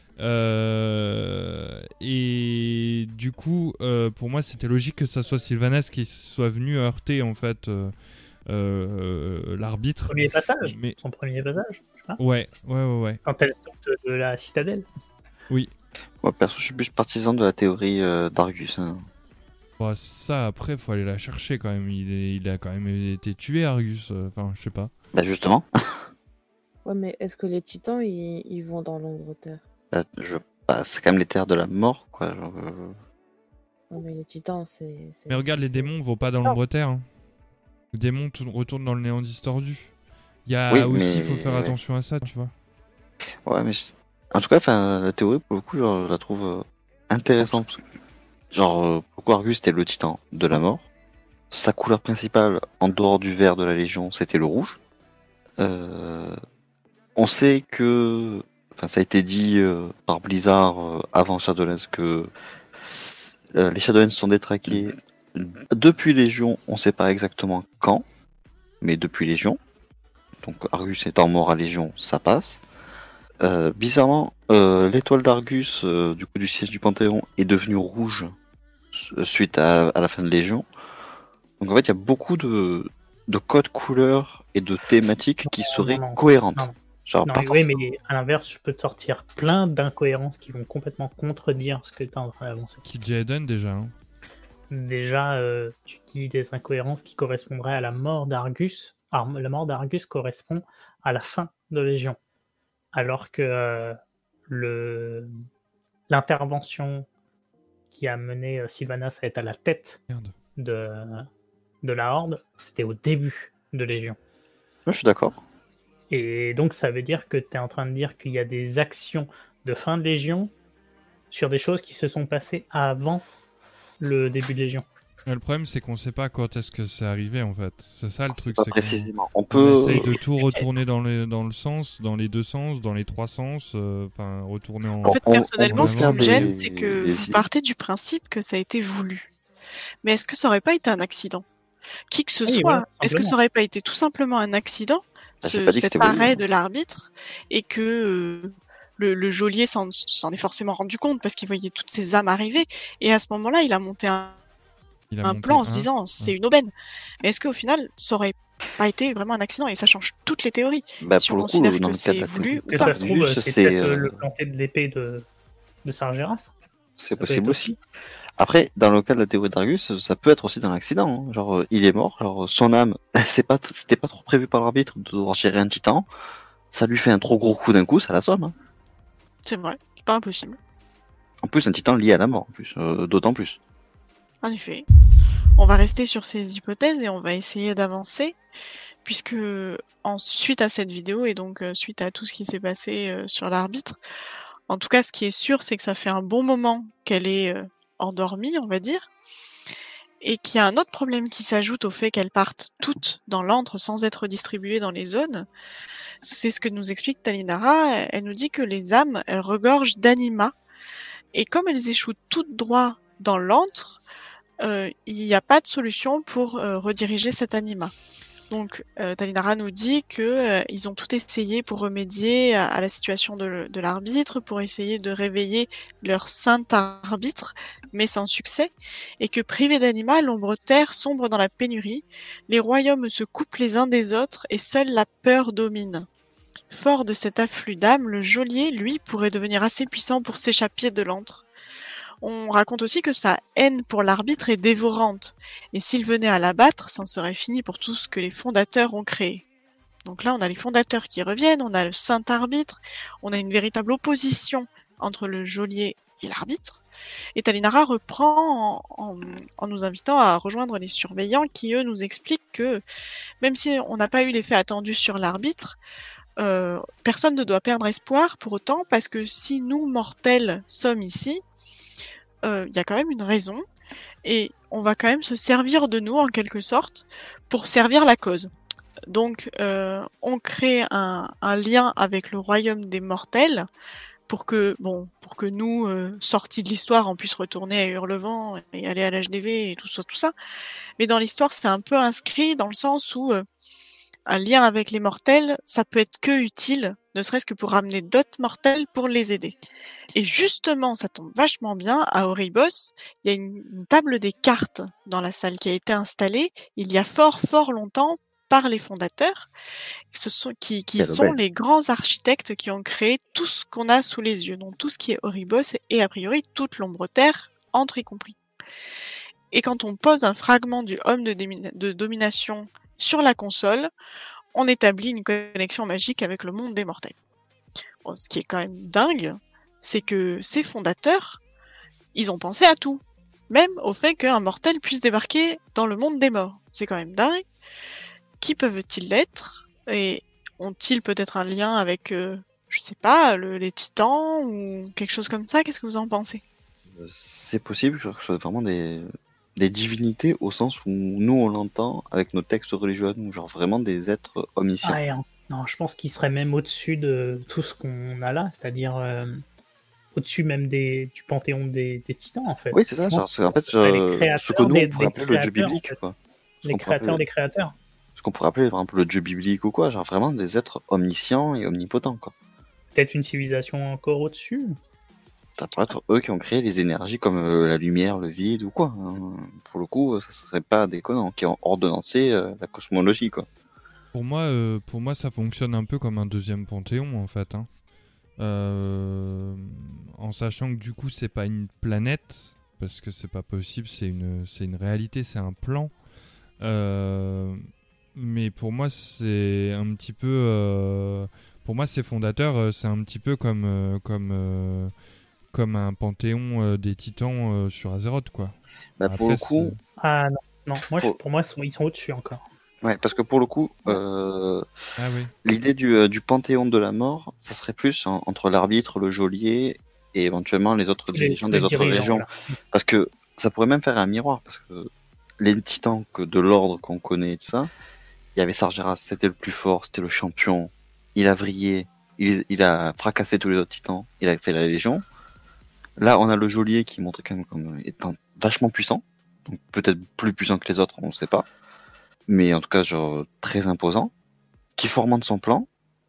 Euh, et du coup, euh, pour moi, c'était logique que ça soit Sylvanas qui soit venu heurter, en fait, euh, euh, l'arbitre. Premier passage. Mais... Son premier passage. Ouais, ouais, ouais, ouais. Quand elle sort de la citadelle. Oui. Moi, perso, je suis plus partisan de la théorie euh, d'Argus. Hein. Bon, ça, après, faut aller la chercher quand même. Il, est, il a quand même été tué, Argus. Enfin, je sais pas. Bah, justement. Ouais, mais est-ce que les titans, ils, ils vont dans l'ombre terre? Bah, je... bah, c'est quand même les terres de la mort, quoi. Genre, euh... Ouais, mais les titans, c'est. c'est- Mais regarde, les c'est- démons vont pas dans l'ombre terre. Hein. Les démons tout- retournent dans le néant distordu. Il y a Oui, aussi, il mais- faut faire ouais. attention à ça, tu vois. Ouais, mais je- en tout cas, enfin, la théorie, pour le coup, genre, je la trouve euh, intéressante. Genre, euh, pourquoi Argus était le titan de la mort. Sa couleur principale, en dehors du vert de la Légion, c'était le rouge. Euh, on sait que, enfin, ça a été dit euh, par Blizzard euh, avant Shadowlands que s- euh, les Shadowlands sont détraqués depuis Légion. On sait pas exactement quand, mais depuis Légion. Donc Argus étant mort à Légion, ça passe. Euh, bizarrement, euh, l'étoile d'Argus, euh, du coup du siège du Panthéon, est devenue rouge euh, suite à, à la fin de Légion. Donc en fait, il y a beaucoup de, de codes couleurs et de thématiques qui Non, seraient non, non. cohérentes. Non. Genre, Non, pas mais oui, forcément- mais à l'inverse, je peux te sortir plein d'incohérences qui vont complètement contredire ce que tu es en train d'avancer. Qui Jaden déjà. Hein. Déjà, euh, tu dis des incohérences qui correspondraient à la mort d'Argus. Alors, la mort d'Argus correspond à la fin de Légion. Alors que euh, le... l'intervention qui a mené euh, Sylvanas à être à la tête Merde. de, de la Horde, c'était au début de Légion. Ouais, je suis d'accord. Et donc, ça veut dire que tu es en train de dire qu'il y a des actions de fin de Légion sur des choses qui se sont passées avant le début de Légion. Mais le problème, c'est qu'on sait pas quand est-ce que c'est arrivé, en fait. C'est ça le truc. Pas C'est qu'on précisément. On on peut. essaye de tout retourner dans, les, dans le sens, dans les deux sens, dans les trois sens. euh, Enfin, retourner en... En fait, On- personnellement, on ce qui me regarde gêne, les- c'est que les vous idées. partez du principe que ça a été voulu. Mais est-ce que ça aurait pas été un accident? Qui que ce Oui, soit, voilà, est-ce que simplement. ça aurait pas été tout simplement un accident, Ah, j'ai ce- pas dit que cet c'était voulu, arrêt hein. de l'arbitre, et que euh, le, le geôlier s'en s'en est forcément rendu compte parce qu'il voyait toutes ces âmes arriver, et à ce moment-là, il a monté un, Il a un monté plan en se un. disant c'est Ouais. une aubaine. Mais est-ce qu'au final, ça aurait pas été vraiment un accident, et ça change toutes les théories Bah, si pour on le coup, considère dans que le cas de c'est la voulu théorie ou Que pas. ça se trouve, d'Argus, c'est c'est peut-être euh, euh, le planter de l'épée de, de Sargeras. c'est Ça peut possible être aussi. Après, dans le cas de la théorie d'Argus, ça peut être aussi d'un accident. hein. Genre, euh, il est mort. Genre, son âme, c'est pas, c'était pas trop prévu par l'arbitre de devoir gérer un titan. Ça lui fait un trop gros coup d'un coup, ça l'assomme. Hein. C'est vrai, c'est pas impossible. En plus, un titan lié à la mort, en plus, euh, d'autant plus. En effet. On va rester sur ces hypothèses et on va essayer d'avancer, puisque en, suite à cette vidéo et donc euh, suite à tout ce qui s'est passé euh, sur l'arbitre, en tout cas ce qui est sûr, c'est que ça fait un bon moment qu'elle est euh, endormie, on va dire, et qu'il y a un autre problème qui s'ajoute au fait qu'elles partent toutes dans l'antre sans être distribuées dans les zones. C'est ce que nous explique Talinara. Elle, elle nous dit que les âmes, elles regorgent d'anima, et comme elles échouent toutes droit dans l'antre, euh, il n'y a pas de solution pour euh, rediriger cet anima. Donc, euh, Talinara nous dit que euh, ils ont tout essayé pour remédier à, à la situation de, de l'arbitre, pour essayer de réveiller leur saint arbitre, mais sans succès, et que privés d'anima, l'ombre terre sombre dans la pénurie, les royaumes se coupent les uns des autres, et seule la peur domine. Fort de cet afflux d'âmes, le geôlier, lui, pourrait devenir assez puissant pour s'échapper de l'antre. On raconte aussi que sa haine pour l'arbitre est dévorante, et s'il venait à l'abattre, c'en serait fini pour tout ce que les fondateurs ont créé. Donc là, on a les fondateurs qui reviennent, on a le saint arbitre, on a une véritable opposition entre le geôlier et l'arbitre. Et Talinara reprend en, en, en nous invitant à rejoindre les surveillants qui, eux, nous expliquent que même si on n'a pas eu l'effet attendu sur l'arbitre, euh, personne ne doit perdre espoir pour autant, parce que si nous, mortels, sommes ici, il euh, y a quand même une raison, et on va quand même se servir de nous en quelque sorte pour servir la cause. Donc euh, on crée un, un lien avec le royaume des mortels pour que, bon, pour que nous, euh, sortis de l'histoire, on puisse retourner à Hurlevent et aller à l'H D V et tout ça, tout ça. Mais dans l'histoire, c'est un peu inscrit dans le sens où euh, un lien avec les mortels, ça peut être que utile, ne serait-ce que pour ramener d'autres mortels pour les aider. Et justement, ça tombe vachement bien, à Oribos, il y a une, une table des cartes dans la salle qui a été installée il y a fort fort longtemps par les fondateurs, ce sont, qui, qui Quelle sont aubaine. les grands architectes qui ont créé tout ce qu'on a sous les yeux, donc tout ce qui est Oribos et a priori toute l'ombre terre, entre y compris. Et quand on pose un fragment du Homme de, démina- de domination sur la console, on établit une connexion magique avec le monde des mortels. Bon, ce qui est quand même dingue, c'est que ces fondateurs, ils ont pensé à tout. Même au fait qu'un mortel puisse débarquer dans le monde des morts. C'est quand même dingue. Qui peuvent-ils être? Et ont-ils peut-être un lien avec, euh, je sais pas, le, les titans ou quelque chose comme ça? Qu'est-ce que vous en pensez? Euh, C'est possible que ce soit vraiment des, des divinités au sens où nous on l'entend avec nos textes religieux à nous, genre vraiment des êtres omniscients. Ah, et en- non, je pense qu'il serait même au-dessus de tout ce qu'on a là, c'est-à-dire euh, au-dessus même des, du panthéon des, des titans, en fait. Oui, c'est ça, Je pense genre, c'est en que fait ce serait les euh, ce que créateurs nous des- on pourrait des appeler le dieu créateurs, en biblique, fait. quoi. Ce Les qu'on pourrait créateurs appeler, des créateurs. ce qu'on pourrait appeler par exemple le dieu biblique ou quoi, genre vraiment des êtres omniscients et omnipotents, quoi. Peut-être une civilisation encore au-dessus. Ça pourrait être eux qui ont créé les énergies comme euh, la lumière, le vide ou quoi. hein. Pour le coup, ça serait pas déconnant, qui ont ordonnancé euh, la cosmologie, quoi. Pour moi, euh, pour moi, ça fonctionne un peu comme un deuxième panthéon en fait. Hein. Euh, en sachant que du coup, c'est pas une planète parce que c'est pas possible, c'est une, c'est une réalité, c'est un plan. Euh, mais pour moi, c'est un petit peu, euh, pour moi, ces fondateurs, euh, c'est un petit peu comme, euh, comme, euh, comme un panthéon euh, des titans euh, sur Azeroth, quoi. Bah, pour le coup, c'est- Ah non, non. Moi, je- Pour- pour moi, ils sont, ils sont au-dessus encore. ouais, parce que pour le coup, euh, ah oui. l'idée du, euh, du panthéon de la mort, ça serait plus en- entre l'arbitre, le geôlier et éventuellement les autres Les- dirigeants les des autres dirigeants, régions. voilà. Parce que ça pourrait même faire un miroir, parce que les titans que de l'ordre qu'on connaît et tout ça, il y avait Sargeras, c'était le plus fort, c'était le champion, il a vrillé, il, il a fracassé tous les autres titans, il a fait la légion. Là, on a le geôlier qui montre quand même comme étant vachement puissant, donc peut-être plus puissant que les autres, on ne sait pas, mais en tout cas genre très imposant, qui fomente son plan,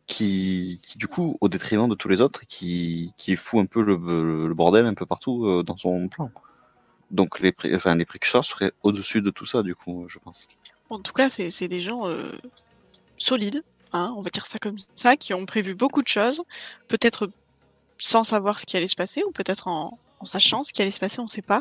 qui, qui du coup au détriment de tous les autres, qui, qui fout un peu le, le bordel un peu partout euh, dans son plan. Donc les, pré- enfin, les précurseurs seraient au-dessus de tout ça, du coup, je pense. En tout cas, c'est c'est des gens euh, solides, hein, on va dire ça comme ça, qui ont prévu beaucoup de choses, peut-être sans savoir ce qui allait se passer, ou peut-être en, en sachant ce qui allait se passer, on ne sait pas.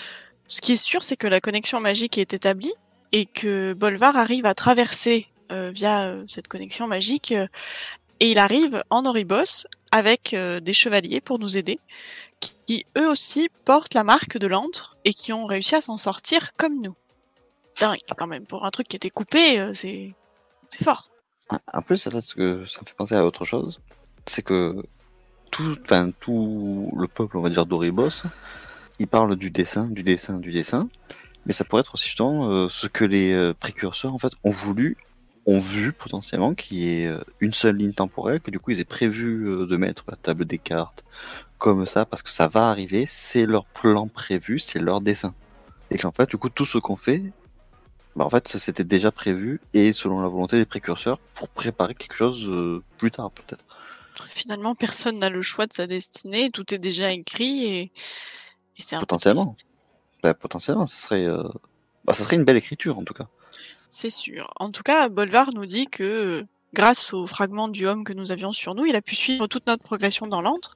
Ce qui est sûr, c'est que la connexion magique est établie, et que Bolvar arrive à traverser euh, via euh, cette connexion magique, euh, et il arrive en Oribos avec euh, des chevaliers pour nous aider, qui, qui eux aussi portent la marque de l'antre, et qui ont réussi à s'en sortir comme nous. Dingue, quand même, pour un truc qui était coupé, euh, c'est c'est fort. Un peu, c'est là ce que ça me fait penser à autre chose, c'est que tout, enfin, tout le peuple, on va dire, d'Oribos, il parle du dessin, du dessin, du dessin, mais ça pourrait être aussi justement euh, ce que les euh, précurseurs, en fait, ont voulu, ont vu potentiellement qu'il y ait euh, une seule ligne temporelle, que du coup ils aient prévu euh, de mettre la table des cartes comme ça, parce que ça va arriver, c'est leur plan prévu, c'est leur dessin. Et qu'en fait, du coup, tout ce qu'on fait, bah, en fait, ça c'était déjà prévu, et selon la volonté des précurseurs, pour préparer quelque chose euh, plus tard, peut-être. Finalement, personne n'a le choix de sa destinée, tout est déjà écrit, et, et c'est un peu Potentiellement. triste. Bah, potentiellement, ça serait, euh... bah, ça serait une belle écriture, en tout cas. C'est sûr. En tout cas, Bolvar nous dit que, grâce au fragment du homme que nous avions sur nous, il a pu suivre toute notre progression dans l'antre,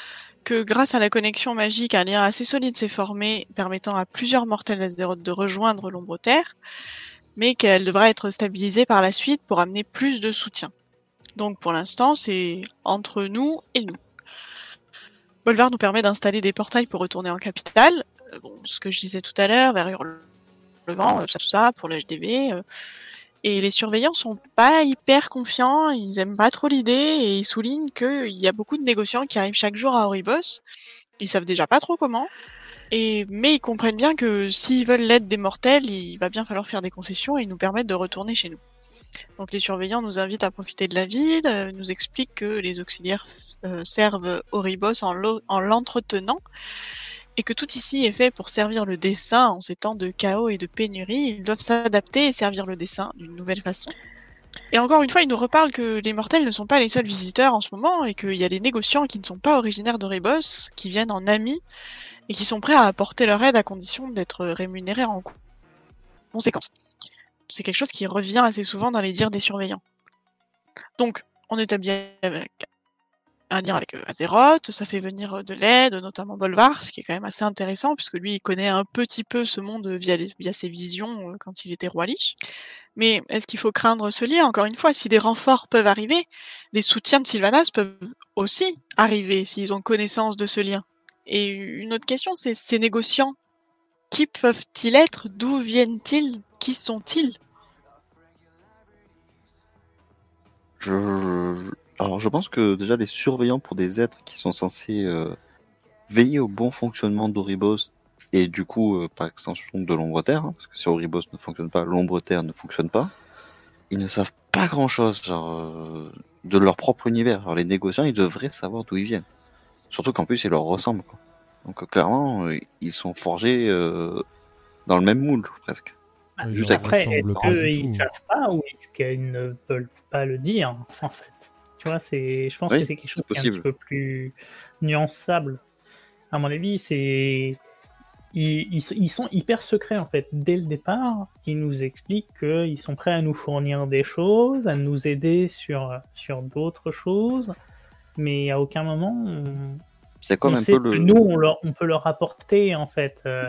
que grâce à la connexion magique, un lien assez solide s'est formé, permettant à plusieurs mortels d'Azeroth de rejoindre l'ombre terre, mais qu'elle devra être stabilisée par la suite pour amener plus de soutien. Donc pour l'instant, c'est entre nous et nous. Bolvar nous permet d'installer des portails pour retourner en capitale, euh, bon, ce que je disais tout à l'heure, vers Hurlevent, euh, tout ça, tout ça, pour le H D V, euh, et les surveillants sont pas hyper confiants, ils aiment pas trop l'idée, et ils soulignent qu'il y a beaucoup de négociants qui arrivent chaque jour à Oribos, ils savent déjà pas trop comment, Et, mais ils comprennent bien que s'ils veulent l'aide des mortels, il va bien falloir faire des concessions et nous permettre de retourner chez nous. Donc les surveillants nous invitent à profiter de la ville, euh, nous expliquent que les auxiliaires euh, servent Oribos en, lo- en l'entretenant, et que tout ici est fait pour servir le dessein en ces temps de chaos et de pénurie. Ils doivent s'adapter et servir le dessein d'une nouvelle façon. Et encore une fois, ils nous reparlent que les mortels ne sont pas les seuls visiteurs en ce moment, et qu'il y a des négociants qui ne sont pas originaires d'Oribos, qui viennent en amis, et qui sont prêts à apporter leur aide à condition d'être rémunérés en conséquence. C'est quelque chose qui revient assez souvent dans les dires des surveillants. Donc, on établit avec un lien avec euh, Azeroth, ça fait venir de l'aide, notamment Bolvar, ce qui est quand même assez intéressant, puisque lui, il connaît un petit peu ce monde via, les, via ses visions euh, quand il était roi Lich. Mais est-ce qu'il faut craindre ce lien? Encore une fois, si des renforts peuvent arriver, des soutiens de Sylvanas peuvent aussi arriver s'ils ont connaissance de ce lien. Et une autre question, c'est ces négociants, qui peuvent-ils être? D'où viennent-ils? Qui sont-ils? Je... Alors, je pense que déjà les surveillants pour des êtres qui sont censés euh, veiller au bon fonctionnement d'Oribos et du coup, euh, par extension, de l'Ombre-Terre, hein, parce que si Oribos ne fonctionne pas, l'Ombre-Terre ne fonctionne pas, ils ne savent pas grand-chose genre, euh, de leur propre univers. Alors, les négociants, ils devraient savoir d'où ils viennent. Surtout qu'en plus, ils leur ressemblent. Quoi. Donc, euh, clairement, euh, ils sont forgés euh, dans le même moule, presque. Ils Juste leur avec- Après, ressemblent est-ce pas du qu'ils tout. savent pas ou est-ce qu'ils ne veulent pas le dire, en fait? Tu vois, c'est, je pense Oui, que c'est quelque chose c'est qui est un possible. petit peu plus nuançable. À mon avis, c'est ils, ils, ils sont hyper secrets en fait. Dès le départ, ils nous expliquent qu'ils sont prêts à nous fournir des choses, à nous aider sur, sur d'autres choses, mais à aucun moment on, C'est comme on un sait peu ce que le. nous on, leur, on peut leur apporter en fait. Euh,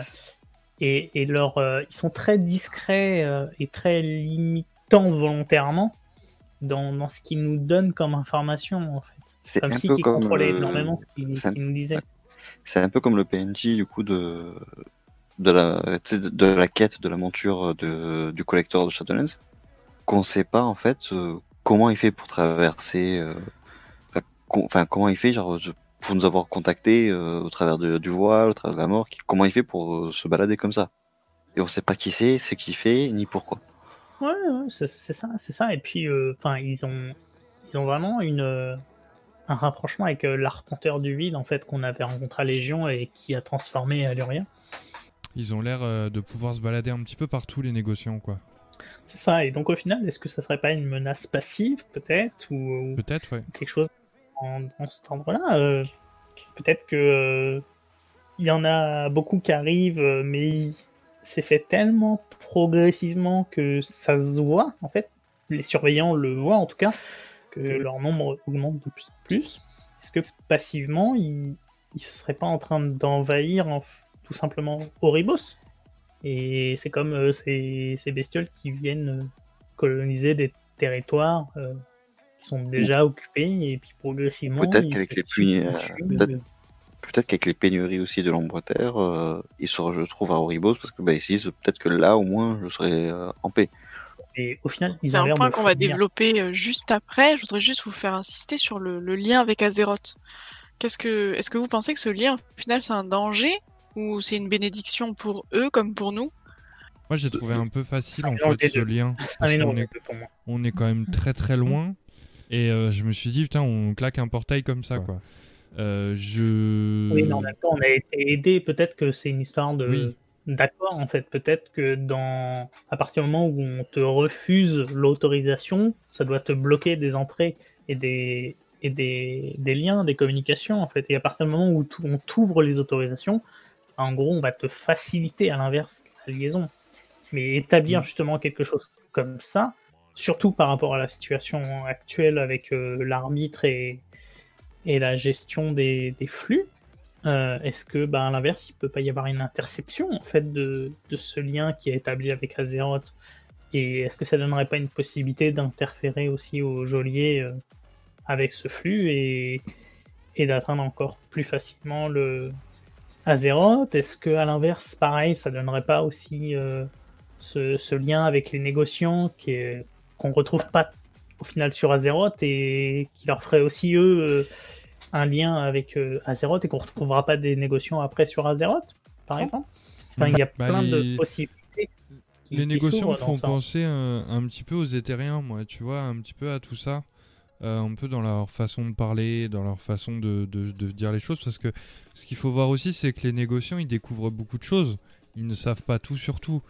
et et leur, euh, ils sont très discrets euh, et très limitants volontairement dans, dans ce qu'ils nous donnent comme information en fait. C'est Comme un si peu ils comme contrôlaient le- énormément ce qu'ils c'est un- ce qu'ils nous disaient. C'est un peu comme le P N J du coup de de la tu sais, de- de la quête de la monture de, du collecteur de Shadowlands, qu'on sait pas en fait euh, comment il fait pour traverser, euh, enfin, com- enfin, comment il fait genre je- pour nous avoir contacté euh, au travers de- du voile, au travers de la mort, qui- comment il fait pour euh, se balader comme ça. Et on sait pas qui c'est, ce qu'il fait, ni pourquoi. Ouais, ouais, c'est c'est ça, c'est ça. Et puis, euh, enfin, ils ont, ils ont vraiment une, euh, un rapprochement avec euh, l'arpenteur du vide en fait qu'on avait rencontré à Légion et qui a transformé Aluria. Ils ont l'air euh, de pouvoir se balader un petit peu partout, les négociants, quoi. C'est ça. Et donc au final, est-ce que ça serait pas une menace passive peut-être ou, ou Peut-être, ouais. quelque chose en, dans cet ordre-là euh, Peut-être que euh, il y en a beaucoup qui arrivent, euh, mais il- c'est fait tellement progressivement que ça se voit en fait. Les surveillants le voient en tout cas que leur nombre augmente de plus en plus. Est-ce que passivement, ils ne seraient pas en train d'envahir en- tout simplement Oribos? Et c'est comme euh, ces, ces bestioles qui viennent euh, coloniser des territoires euh, qui sont déjà occupés et puis progressivement Peut-être ils qu'avec se les puni- euh, substituent, peut-être- euh, Peut-être qu'avec les pénuries aussi de l'Ombre-Terre, euh, ils se retrouvent à Oribos parce que bah, ils se disent peut-être que là au moins je serai euh, en paix. et au final ils C'est ont un l'air point de qu'on va fournir. développer euh, juste après. Je voudrais juste vous faire insister sur le, le lien avec Azeroth. Qu'est-ce que, est-ce que vous pensez que ce lien, au final, c'est un danger ou c'est une bénédiction pour eux comme pour nous? Moi, j'ai trouvé un peu facile, C'est un en mélange fait, des ce deux. lien. C'est un Parce mélange qu'on des est, deux pour moi. on est quand même très très loin. Et euh, je me suis dit, putain, on claque un portail comme ça, quoi. Euh, je... Oui, mais en même temps, on a été aidé. Peut-être que c'est une histoire de Oui. d'accord, en fait. Peut-être que dans à partir du moment où on te refuse l'autorisation, ça doit te bloquer des entrées et des et des, des liens, des communications, en fait. Et à partir du moment où t- on t'ouvre les autorisations, en gros, on va te faciliter à l'inverse la liaison. Mais établir Mm. justement quelque chose comme ça, surtout par rapport à la situation actuelle avec euh, l'arbitre et, et la gestion des, des flux, euh, est-ce que, bah, à l'inverse, il peut pas y avoir une interception en fait de, de ce lien qui est établi avec Azeroth? Et est-ce que ça donnerait pas une possibilité d'interférer aussi au geôlier euh, avec ce flux et, et d'atteindre encore plus facilement le Azeroth? Est-ce que à l'inverse, pareil, ça donnerait pas aussi euh, ce, ce lien avec les négociants qui est, qu'on retrouve pas au final sur Azeroth et qui leur ferait aussi eux euh, un lien avec euh, Azeroth et qu'on retrouvera pas des négociants après sur Azeroth, par exemple. Enfin, il y a Bah, plein de les- possibilités. qui- Les qui négociants s'ouvrent me dans font ça. penser un, un petit peu aux éthériens, moi, tu vois, un petit peu à tout ça. Euh, un peu dans leur façon de parler, dans leur façon de, de, de dire les choses. Parce que ce qu'il faut voir aussi, c'est que les négociants, ils découvrent beaucoup de choses. Ils ne savent pas tout sur tout.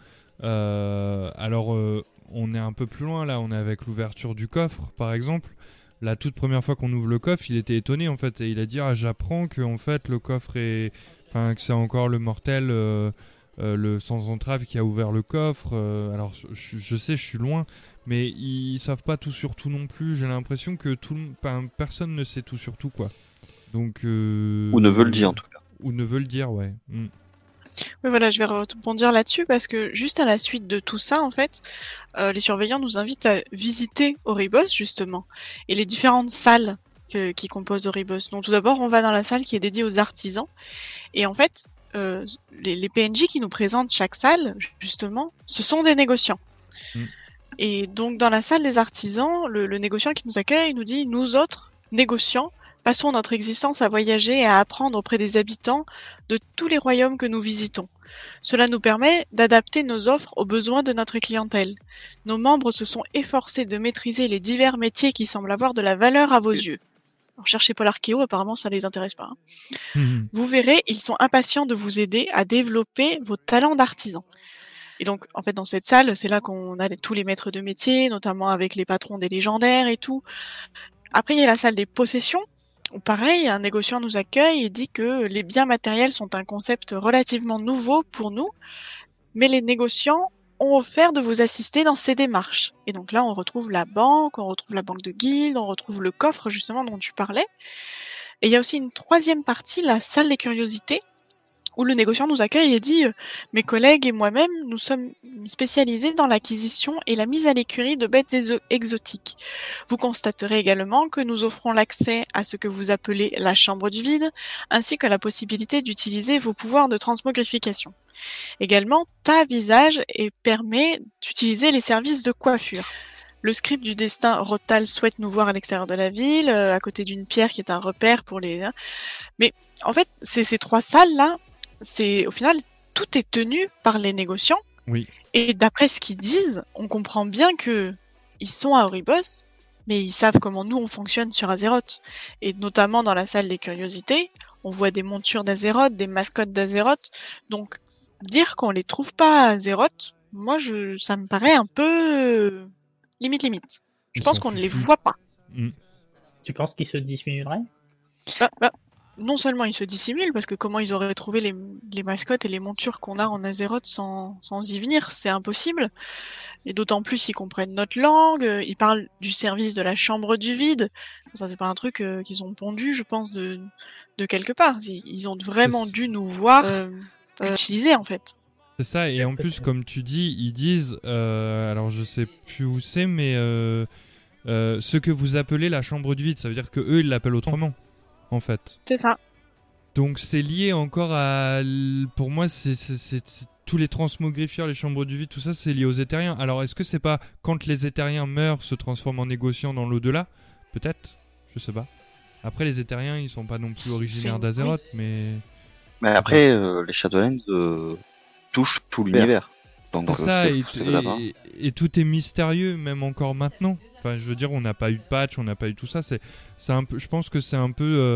Euh, alors, euh, on est un peu plus loin, là. On est avec l'ouverture du coffre, par exemple. La toute première fois qu'on ouvre le coffre, il était étonné, en fait. Et il a dit, ah, j'apprends que, en fait, le coffre est... Enfin, que c'est encore le mortel... euh, Euh, le sans entrave qui a ouvert le coffre. Euh, alors je, je sais, je suis loin, mais ils savent pas tout sur tout non plus. J'ai l'impression que tout, le- enfin, personne ne sait tout sur tout, quoi. Donc euh, Ou ne veut le dire en tout cas. Ou ne veut le dire, ouais. Mm. Oui, voilà, je vais rebondir là-dessus parce que juste à la suite de tout ça, en fait, euh, les surveillants nous invitent à visiter Oribos, justement, et les différentes salles que- qui composent Oribos. Donc tout d'abord, on va dans la salle qui est dédiée aux artisans, et en fait, euh, les, les P N J qui nous présentent chaque salle, justement, ce sont des négociants. Mm. Et donc dans la salle des artisans, le, le négociant qui nous accueille nous dit, nous autres, négociants, passons notre existence à voyager et à apprendre auprès des habitants de tous les royaumes que nous visitons. Cela nous permet d'adapter nos offres aux besoins de notre clientèle. Nos membres se sont efforcés de maîtriser les divers métiers qui semblent avoir de la valeur à vos yeux. Alors, cherchez pas l'archéo, apparemment ça les intéresse pas. hein. Mhm. Vous verrez, ils sont impatients de vous aider à développer vos talents d'artisan. Et donc, en fait, dans cette salle, c'est là qu'on a les- tous les maîtres de métier, notamment avec les patrons des légendaires et tout. Après, il y a la salle des possessions, où pareil, un négociant nous accueille et dit que les biens matériels sont un concept relativement nouveau pour nous, mais les négociants ont offert de vous assister dans ces démarches. Et donc là, on retrouve la banque, on retrouve la banque de guilde, on retrouve le coffre, justement, dont tu parlais. Et il y a aussi une troisième partie, la salle des curiosités, où le négociant nous accueille et dit euh, « Mes collègues et moi-même, nous sommes spécialisés dans l'acquisition et la mise à l'écurie de bêtes exo- exotiques. Vous constaterez également que nous offrons l'accès à ce que vous appelez la chambre du vide, ainsi que la possibilité d'utiliser vos pouvoirs de transmogrification. Également, ta visage et permet d'utiliser les services de coiffure. Le script du destin Rotal souhaite nous voir à l'extérieur de la ville, euh, à côté d'une pierre qui est un repère pour les... Mais en fait, c'est ces trois salles-là, c'est au final, tout est tenu par les négociants. Oui. Et d'après ce qu'ils disent, on comprend bien que ils sont à Oribos, mais ils savent comment nous on fonctionne sur Azeroth. Et notamment dans la salle des curiosités, on voit des montures d'Azeroth, des mascottes d'Azeroth. Donc dire qu'on les trouve pas à Azeroth, moi je, ça me paraît un peu euh, limite limite. Je Ils pense sont qu'on ne les fufus. voit pas. Mm. Tu penses qu'ils se dissimuleraient? Bah, bah, non seulement ils se dissimulent, parce que comment ils auraient trouvé les, les mascottes et les montures qu'on a en Azeroth sans, sans y venir, c'est impossible. Et d'autant plus ils comprennent notre langue, euh, ils parlent du service de la chambre du vide. Ça c'est pas un truc euh, qu'ils ont pondu, je pense, de, de quelque part. Ils, ils ont vraiment C'est- dû nous voir euh, euh, utiliser en fait. C'est ça, et en plus, comme tu dis, ils disent, euh, alors je sais plus où c'est, mais euh, euh, ce que vous appelez la chambre du vide, ça veut dire que eux ils l'appellent autrement, en fait. C'est ça. Donc c'est lié encore à, l- pour moi, c'est c'est- c'est- c'est- tous les transmogrifieurs, les chambres du vide, tout ça, c'est lié aux éthériens. Alors est-ce que c'est pas quand les éthériens meurent, se transforment en négociants dans l'au-delà? Peut-être, je sais pas. Après, les éthériens, ils sont pas non plus originaires C'est- d'Azeroth, mais Mais après, euh, les Shadowlands euh, touchent tout l'univers. Donc c'est euh, ça, c'est- et, c'est faisable, hein. et- et tout est mystérieux, même encore maintenant. Enfin, je veux dire, on n'a pas eu de patch, on n'a pas eu tout ça. C'est, c'est un peu, je pense que c'est un peu euh,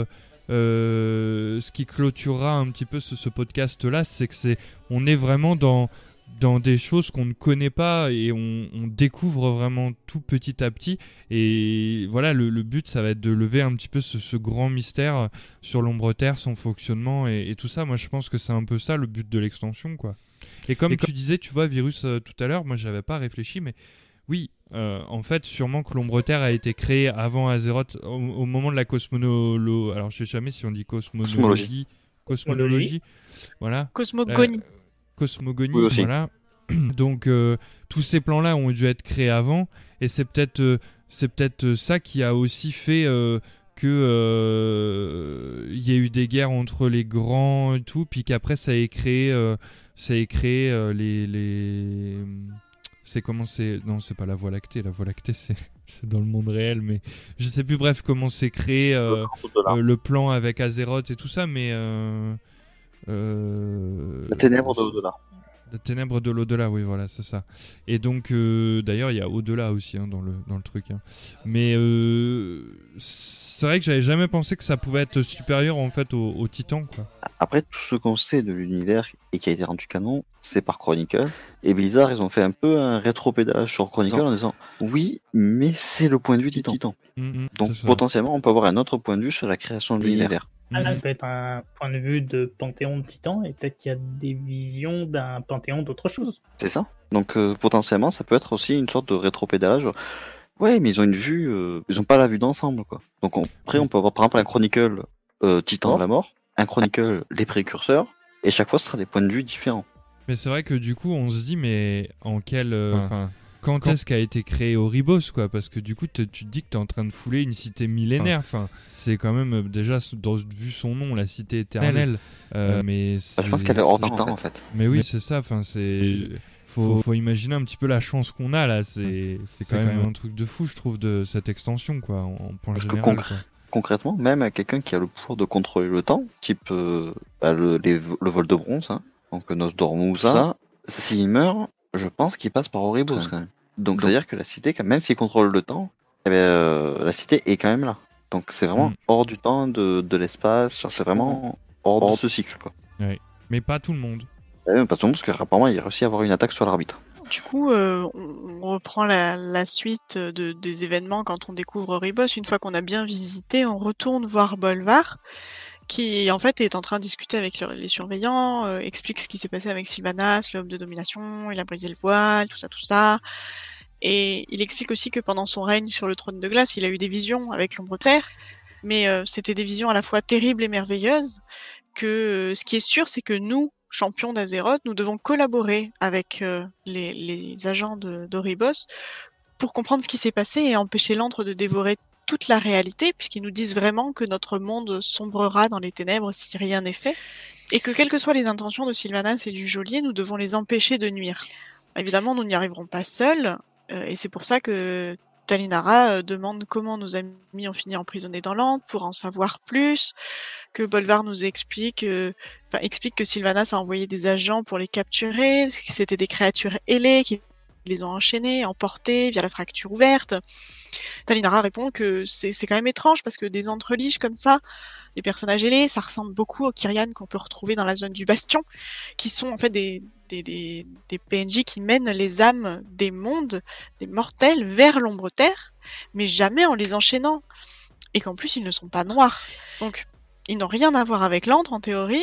euh, ce qui clôturera un petit peu ce, ce podcast-là, c'est que c'est, on est vraiment dans dans des choses qu'on ne connaît pas et on, on découvre vraiment tout petit à petit. Et voilà, le, le but, ça va être de lever un petit peu ce, ce grand mystère sur l'Ombre Terre, son fonctionnement et, et tout ça. Moi, je pense que c'est un peu ça le but de l'extension, quoi. Et comme Et tu disais, tu vois, Virus, euh, tout à l'heure, moi, j'avais pas réfléchi, mais oui, euh, en fait, sûrement que l'Ombre Terre a été créée avant Azeroth, au, au moment de la cosmonologie. Alors, je sais jamais si on dit cosmonologie. Cosmologie. Cosmonologie. Voilà. Cosmogonie. Euh, Cosmogonie, Oui, aussi. voilà. Donc euh, tous ces plans-là ont dû être créés avant, et c'est peut-être euh, c'est peut-être ça qui a aussi fait euh, que euh, il y a eu des guerres entre les grands et tout, puis qu'après ça ait créé euh, ça ait créé euh, les les c'est comment c'est non c'est pas la Voie lactée, la Voie lactée c'est c'est dans le monde réel, mais je sais plus, bref, comment c'est créé euh, euh, le plan avec Azeroth et tout ça, mais euh, Euh... La ténèbre de l'au-delà. La ténèbre de l'au-delà, oui, voilà, c'est ça. Et donc, euh, d'ailleurs, il y a au-delà aussi hein, dans, le, dans le truc. Hein. Mais euh, c'est vrai que j'avais jamais pensé que ça pouvait être supérieur en fait au, au Titan, quoi. Après, tout ce qu'on sait de l'univers et qui a été rendu canon, c'est par Chronicle. Et Blizzard, ils ont fait un peu un rétropédalage sur Chronicle en disant oui, mais c'est le point de vue du Titan. Mmh, Donc potentiellement, on peut avoir un autre point de vue sur la création de l'univers. Ah, ça peut être un point de vue de panthéon de Titan, et peut-être qu'il y a des visions d'un panthéon d'autre chose. C'est ça. Donc euh, potentiellement, ça peut être aussi une sorte de rétropédalage. Ouais, mais ils ont une vue, euh, ils ont pas la vue d'ensemble, quoi. Donc on, après, on peut avoir par exemple un Chronicle euh, Titan de la mort, un Chronicle les précurseurs, et chaque fois, ce sera des points de vue différents. Mais c'est vrai que du coup, on se dit, mais en quel, enfin. Euh, Quand, Quand est-ce qu'a été créé Oribos, quoi? Parce que du coup, tu te dis que t'es en train de fouler une cité millénaire. Enfin, c'est quand même déjà dans, vu son nom, la cité éternelle. Euh, mais bah, je pense qu'elle est hors du temps, en fait. Mais oui, c'est ça. Enfin, c'est faut, faut imaginer un petit peu la chance qu'on a là. C'est, c'est quand, c'est même, quand même un truc de fou, je trouve, de cette extension, quoi, en, en point Parce général. Que concr- concrètement, même quelqu'un qui a le pouvoir de contrôler le temps, type euh, bah, le, les, le vol de bronze, hein, donc Nosdormusa, ça, s'il meurt, je pense qu'il passe par Oribos, ouais. quand même. Donc, Donc c'est-à-dire que la cité, même s'il contrôle le temps, eh bien, euh, la cité est quand même là. Donc c'est vraiment mmh. hors du temps, de, de l'espace, c'est vraiment hors, hors de ce cycle, quoi. Oui. Mais pas tout le monde. Eh, pas tout le monde, parce qu'apparemment il a réussi à avoir une attaque sur l'arbitre. Du coup, euh, on reprend la, la suite de, des événements quand on découvre Oribos. Une fois qu'on a bien visité, on retourne voir Bolvar, qui en fait est en train de discuter avec le, les surveillants, euh, explique ce qui s'est passé avec Sylvanas, l'homme de domination, il a brisé le voile, tout ça, tout ça. Et il explique aussi que pendant son règne sur le trône de glace, il a eu des visions avec l'ombre terre, mais euh, c'était des visions à la fois terribles et merveilleuses, que euh, ce qui est sûr, c'est que nous, champions d'Azeroth, nous devons collaborer avec euh, les, les agents de, d'Oribos pour comprendre ce qui s'est passé et empêcher l'antre de dévorer toute la réalité, puisqu'ils nous disent vraiment que notre monde sombrera dans les ténèbres si rien n'est fait, et que quelles que soient les intentions de Sylvanas et du geôlier, nous devons les empêcher de nuire. Évidemment, nous n'y arriverons pas seuls, euh, et c'est pour ça que Talinara euh, demande comment nos amis ont fini emprisonnés dans l'antre, pour en savoir plus, que Bolvar nous explique, euh, enfin, explique que Sylvanas a envoyé des agents pour les capturer, que c'était des créatures ailées qui les ont enchaînés, emportés via la fracture ouverte. Talinara répond que c'est, c'est quand même étrange parce que des entreliges comme ça, des personnages ailés, ça ressemble beaucoup aux Kyrian qu'on peut retrouver dans la zone du Bastion, qui sont en fait des, des, des, des P N J qui mènent les âmes des mondes, des mortels, vers l'ombre terre, mais jamais en les enchaînant. Et qu'en plus, ils ne sont pas noirs. Donc, ils n'ont rien à voir avec l'antre en théorie,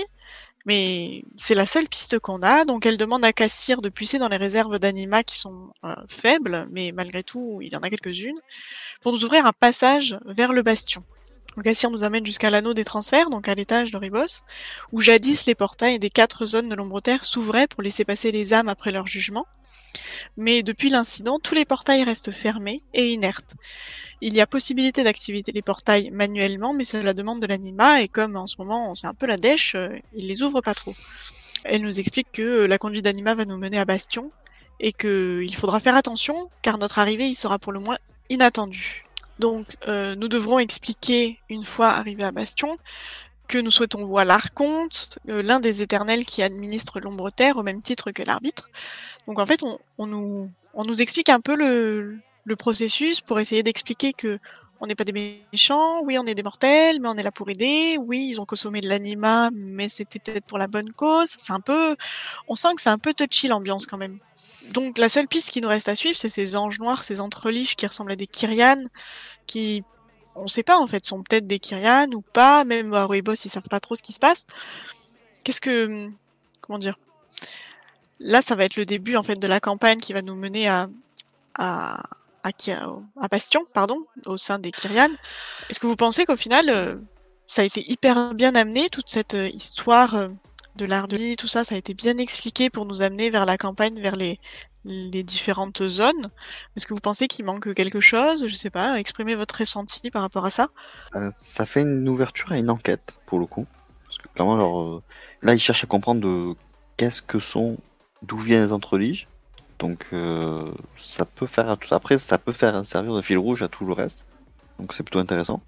mais c'est la seule piste qu'on a, donc elle demande à Cassir de puiser dans les réserves d'anima qui sont euh, faibles, mais malgré tout, il y en a quelques-unes, pour nous ouvrir un passage vers le bastion. Donc Cassir nous amène jusqu'à l'anneau des transferts, donc à l'étage d'Oribos, où jadis les portails des quatre zones de l'ombre terre s'ouvraient pour laisser passer les âmes après leur jugement. Mais depuis l'incident, tous les portails restent fermés et inertes. Il y a possibilité d'activer les portails manuellement, mais cela demande de l'anima, et comme en ce moment c'est un peu la dèche, euh, il les ouvre pas trop. Elle nous explique que euh, la conduite d'anima va nous mener à Bastion, et qu'il faudra faire attention, car notre arrivée y sera pour le moins inattendue. Donc euh, nous devrons expliquer, une fois arrivés à Bastion, que nous souhaitons voir l'Archonte, euh, l'un des éternels qui administre l'ombre terre au même titre que l'arbitre. Donc en fait, on, on, nous, on nous explique un peu le, le processus pour essayer d'expliquer que on n'est pas des méchants, oui on est des mortels, mais on est là pour aider, oui ils ont consommé de l'anima, mais c'était peut-être pour la bonne cause. C'est un peu, on sent que c'est un peu touchy l'ambiance quand même. Donc la seule piste qui nous reste à suivre, c'est ces anges noirs, ces entreliches qui ressemblent à des Kyrian, qui, on sait pas en fait, sont peut-être des Kyrian ou pas, même à Oribos ils savent pas trop ce qui se passe. Qu'est-ce que, comment dire, là ça va être le début en fait de la campagne qui va nous mener à, à, à, à Bastion, pardon, au sein des Kyrian. Est-ce que vous pensez qu'au final, euh, ça a été hyper bien amené, toute cette euh, histoire euh, de l'art de vie, tout ça, ça a été bien expliqué pour nous amener vers la campagne, vers les, les différentes zones. Est-ce que vous pensez qu'il manque quelque chose? Je sais pas, exprimez votre ressenti par rapport à ça. Euh, ça fait une ouverture à une enquête, pour le coup. Parce que clairement, alors, euh, là, ils cherchent à comprendre de qu'est-ce que sont, d'où viennent les entreliges. Donc, euh, ça peut faire, après, ça peut faire servir de fil rouge à tout le reste. Donc, c'est plutôt intéressant.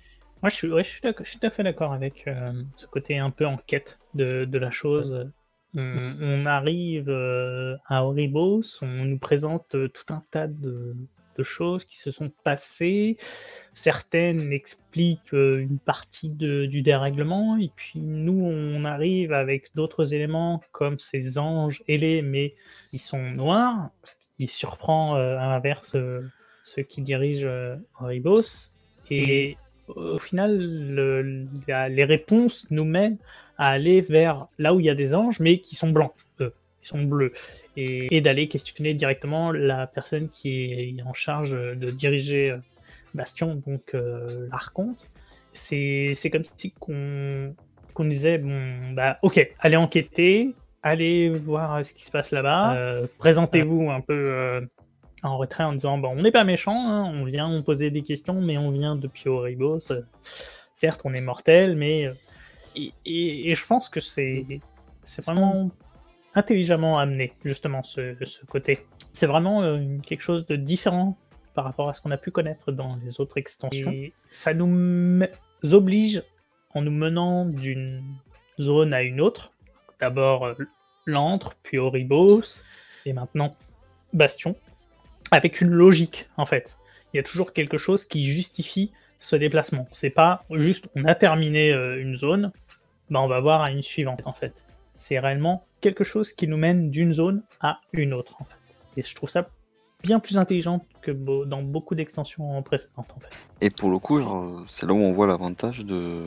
Moi, je suis, ouais, je suis, d'accord, je suis tout à fait d'accord avec euh, ce côté un peu enquête de, de la chose. On, on arrive euh, à Oribos, on nous présente euh, tout un tas de, de choses qui se sont passées. Certaines expliquent euh, une partie de, du dérèglement, et puis nous, on arrive avec d'autres éléments comme ces anges ailés, mais qui sont noirs, ce qui surprend euh, à l'inverse euh, ceux qui dirigent euh, Oribos. Et au final, le- la- les réponses nous mènent à aller vers là où il y a des anges, mais qui sont blancs, eux, qui sont bleus, et, et d'aller questionner directement la personne qui est en charge de diriger euh, Bastion, donc euh, l'Archonte. C'est, c'est comme si qu'on, qu'on disait, bon, bah ok, allez enquêter, allez voir ce qui se passe là-bas, euh, présentez-vous un peu euh, en retrait en disant, bon, on n'est pas méchant, hein, on vient on poser des questions, mais on vient depuis Oribos. Euh, certes, on est mortel, mais... Euh, et, et, et je pense que c'est, c'est vraiment intelligemment amené, justement, ce, ce côté. C'est vraiment euh, quelque chose de différent par rapport à ce qu'on a pu connaître dans les autres extensions. Et ça nous m- oblige, en nous menant d'une zone à une autre, d'abord euh, l'Antre, puis Oribos, et maintenant Bastion, avec une logique, en fait. Il y a toujours quelque chose qui justifie ce déplacement. C'est pas juste, on a terminé euh, une zone, ben on va voir à une suivante, en fait. C'est réellement quelque chose qui nous mène d'une zone à une autre, en fait. Et je trouve ça bien plus intelligent que beau- dans beaucoup d'extensions précédentes, en fait. Et pour le coup, genre, c'est là où on voit l'avantage de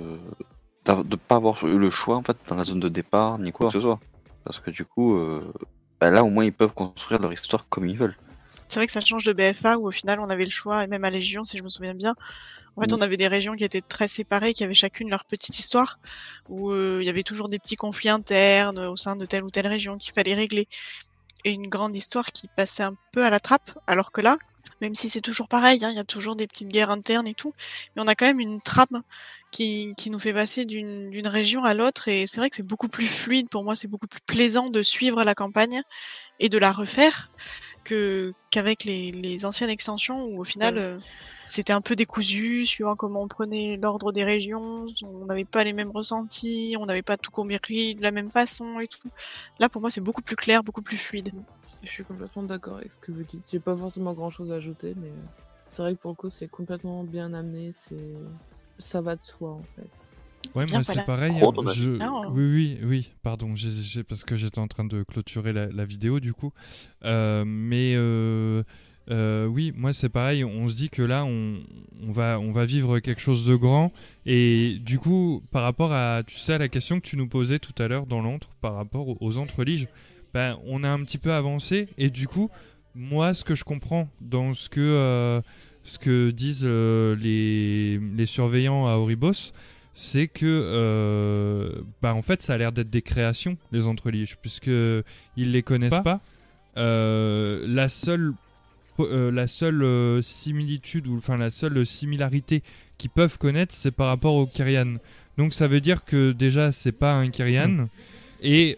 de pas avoir eu le choix en fait dans la zone de départ ni quoi que ce soit. Parce que du coup, euh, bah, là au moins ils peuvent construire leur histoire comme ils veulent. C'est vrai que ça change de B F A où au final on avait le choix, et même à Légion si je me souviens bien. En fait, Mm. on avait des régions qui étaient très séparées, qui avaient chacune leur petite histoire, où euh, il y avait toujours des petits conflits internes au sein de telle ou telle région qu'il fallait régler. Et une grande histoire qui passait un peu à la trappe, alors que là, même si c'est toujours pareil, hein, il y a toujours des petites guerres internes et tout, mais on a quand même une trame qui, qui nous fait passer d'une d'une région à l'autre, et c'est vrai que c'est beaucoup plus fluide, pour moi c'est beaucoup plus plaisant de suivre la campagne et de la refaire que qu'avec les, les anciennes extensions où au final Ouais. euh, c'était un peu décousu, suivant comment on prenait l'ordre des régions, on n'avait pas les mêmes ressentis, on n'avait pas tout compris de la même façon et tout. Là pour moi c'est beaucoup plus clair, beaucoup plus fluide. Je suis complètement d'accord avec ce que vous dites. J'ai pas forcément grand chose à ajouter, mais euh, c'est vrai que pour le coup, c'est complètement bien amené. C'est... Ça va de soi en fait. Ouais, Bien, moi voilà. c'est pareil. Trop hein, dommage. je... Non. Oui, oui, oui, pardon, j'ai, j'ai- parce que j'étais en train de clôturer la, la vidéo du coup. Euh, mais euh, euh, oui, moi c'est pareil, on se dit que là on, on, va, on va vivre quelque chose de grand. Et du coup, par rapport à, tu sais, à la question que tu nous posais tout à l'heure dans l'antre, par rapport aux, aux entreliges, ben, on a un petit peu avancé. Et du coup, moi ce que je comprends dans ce que, euh, ce que disent euh, les, les surveillants à Oribos, c'est que euh, bah en fait ça a l'air d'être des créations, les entreliges, puisque ils les connaissent pas, pas. Euh, la seule euh, la seule euh, similitude ou enfin la seule similarité qu'ils peuvent connaître, c'est par rapport au Kyrian. Donc ça veut dire que déjà c'est pas un Kyrian. Mmh. Et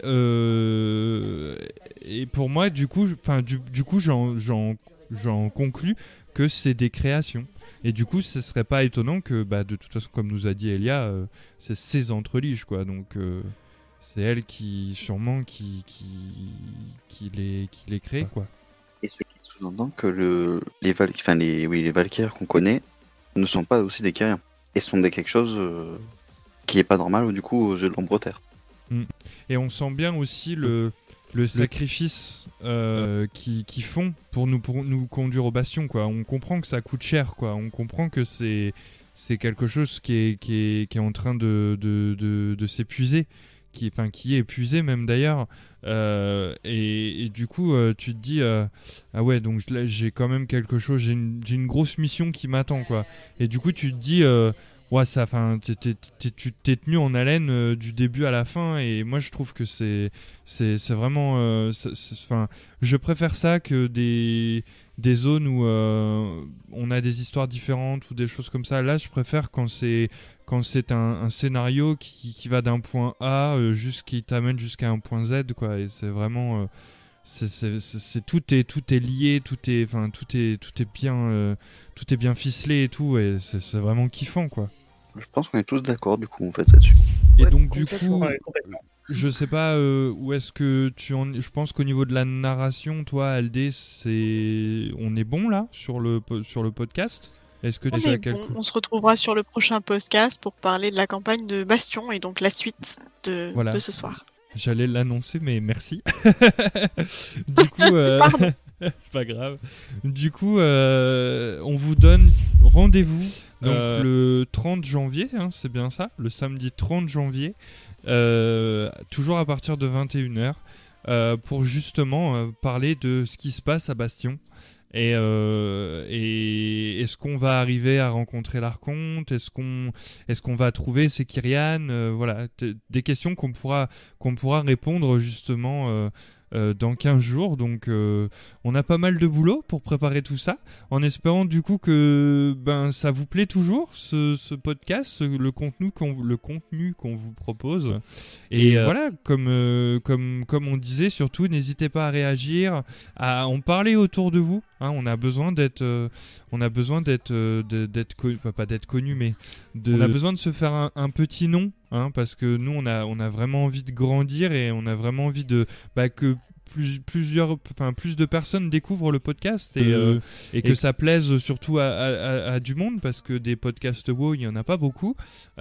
euh, et pour moi du coup enfin du, du coup j'en j'en j'en conclus que c'est des créations. Et du coup, ce serait pas étonnant que, bah, de toute façon, comme nous a dit Elia, euh, c'est ses entreliges, quoi. Donc, euh, c'est elle qui, sûrement, qui, qui, qui les, qui les crée, quoi. Et ce qui sous-entend que le, les, Val... enfin, les, oui, les Valkyries qu'on connaît ne sont pas aussi des Kyriens. Et sont des quelque chose euh, qui est pas normal, du coup, aux yeux de l'ombre terre. Mm. Et on sent bien aussi le, le sacrifice euh, qu'ils qui font pour nous, pour nous conduire au bastion, quoi. On comprend que ça coûte cher, quoi. On comprend que c'est, c'est quelque chose qui est, qui est, qui est en train de, de, de, de s'épuiser, qui, enfin, qui est épuisé même d'ailleurs. Euh, et, et du coup, euh, tu te dis, euh, ah ouais, donc là, j'ai quand même quelque chose, j'ai une, j'ai une grosse mission qui m'attend, quoi. Et du coup, tu te dis... Euh, ouais, ça, enfin, t'es, t'es, t'es, tu t'es tenu en haleine euh, du début à la fin, et moi je trouve que c'est, c'est, c'est vraiment, euh, c'est, c'est, enfin, je préfère ça que des, des zones où euh, on a des histoires différentes ou des choses comme ça. Là, je préfère quand c'est, quand c'est un, un scénario qui, qui va d'un point A euh, jusqu'il t'amène jusqu'à un point Z, quoi. Et c'est vraiment, euh, c'est, c'est, c'est, c'est tout est, tout est lié, tout est, enfin, tout est, tout est bien, euh, tout est bien ficelé et tout, et c'est, c'est vraiment kiffant, quoi. Je pense qu'on est tous d'accord du coup en fait là-dessus. Et Ouais, donc du complètement. coup, Ouais, complètement. je sais pas euh, où est-ce que tu en. Je pense qu'au niveau de la narration, toi, Aldé, c'est on est bon là sur le po- sur le podcast. Est-ce que On tu as est bon. quelque. On se retrouvera sur le prochain podcast pour parler de la campagne de Bastion et donc la suite de, Voilà. de ce soir. J'allais l'annoncer, mais merci. Du coup, euh, Pardon. c'est pas grave. Du coup, euh, on vous donne rendez-vous donc Euh, le trente janvier, hein, c'est bien ça, le samedi trente janvier, euh, toujours à partir de vingt et une heures, euh, pour justement euh, parler de ce qui se passe à Bastion. Et, euh, et est-ce qu'on va arriver à rencontrer l'Archonte? Est-ce qu'on est-ce qu'on va trouver Sekirian? Euh, Voilà, t- des questions qu'on pourra qu'on pourra répondre justement euh, euh, dans quinze jours. Donc euh, on a pas mal de boulot pour préparer tout ça, en espérant du coup que ben ça vous plaît toujours ce, ce podcast, ce- le contenu qu'on le contenu qu'on vous propose. Et Et, euh, voilà, comme euh, comme comme on disait, surtout n'hésitez pas à réagir, à en parler autour de vous. Hein, on a besoin d'être, euh, on a besoin d'être, euh, de- d'être connu, enfin pas d'être connu, mais de, on a besoin de se faire un, un petit nom, hein, parce que nous on a, on a vraiment envie de grandir et on a vraiment envie de, bah, que plus, plusieurs, enfin plus de personnes découvrent le podcast et, euh, et que et- ça plaise surtout à, à- à- à du monde, parce que des podcasts WoW il y en a pas beaucoup.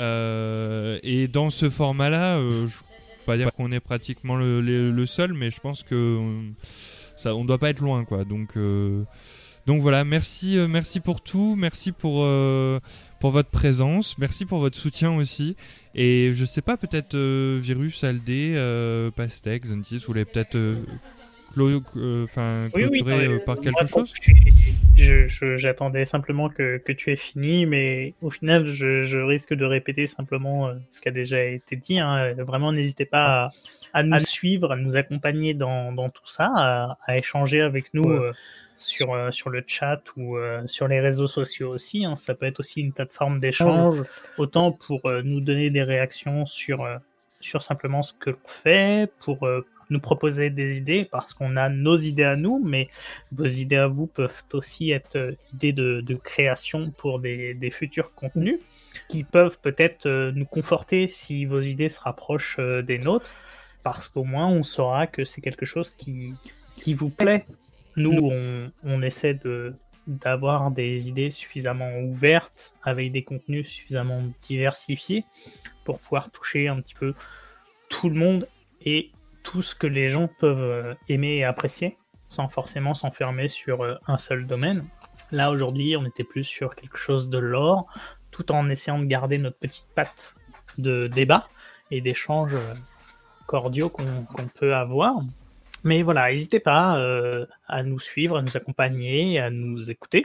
Euh, et dans ce format-là, euh, je peux pas dire qu'on est pratiquement le, le- le seul, mais je pense que euh, ça, on doit pas être loin, quoi. Donc, euh, donc voilà, merci, euh, merci pour tout, merci pour euh, pour votre présence, merci pour votre soutien aussi. Et je sais pas, peut-être euh, Virus, Aldé, euh, Pastèque, Zentis, vous voulez peut-être euh, clo- euh, enfin, Oui, oui, clôturer non, euh, mais, par euh, quelque moi, chose. je- je- J'attendais simplement que, que tu aies fini, mais au final, je, je risque de répéter simplement euh, ce qui a déjà été dit. Hein. Vraiment, n'hésitez pas à, à nous suivre, à nous accompagner dans, dans tout ça, à, à échanger avec nous euh, sur, euh, sur le chat ou euh, sur les réseaux sociaux aussi. Hein. Ça peut être aussi une plateforme d'échange, autant pour euh, nous donner des réactions sur, euh, sur simplement ce que l'on fait, pour euh, nous proposer des idées, parce qu'on a nos idées à nous, mais vos idées à vous peuvent aussi être euh, idées de, de création pour des, des futurs contenus qui peuvent peut-être euh, nous conforter si vos idées se rapprochent euh, des nôtres, parce qu'au moins on saura que c'est quelque chose qui, qui vous plaît. Nous, on, on essaie de d'avoir des idées suffisamment ouvertes, avec des contenus suffisamment diversifiés, pour pouvoir toucher un petit peu tout le monde et tout ce que les gens peuvent aimer et apprécier, sans forcément s'enfermer sur un seul domaine. Là, aujourd'hui, on était plus sur quelque chose de lore, tout en essayant de garder notre petite patte de débat et d'échanges cordiaux qu'on qu'on peut avoir. Mais voilà, n'hésitez pas euh, à nous suivre, à nous accompagner, à nous écouter.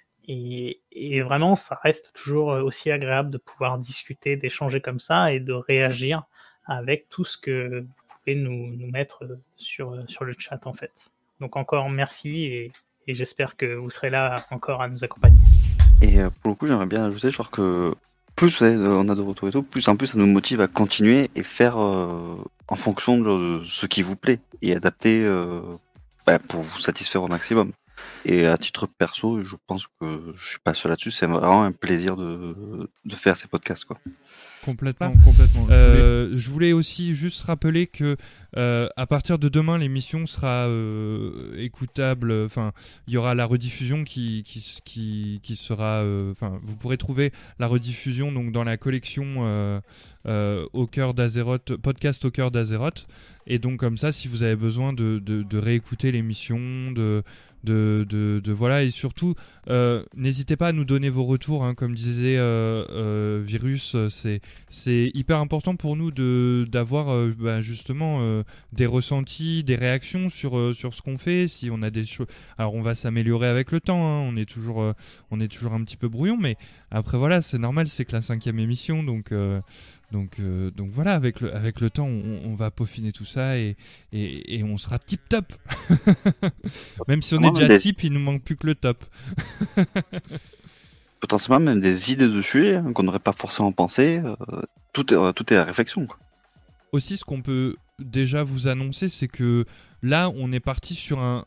Et, et vraiment, ça reste toujours aussi agréable de pouvoir discuter, d'échanger comme ça et de réagir avec tout ce que vous pouvez nous, nous mettre sur, sur le chat en fait. Donc encore merci et, et j'espère que vous serez là encore à nous accompagner. Et euh, pour le coup, j'aimerais bien ajouter genre que plus ouais, on a de retour et tout, plus en plus ça nous motive à continuer et faire euh, en fonction de ce qui vous plaît et adapter euh, bah, pour vous satisfaire au maximum. Et à titre perso, je pense que je suis pas seul là-dessus, c'est vraiment un plaisir de, de faire ces podcasts, quoi. Complètement, complètement. Euh, je voulais aussi juste rappeler que euh, à partir de demain, l'émission sera euh, écoutable. Enfin, il y aura la rediffusion qui qui qui, qui sera. Enfin, euh, vous pourrez trouver la rediffusion donc dans la collection euh, euh, au cœur d'Azeroth, podcast au cœur d'Azeroth. Et donc comme ça, si vous avez besoin de de, de réécouter l'émission, de De, de, de voilà, et surtout euh, n'hésitez pas à nous donner vos retours, hein, comme disait euh, euh, Virus, c'est, c'est hyper important pour nous de, d'avoir euh, bah, justement euh, des ressentis, des réactions sur, euh, sur ce qu'on fait. Si on a des choses, alors on va s'améliorer avec le temps, hein, on est toujours euh, on est toujours un petit peu brouillon, mais après voilà, c'est normal, c'est que la cinquième émission, donc euh, Donc, euh, donc voilà, avec le, avec le temps, on, on va peaufiner tout ça et, et, et on sera tip top. Même si on est déjà des... tip, il nous manque plus que le top. Potentiellement même des idées de sujets hein, qu'on n'aurait pas forcément pensé. Euh, tout, est, euh, tout est à réflexion, quoi. Aussi, ce qu'on peut déjà vous annoncer, c'est que là, on est parti sur un,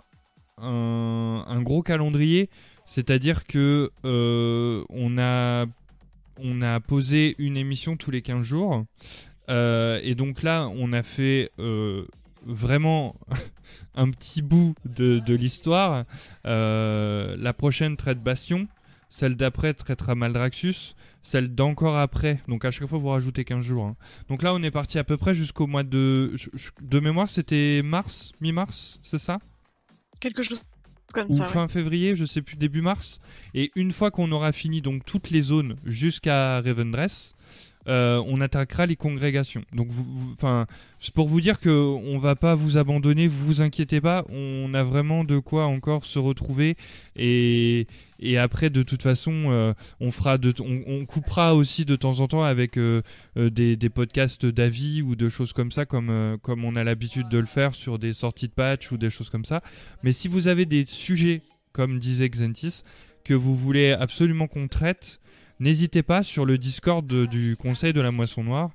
un, un gros calendrier. C'est-à-dire que euh, on a... on a posé une émission tous les quinze jours. Euh, et donc là, on a fait euh, vraiment un petit bout de, de l'histoire. Euh, la prochaine traite Bastion. Celle d'après traitera Maldraxxus. Celle d'encore après. Donc à chaque fois, vous rajoutez quinze jours. Hein. Donc là, on est parti à peu près jusqu'au mois de... De mémoire, c'était mars, mi-mars, c'est ça ? Quelque chose comme Ou ça. fin Ouais. février, je sais plus, début mars. Et une fois qu'on aura fini donc toutes les zones jusqu'à Revendreth, euh, on attaquera les congrégations. Donc, vous, vous, c'est pour vous dire que on va pas vous abandonner, vous vous inquiétez pas. On a vraiment de quoi encore se retrouver. Et, et après, de toute façon, euh, on fera, de, on, on coupera aussi de temps en temps avec euh, euh, des, des podcasts d'avis ou de choses comme ça, comme euh, comme on a l'habitude de le faire sur des sorties de patch ou des choses comme ça. Mais si vous avez des sujets, comme disait Xentis, que vous voulez absolument qu'on traite, n'hésitez pas sur le Discord de, du Conseil de la Moisson Noire.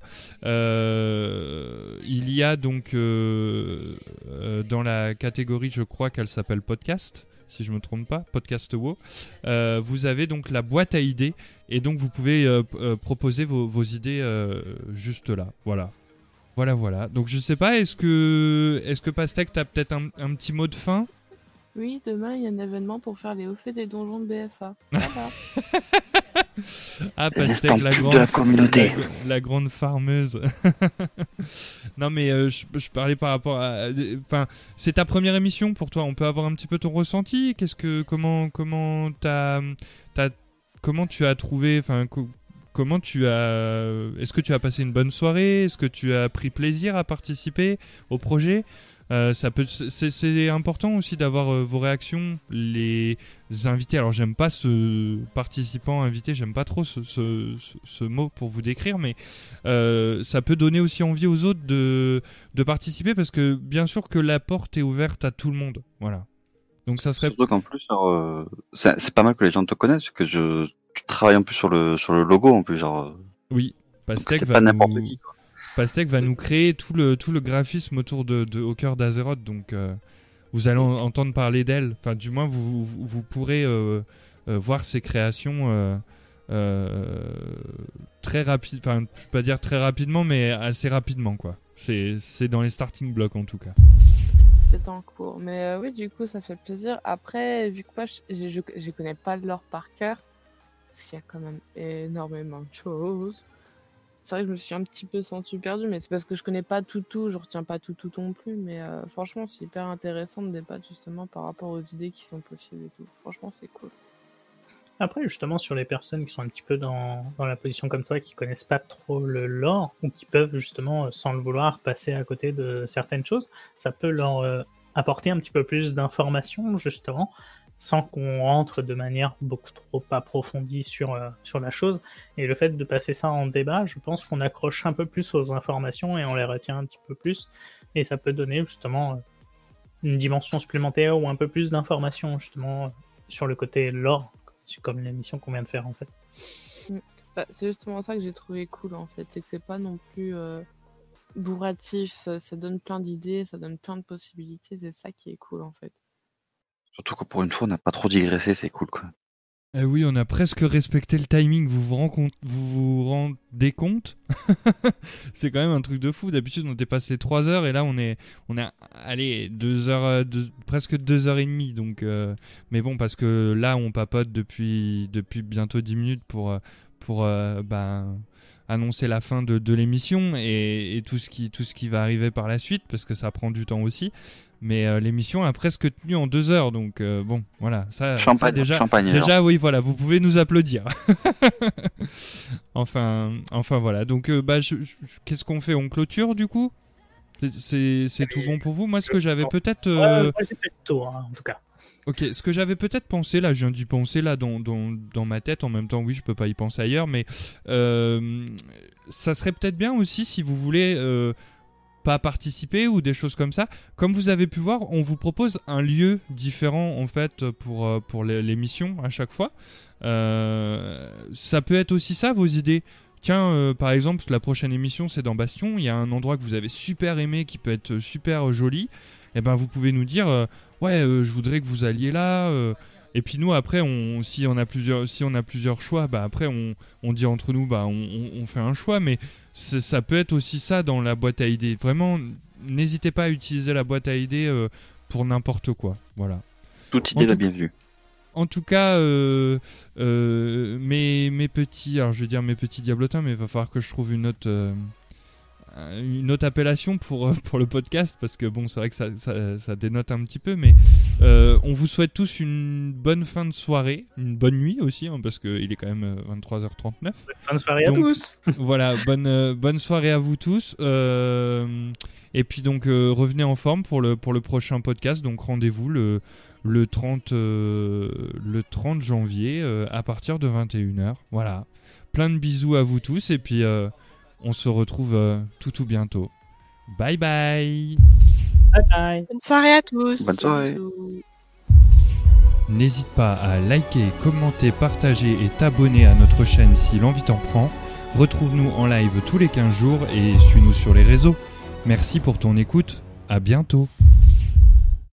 Euh, il y a donc euh, euh, dans la catégorie, je crois qu'elle s'appelle podcast, si je me trompe pas, Podcast W O. Euh, vous avez donc la boîte à idées et donc vous pouvez euh, euh, proposer vos, vos idées euh, juste là. Voilà. Voilà, voilà. Donc je sais pas, est-ce que, est-ce que Pastèque, t'as peut-être un, un petit mot de fin ? Oui, demain, il y a un événement pour faire les hauts faits des donjons de B F A. Voilà. Ah, L'instant Pastèque, la pub grande, de la communauté. la, la grande farmeuse. Non, mais euh, je, je parlais par rapport à... Enfin, c'est ta première émission pour toi. On peut avoir un petit peu ton ressenti. Qu'est-ce que... Comment... Comment t'as... t'as comment tu as trouvé... Enfin... Co- Comment tu as... Est-ce que tu as passé une bonne soirée ? Est-ce que tu as pris plaisir à participer au projet ? Euh, ça peut, c'est, c'est important aussi d'avoir euh, vos réactions, les invités. Alors j'aime pas ce participant invité, j'aime pas trop ce, ce, ce, ce mot pour vous décrire, mais euh, ça peut donner aussi envie aux autres de, de participer parce que bien sûr que la porte est ouverte à tout le monde. Voilà. Donc ça serait. Surtout qu'en plus, genre, euh, c'est, c'est pas mal que les gens te connaissent, parce que je, tu travailles un peu sur le, sur le logo en plus, genre. Oui. Donc Pastèque c'est va pas n'importe nous... qui, quoi. Pastèque va nous créer tout le, tout le graphisme autour de, de Au cœur d'Azeroth, donc euh, vous allez en, entendre parler d'elle. Enfin, du moins, vous, vous, vous pourrez euh, euh, voir ses créations euh, euh, très rapide. Enfin, je peux pas dire très rapidement, mais assez rapidement, quoi. C'est, c'est dans les starting blocks en tout cas. C'est en cours. Mais euh, oui, du coup, ça fait plaisir. Après, vu que moi, je, je, je, je connais pas l'or par cœur, parce qu'il y a quand même énormément de choses. C'est vrai que je me suis un petit peu sentie perdue, mais c'est parce que je connais pas tout tout, je retiens pas tout tout non plus, mais euh, franchement c'est hyper intéressant de débattre justement par rapport aux idées qui sont possibles et tout. Franchement c'est cool. Après, justement, sur les personnes qui sont un petit peu dans, dans la position comme toi, qui connaissent pas trop le lore, ou qui peuvent justement, sans le vouloir, passer à côté de certaines choses, ça peut leur euh, apporter un petit peu plus d'informations, justement, sans qu'on rentre de manière beaucoup trop approfondie sur, euh, sur la chose. Et le fait de passer ça en débat, je pense qu'on accroche un peu plus aux informations et on les retient un petit peu plus. Et ça peut donner justement euh, une dimension supplémentaire ou un peu plus d'informations justement euh, sur le côté lore, comme l'émission qu'on vient de faire en fait. Mmh. Bah, c'est justement ça que j'ai trouvé cool en fait, c'est que c'est pas non plus euh, bourratif, ça, ça donne plein d'idées, ça donne plein de possibilités, c'est ça qui est cool en fait. Surtout que pour une fois, on n'a pas trop digressé, c'est cool, quoi. Eh oui, on a presque respecté le timing, vous vous, rend compte, vous, vous rendez compte? C'est quand même un truc de fou. D'habitude, on était passé trois heures et là, on est, on est allez, deux heures, deux, presque deux heures et demie. Donc, euh, mais bon, parce que là, on papote depuis, depuis bientôt dix minutes pour, pour euh, ben, annoncer la fin de, de l'émission et, et tout, ce qui, tout ce qui va arriver par la suite, parce que ça prend du temps aussi. Mais euh, l'émission a presque tenu en deux heures, donc euh, bon, voilà. Ça, Champagne, ça déjà, champagne, déjà, alors. oui, voilà, vous pouvez nous applaudir. enfin, enfin voilà. Donc, euh, bah, je, je, qu'est-ce qu'on fait? On clôture du coup? C'est, c'est tout bon pour vous? Moi, ce que j'avais peut-être. Euh... Ouais, j'ai fait le tour, hein, en tout cas. Ok, ce que j'avais peut-être pensé, là, je viens d'y penser là dans, dans, dans ma tête, en même temps, oui, je peux pas y penser ailleurs, mais euh, ça serait peut-être bien aussi si vous voulez. Euh, pas participer ou des choses comme ça. Comme vous avez pu voir, on vous propose un lieu différent en fait pour, pour l'émission à chaque fois. Euh, ça peut être aussi ça vos idées. Tiens, euh, par exemple, la prochaine émission c'est dans Bastion, il y a un endroit que vous avez super aimé qui peut être super joli. Et ben vous pouvez nous dire euh, ouais, euh, je voudrais que vous alliez là. Euh, Et puis nous après, on, si on a plusieurs, si on a plusieurs choix, bah après on, on dit entre nous, bah on, on, on fait un choix. Mais ça peut être aussi ça dans la boîte à idées. Vraiment, n'hésitez pas à utiliser la boîte à idées euh, pour n'importe quoi. Voilà. Toute idée En la tout- bienvenue. En tout cas, euh, euh, mes, mes petits, alors je vais dire mes petits diablotins, mais il va falloir que je trouve une autre, euh, une autre appellation pour, pour le podcast, parce que bon, c'est vrai que ça, ça, ça dénote un petit peu, mais euh, on vous souhaite tous une bonne fin de soirée, une bonne nuit aussi, hein, parce qu'il est quand même euh, vingt-trois heures trente-neuf. Bonne soirée Donc, à tous. Voilà, bonne, euh, bonne soirée à vous tous. Euh, et puis donc, euh, revenez en forme pour le, pour le prochain podcast. Donc, rendez-vous le, le, trente, euh, le trente janvier euh, à partir de vingt et une heures. Voilà. Plein de bisous à vous tous. Et puis, euh, on se retrouve euh, tout tout bientôt. Bye bye. Bye bye. Bonne soirée à tous. Bonne soirée. Bisous. N'hésite pas à liker, commenter, partager et t'abonner à notre chaîne si l'envie t'en prend. Retrouve-nous en live tous les quinze jours et suis-nous sur les réseaux. Merci pour ton écoute. À bientôt.